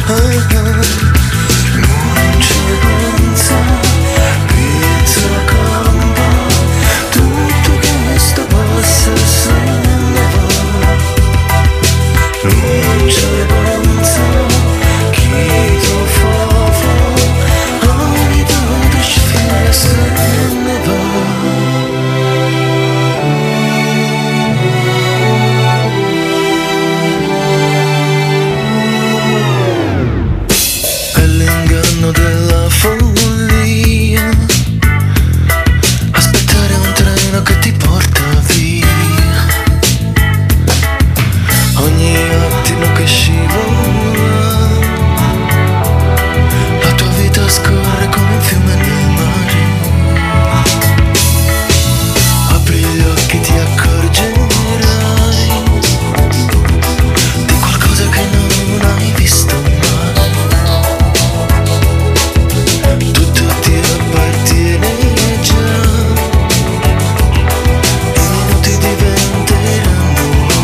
Speaker 12: Non ci pensa, pizza campa, tutto questo passa e se ne va. Non ci pensa, chi tu fa, ogni tanto sfida se ne va. Della follia, aspettare un treno che ti porta via, ogni attimo che scivola, la tua vita scorre come un fiume nel mare. Apri gli occhi, ti accorgerai di qualcosa che non hai visto mai. Appartiene già, i minuti diventeranno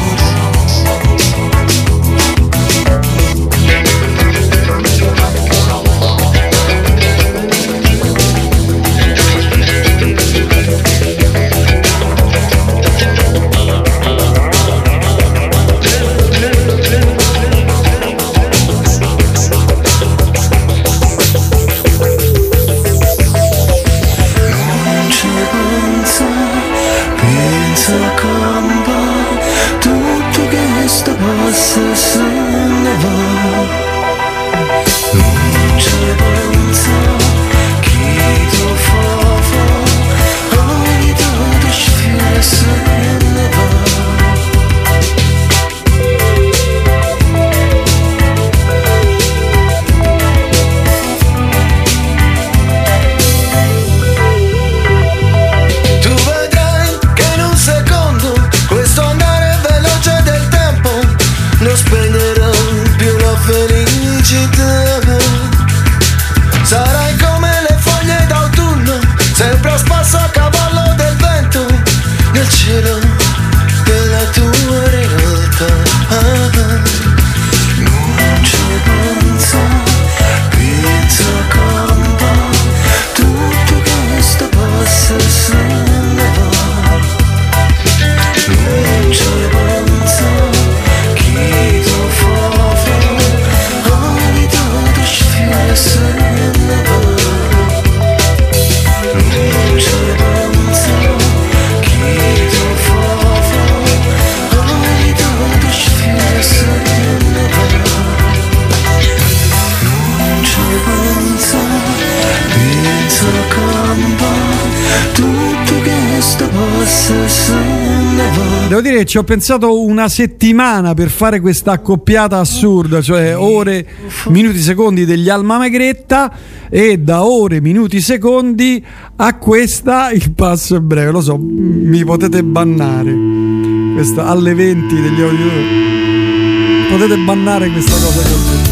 Speaker 12: sarai come le foglie d'autunno, sempre a spasso a cavallo del vento, nel cielo della tua realtà. Non ci pensa, pizza campa, tutto questo passa e se ne va. Non ci pensa, chi tu fa, ogni tanto sfida se ne va. Non ci pensa, chi tu fa, ogni tanto sfida se ne va. Non ci pensa, pizza campa, tutto questo passa e se ne va.
Speaker 15: Devo dire che ci ho pensato una settimana per fare questa accoppiata assurda, cioè ore, minuti, secondi degli Alma Megretta, e da ore, minuti, secondi a questa il passo è breve. Lo so, mi potete bannare questa alle 20 degli audio, potete bannare questa cosa che ho detto.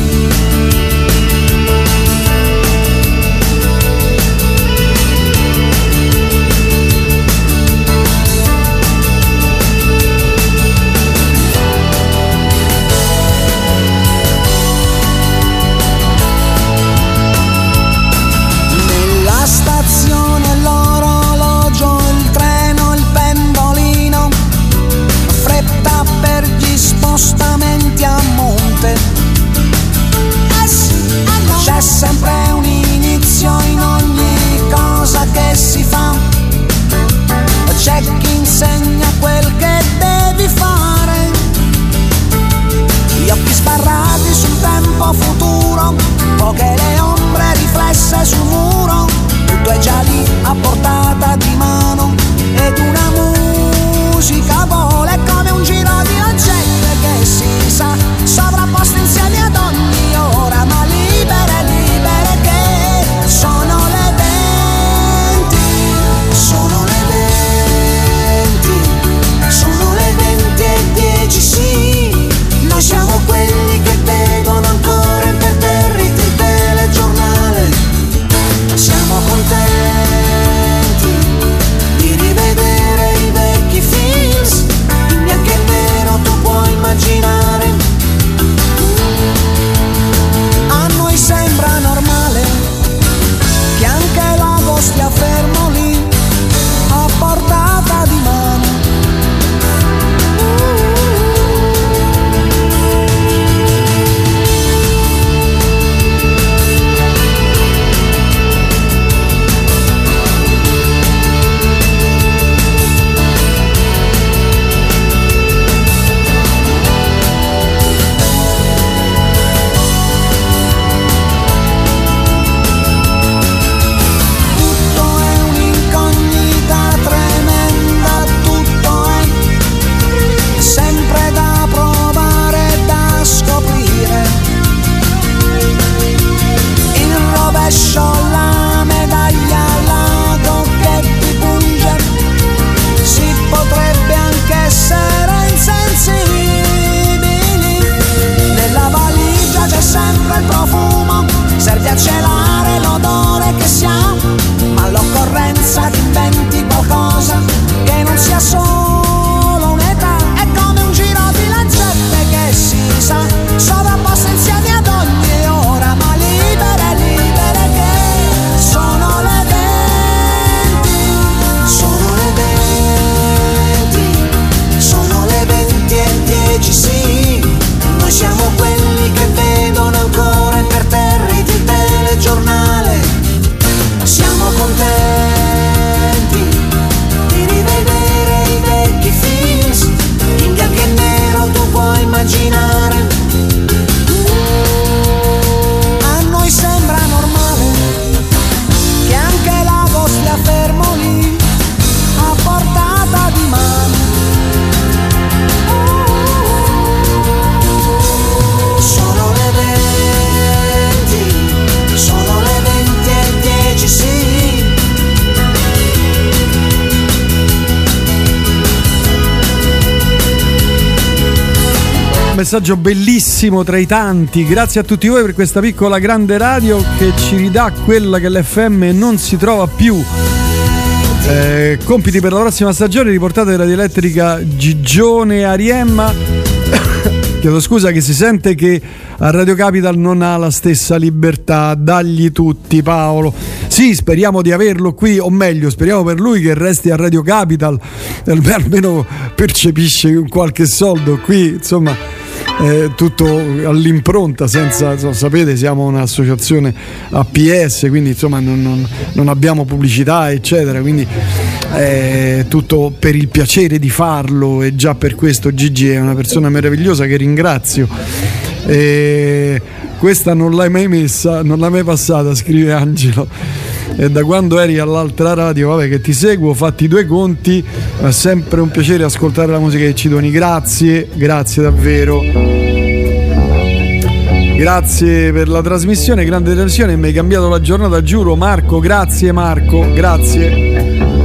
Speaker 21: Spostamenti a monte
Speaker 15: messaggio bellissimo tra i tanti. Grazie a tutti voi per questa piccola grande radio che ci ridà quella che l'FM non si trova più. Compiti per la prossima stagione, riportate Radio Elettrica Gigione Ariemma. Chiedo scusa che si sente che a Radio Capital non ha la stessa libertà. Dagli tutti, Paolo. Sì, speriamo di averlo qui, o meglio, speriamo per lui che resti a Radio Capital, almeno percepisce un qualche soldo. Qui, insomma, tutto all'impronta, senza, sapete, siamo un'associazione APS, quindi insomma non abbiamo pubblicità, eccetera, quindi tutto per il piacere di farlo, e già per questo Gigi è una persona meravigliosa che ringrazio. Questa non l'hai mai messa, non l'hai mai passata, scrive Angelo. E da quando eri all'altra radio, vabbè, che ti seguo, fatti due conti, è sempre un piacere ascoltare la musica che ci doni. Grazie davvero. Grazie per la trasmissione, grande televisione, mi hai cambiato la giornata, giuro Marco, grazie, grazie.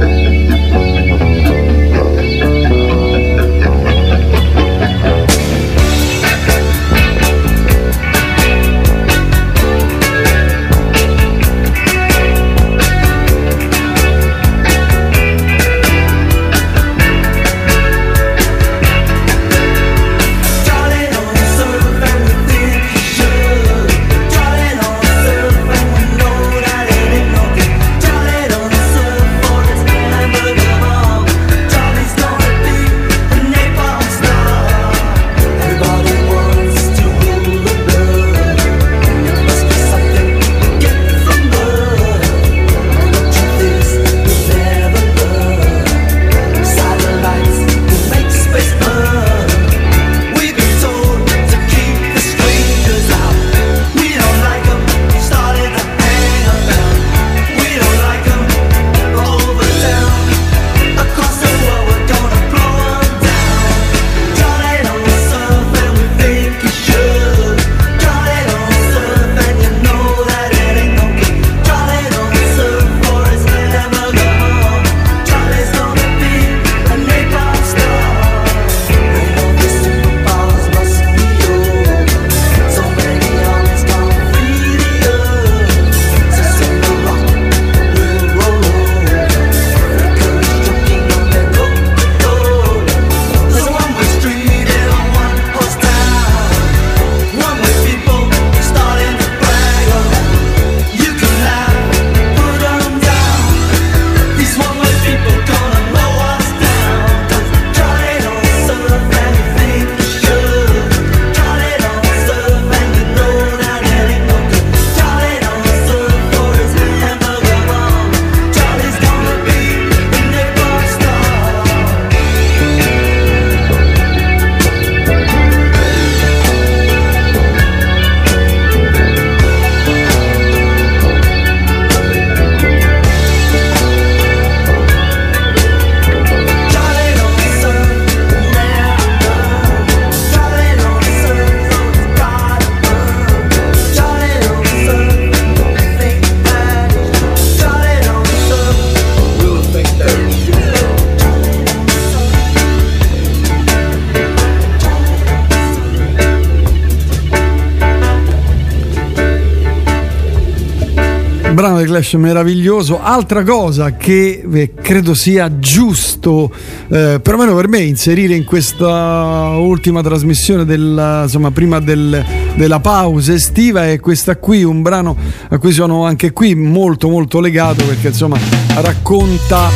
Speaker 15: Brano dei Clash meraviglioso. Altra cosa che credo sia giusto, perlomeno per me, inserire in questa ultima trasmissione prima della pausa estiva, è questa qui, un brano a cui sono anche qui molto molto legato, perché insomma racconta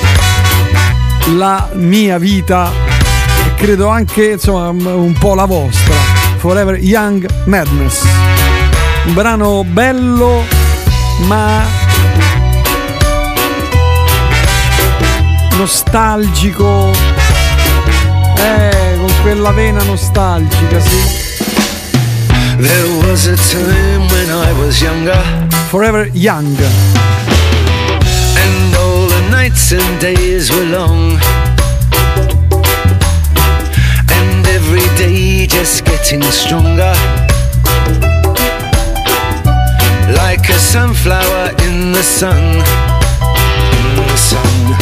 Speaker 15: la mia vita e credo anche un po' la vostra. Forever Young Madness, un brano bello ma nostalgico, con quella vena nostalgica, sì.
Speaker 12: There was a time when I was younger,
Speaker 15: Forever Young,
Speaker 12: and all the nights and days were long, and every day just getting stronger, like a sunflower in the sun, in the sun.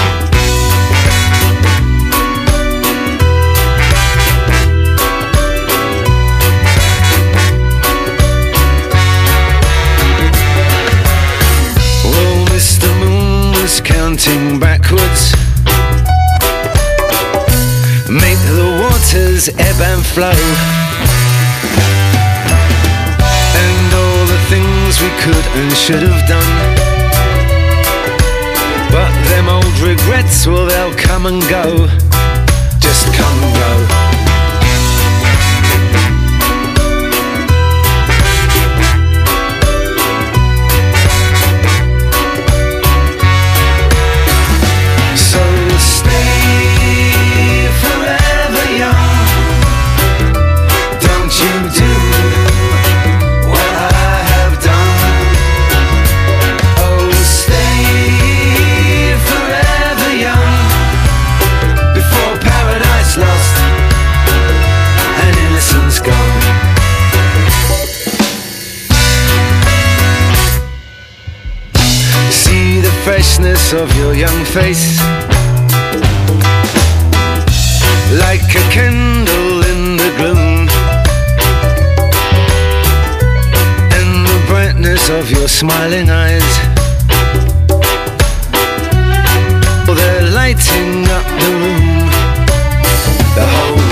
Speaker 13: counting backwards. Make the waters ebb and flow. And all the things we could and should have done. But them old regrets, well, they'll come and go. Just come and go. Freshness of your young face, like a candle in the gloom, and the brightness of your smiling eyes, oh, they're lighting up the room, the whole room.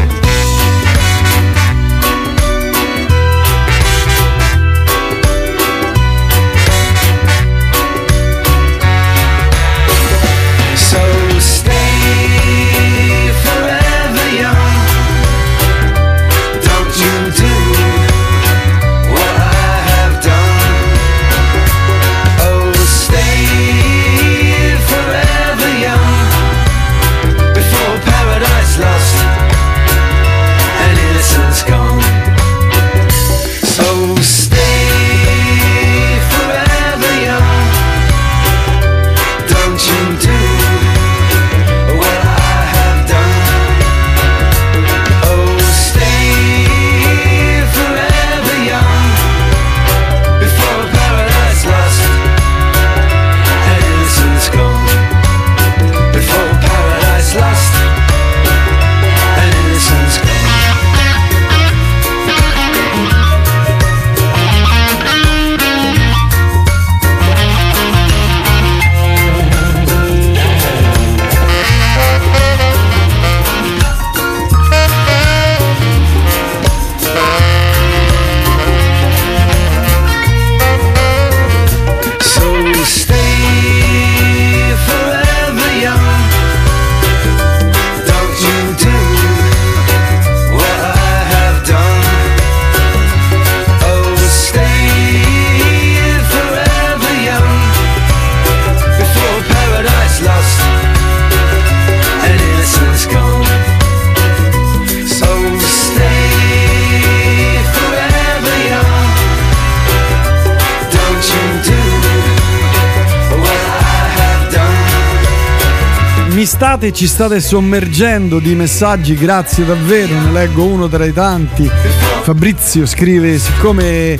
Speaker 15: Ci state sommergendo di messaggi, grazie davvero, ne leggo uno tra i tanti. Fabrizio scrive: siccome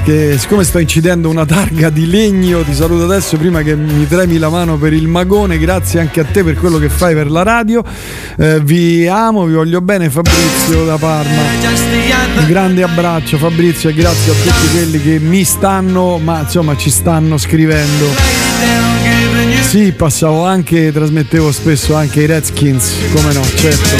Speaker 15: sto incidendo una targa di legno, ti saluto adesso prima che mi tremi la mano per il magone. Grazie anche a te per quello che fai per la radio, vi amo, vi voglio bene. Fabrizio da Parma, un grande abbraccio Fabrizio, e grazie a tutti quelli che mi stanno, ma insomma ci stanno scrivendo. Sì, passavo anche, trasmettevo spesso anche i Redskins, come no, certo.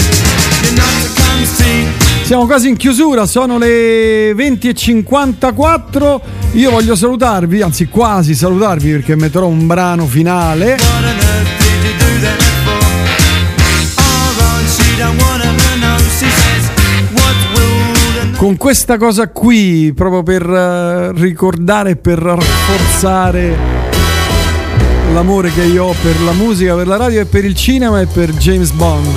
Speaker 15: Siamo quasi in chiusura, sono le 20:54. Io voglio salutarvi, anzi quasi salutarvi, perché metterò un brano finale. Con questa cosa qui, proprio per ricordare e per rafforzare l'amore che io ho per la musica, per la radio e per il cinema e per James Bond.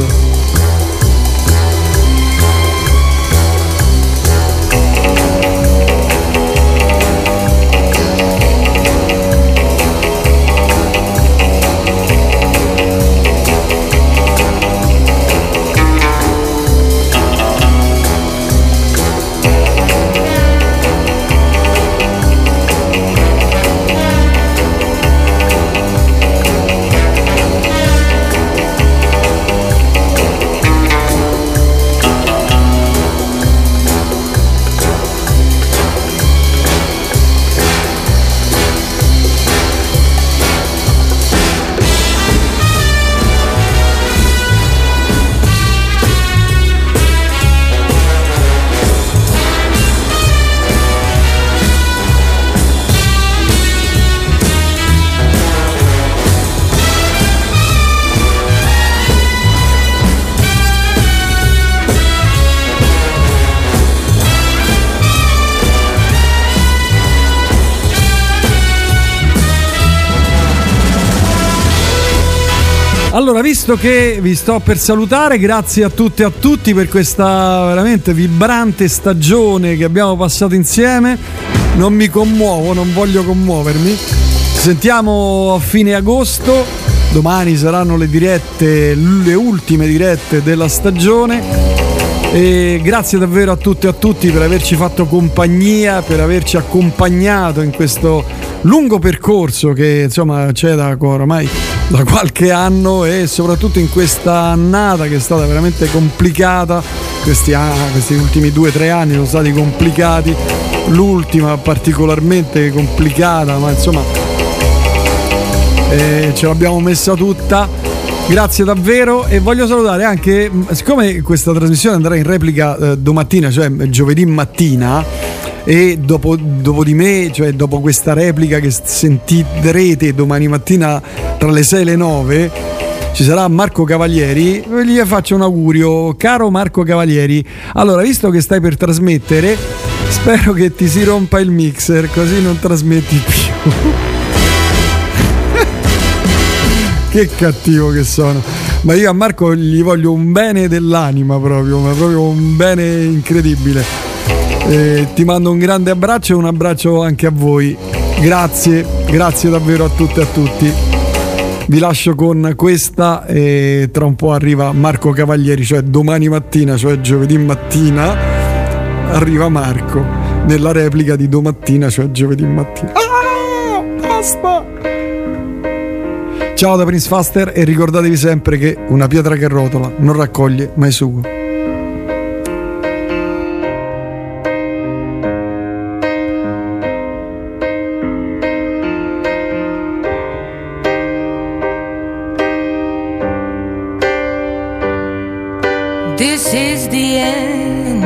Speaker 15: Allora, visto che vi sto per salutare, grazie a tutte e a tutti per questa veramente vibrante stagione che abbiamo passato insieme. Non mi commuovo, non voglio commuovermi. Ci sentiamo a fine agosto. Domani saranno le dirette, le ultime dirette della stagione. E grazie davvero a tutte e a tutti per averci fatto compagnia, per averci accompagnato in questo lungo percorso che insomma c'è ormai da qualche anno, e soprattutto in questa annata che è stata veramente complicata. Questi ultimi 2-3 anni sono stati complicati, l'ultima particolarmente complicata, ma insomma ce l'abbiamo messa tutta. Grazie davvero, e voglio salutare anche, siccome questa trasmissione andrà in replica domattina, cioè giovedì mattina, e dopo di me, cioè dopo questa replica che sentirete domani mattina tra le 6 e le 9, ci sarà Marco Cavalieri. Gli faccio un augurio, caro Marco Cavalieri. Allora, visto che stai per trasmettere, spero che ti si rompa il mixer, così non trasmetti più. Che cattivo che sono. Ma io a Marco gli voglio un bene dell'anima proprio, ma proprio un bene incredibile. Ti mando un grande abbraccio e un abbraccio anche a voi. Grazie davvero a tutte e a tutti. Vi lascio con questa e tra un po' arriva Marco Cavalieri, cioè domani mattina, cioè giovedì mattina, arriva Marco nella replica di domattina, cioè giovedì mattina. Basta! Ciao da Prince Faster, e ricordatevi sempre che una pietra che rotola non raccoglie mai sugo.
Speaker 14: This is the end.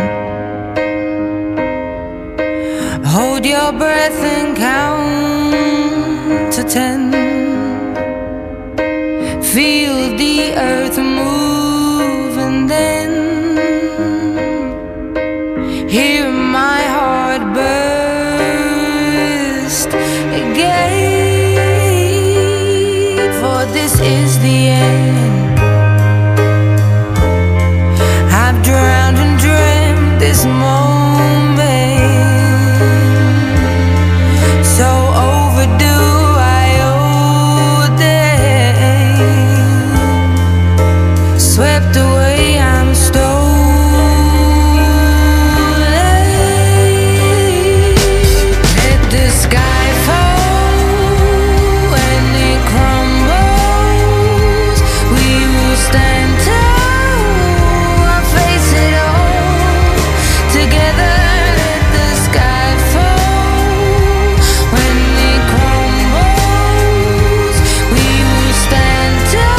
Speaker 14: Hold your breath and count to 10. Feel the earth move and then hear my heart burst again. For this is the end. I've drowned and dreamt this moment, so overdue. Swept away, I'm stolen. Let the sky fall when it crumbles. We will stand tall and face it all together. Let the sky fall when it crumbles. We will stand tall.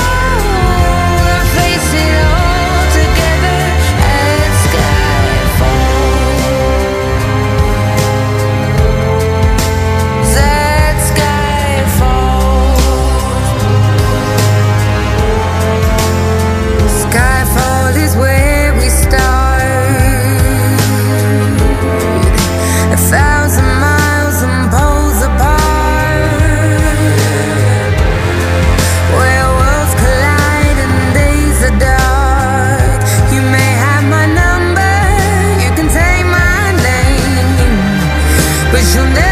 Speaker 14: But you'll never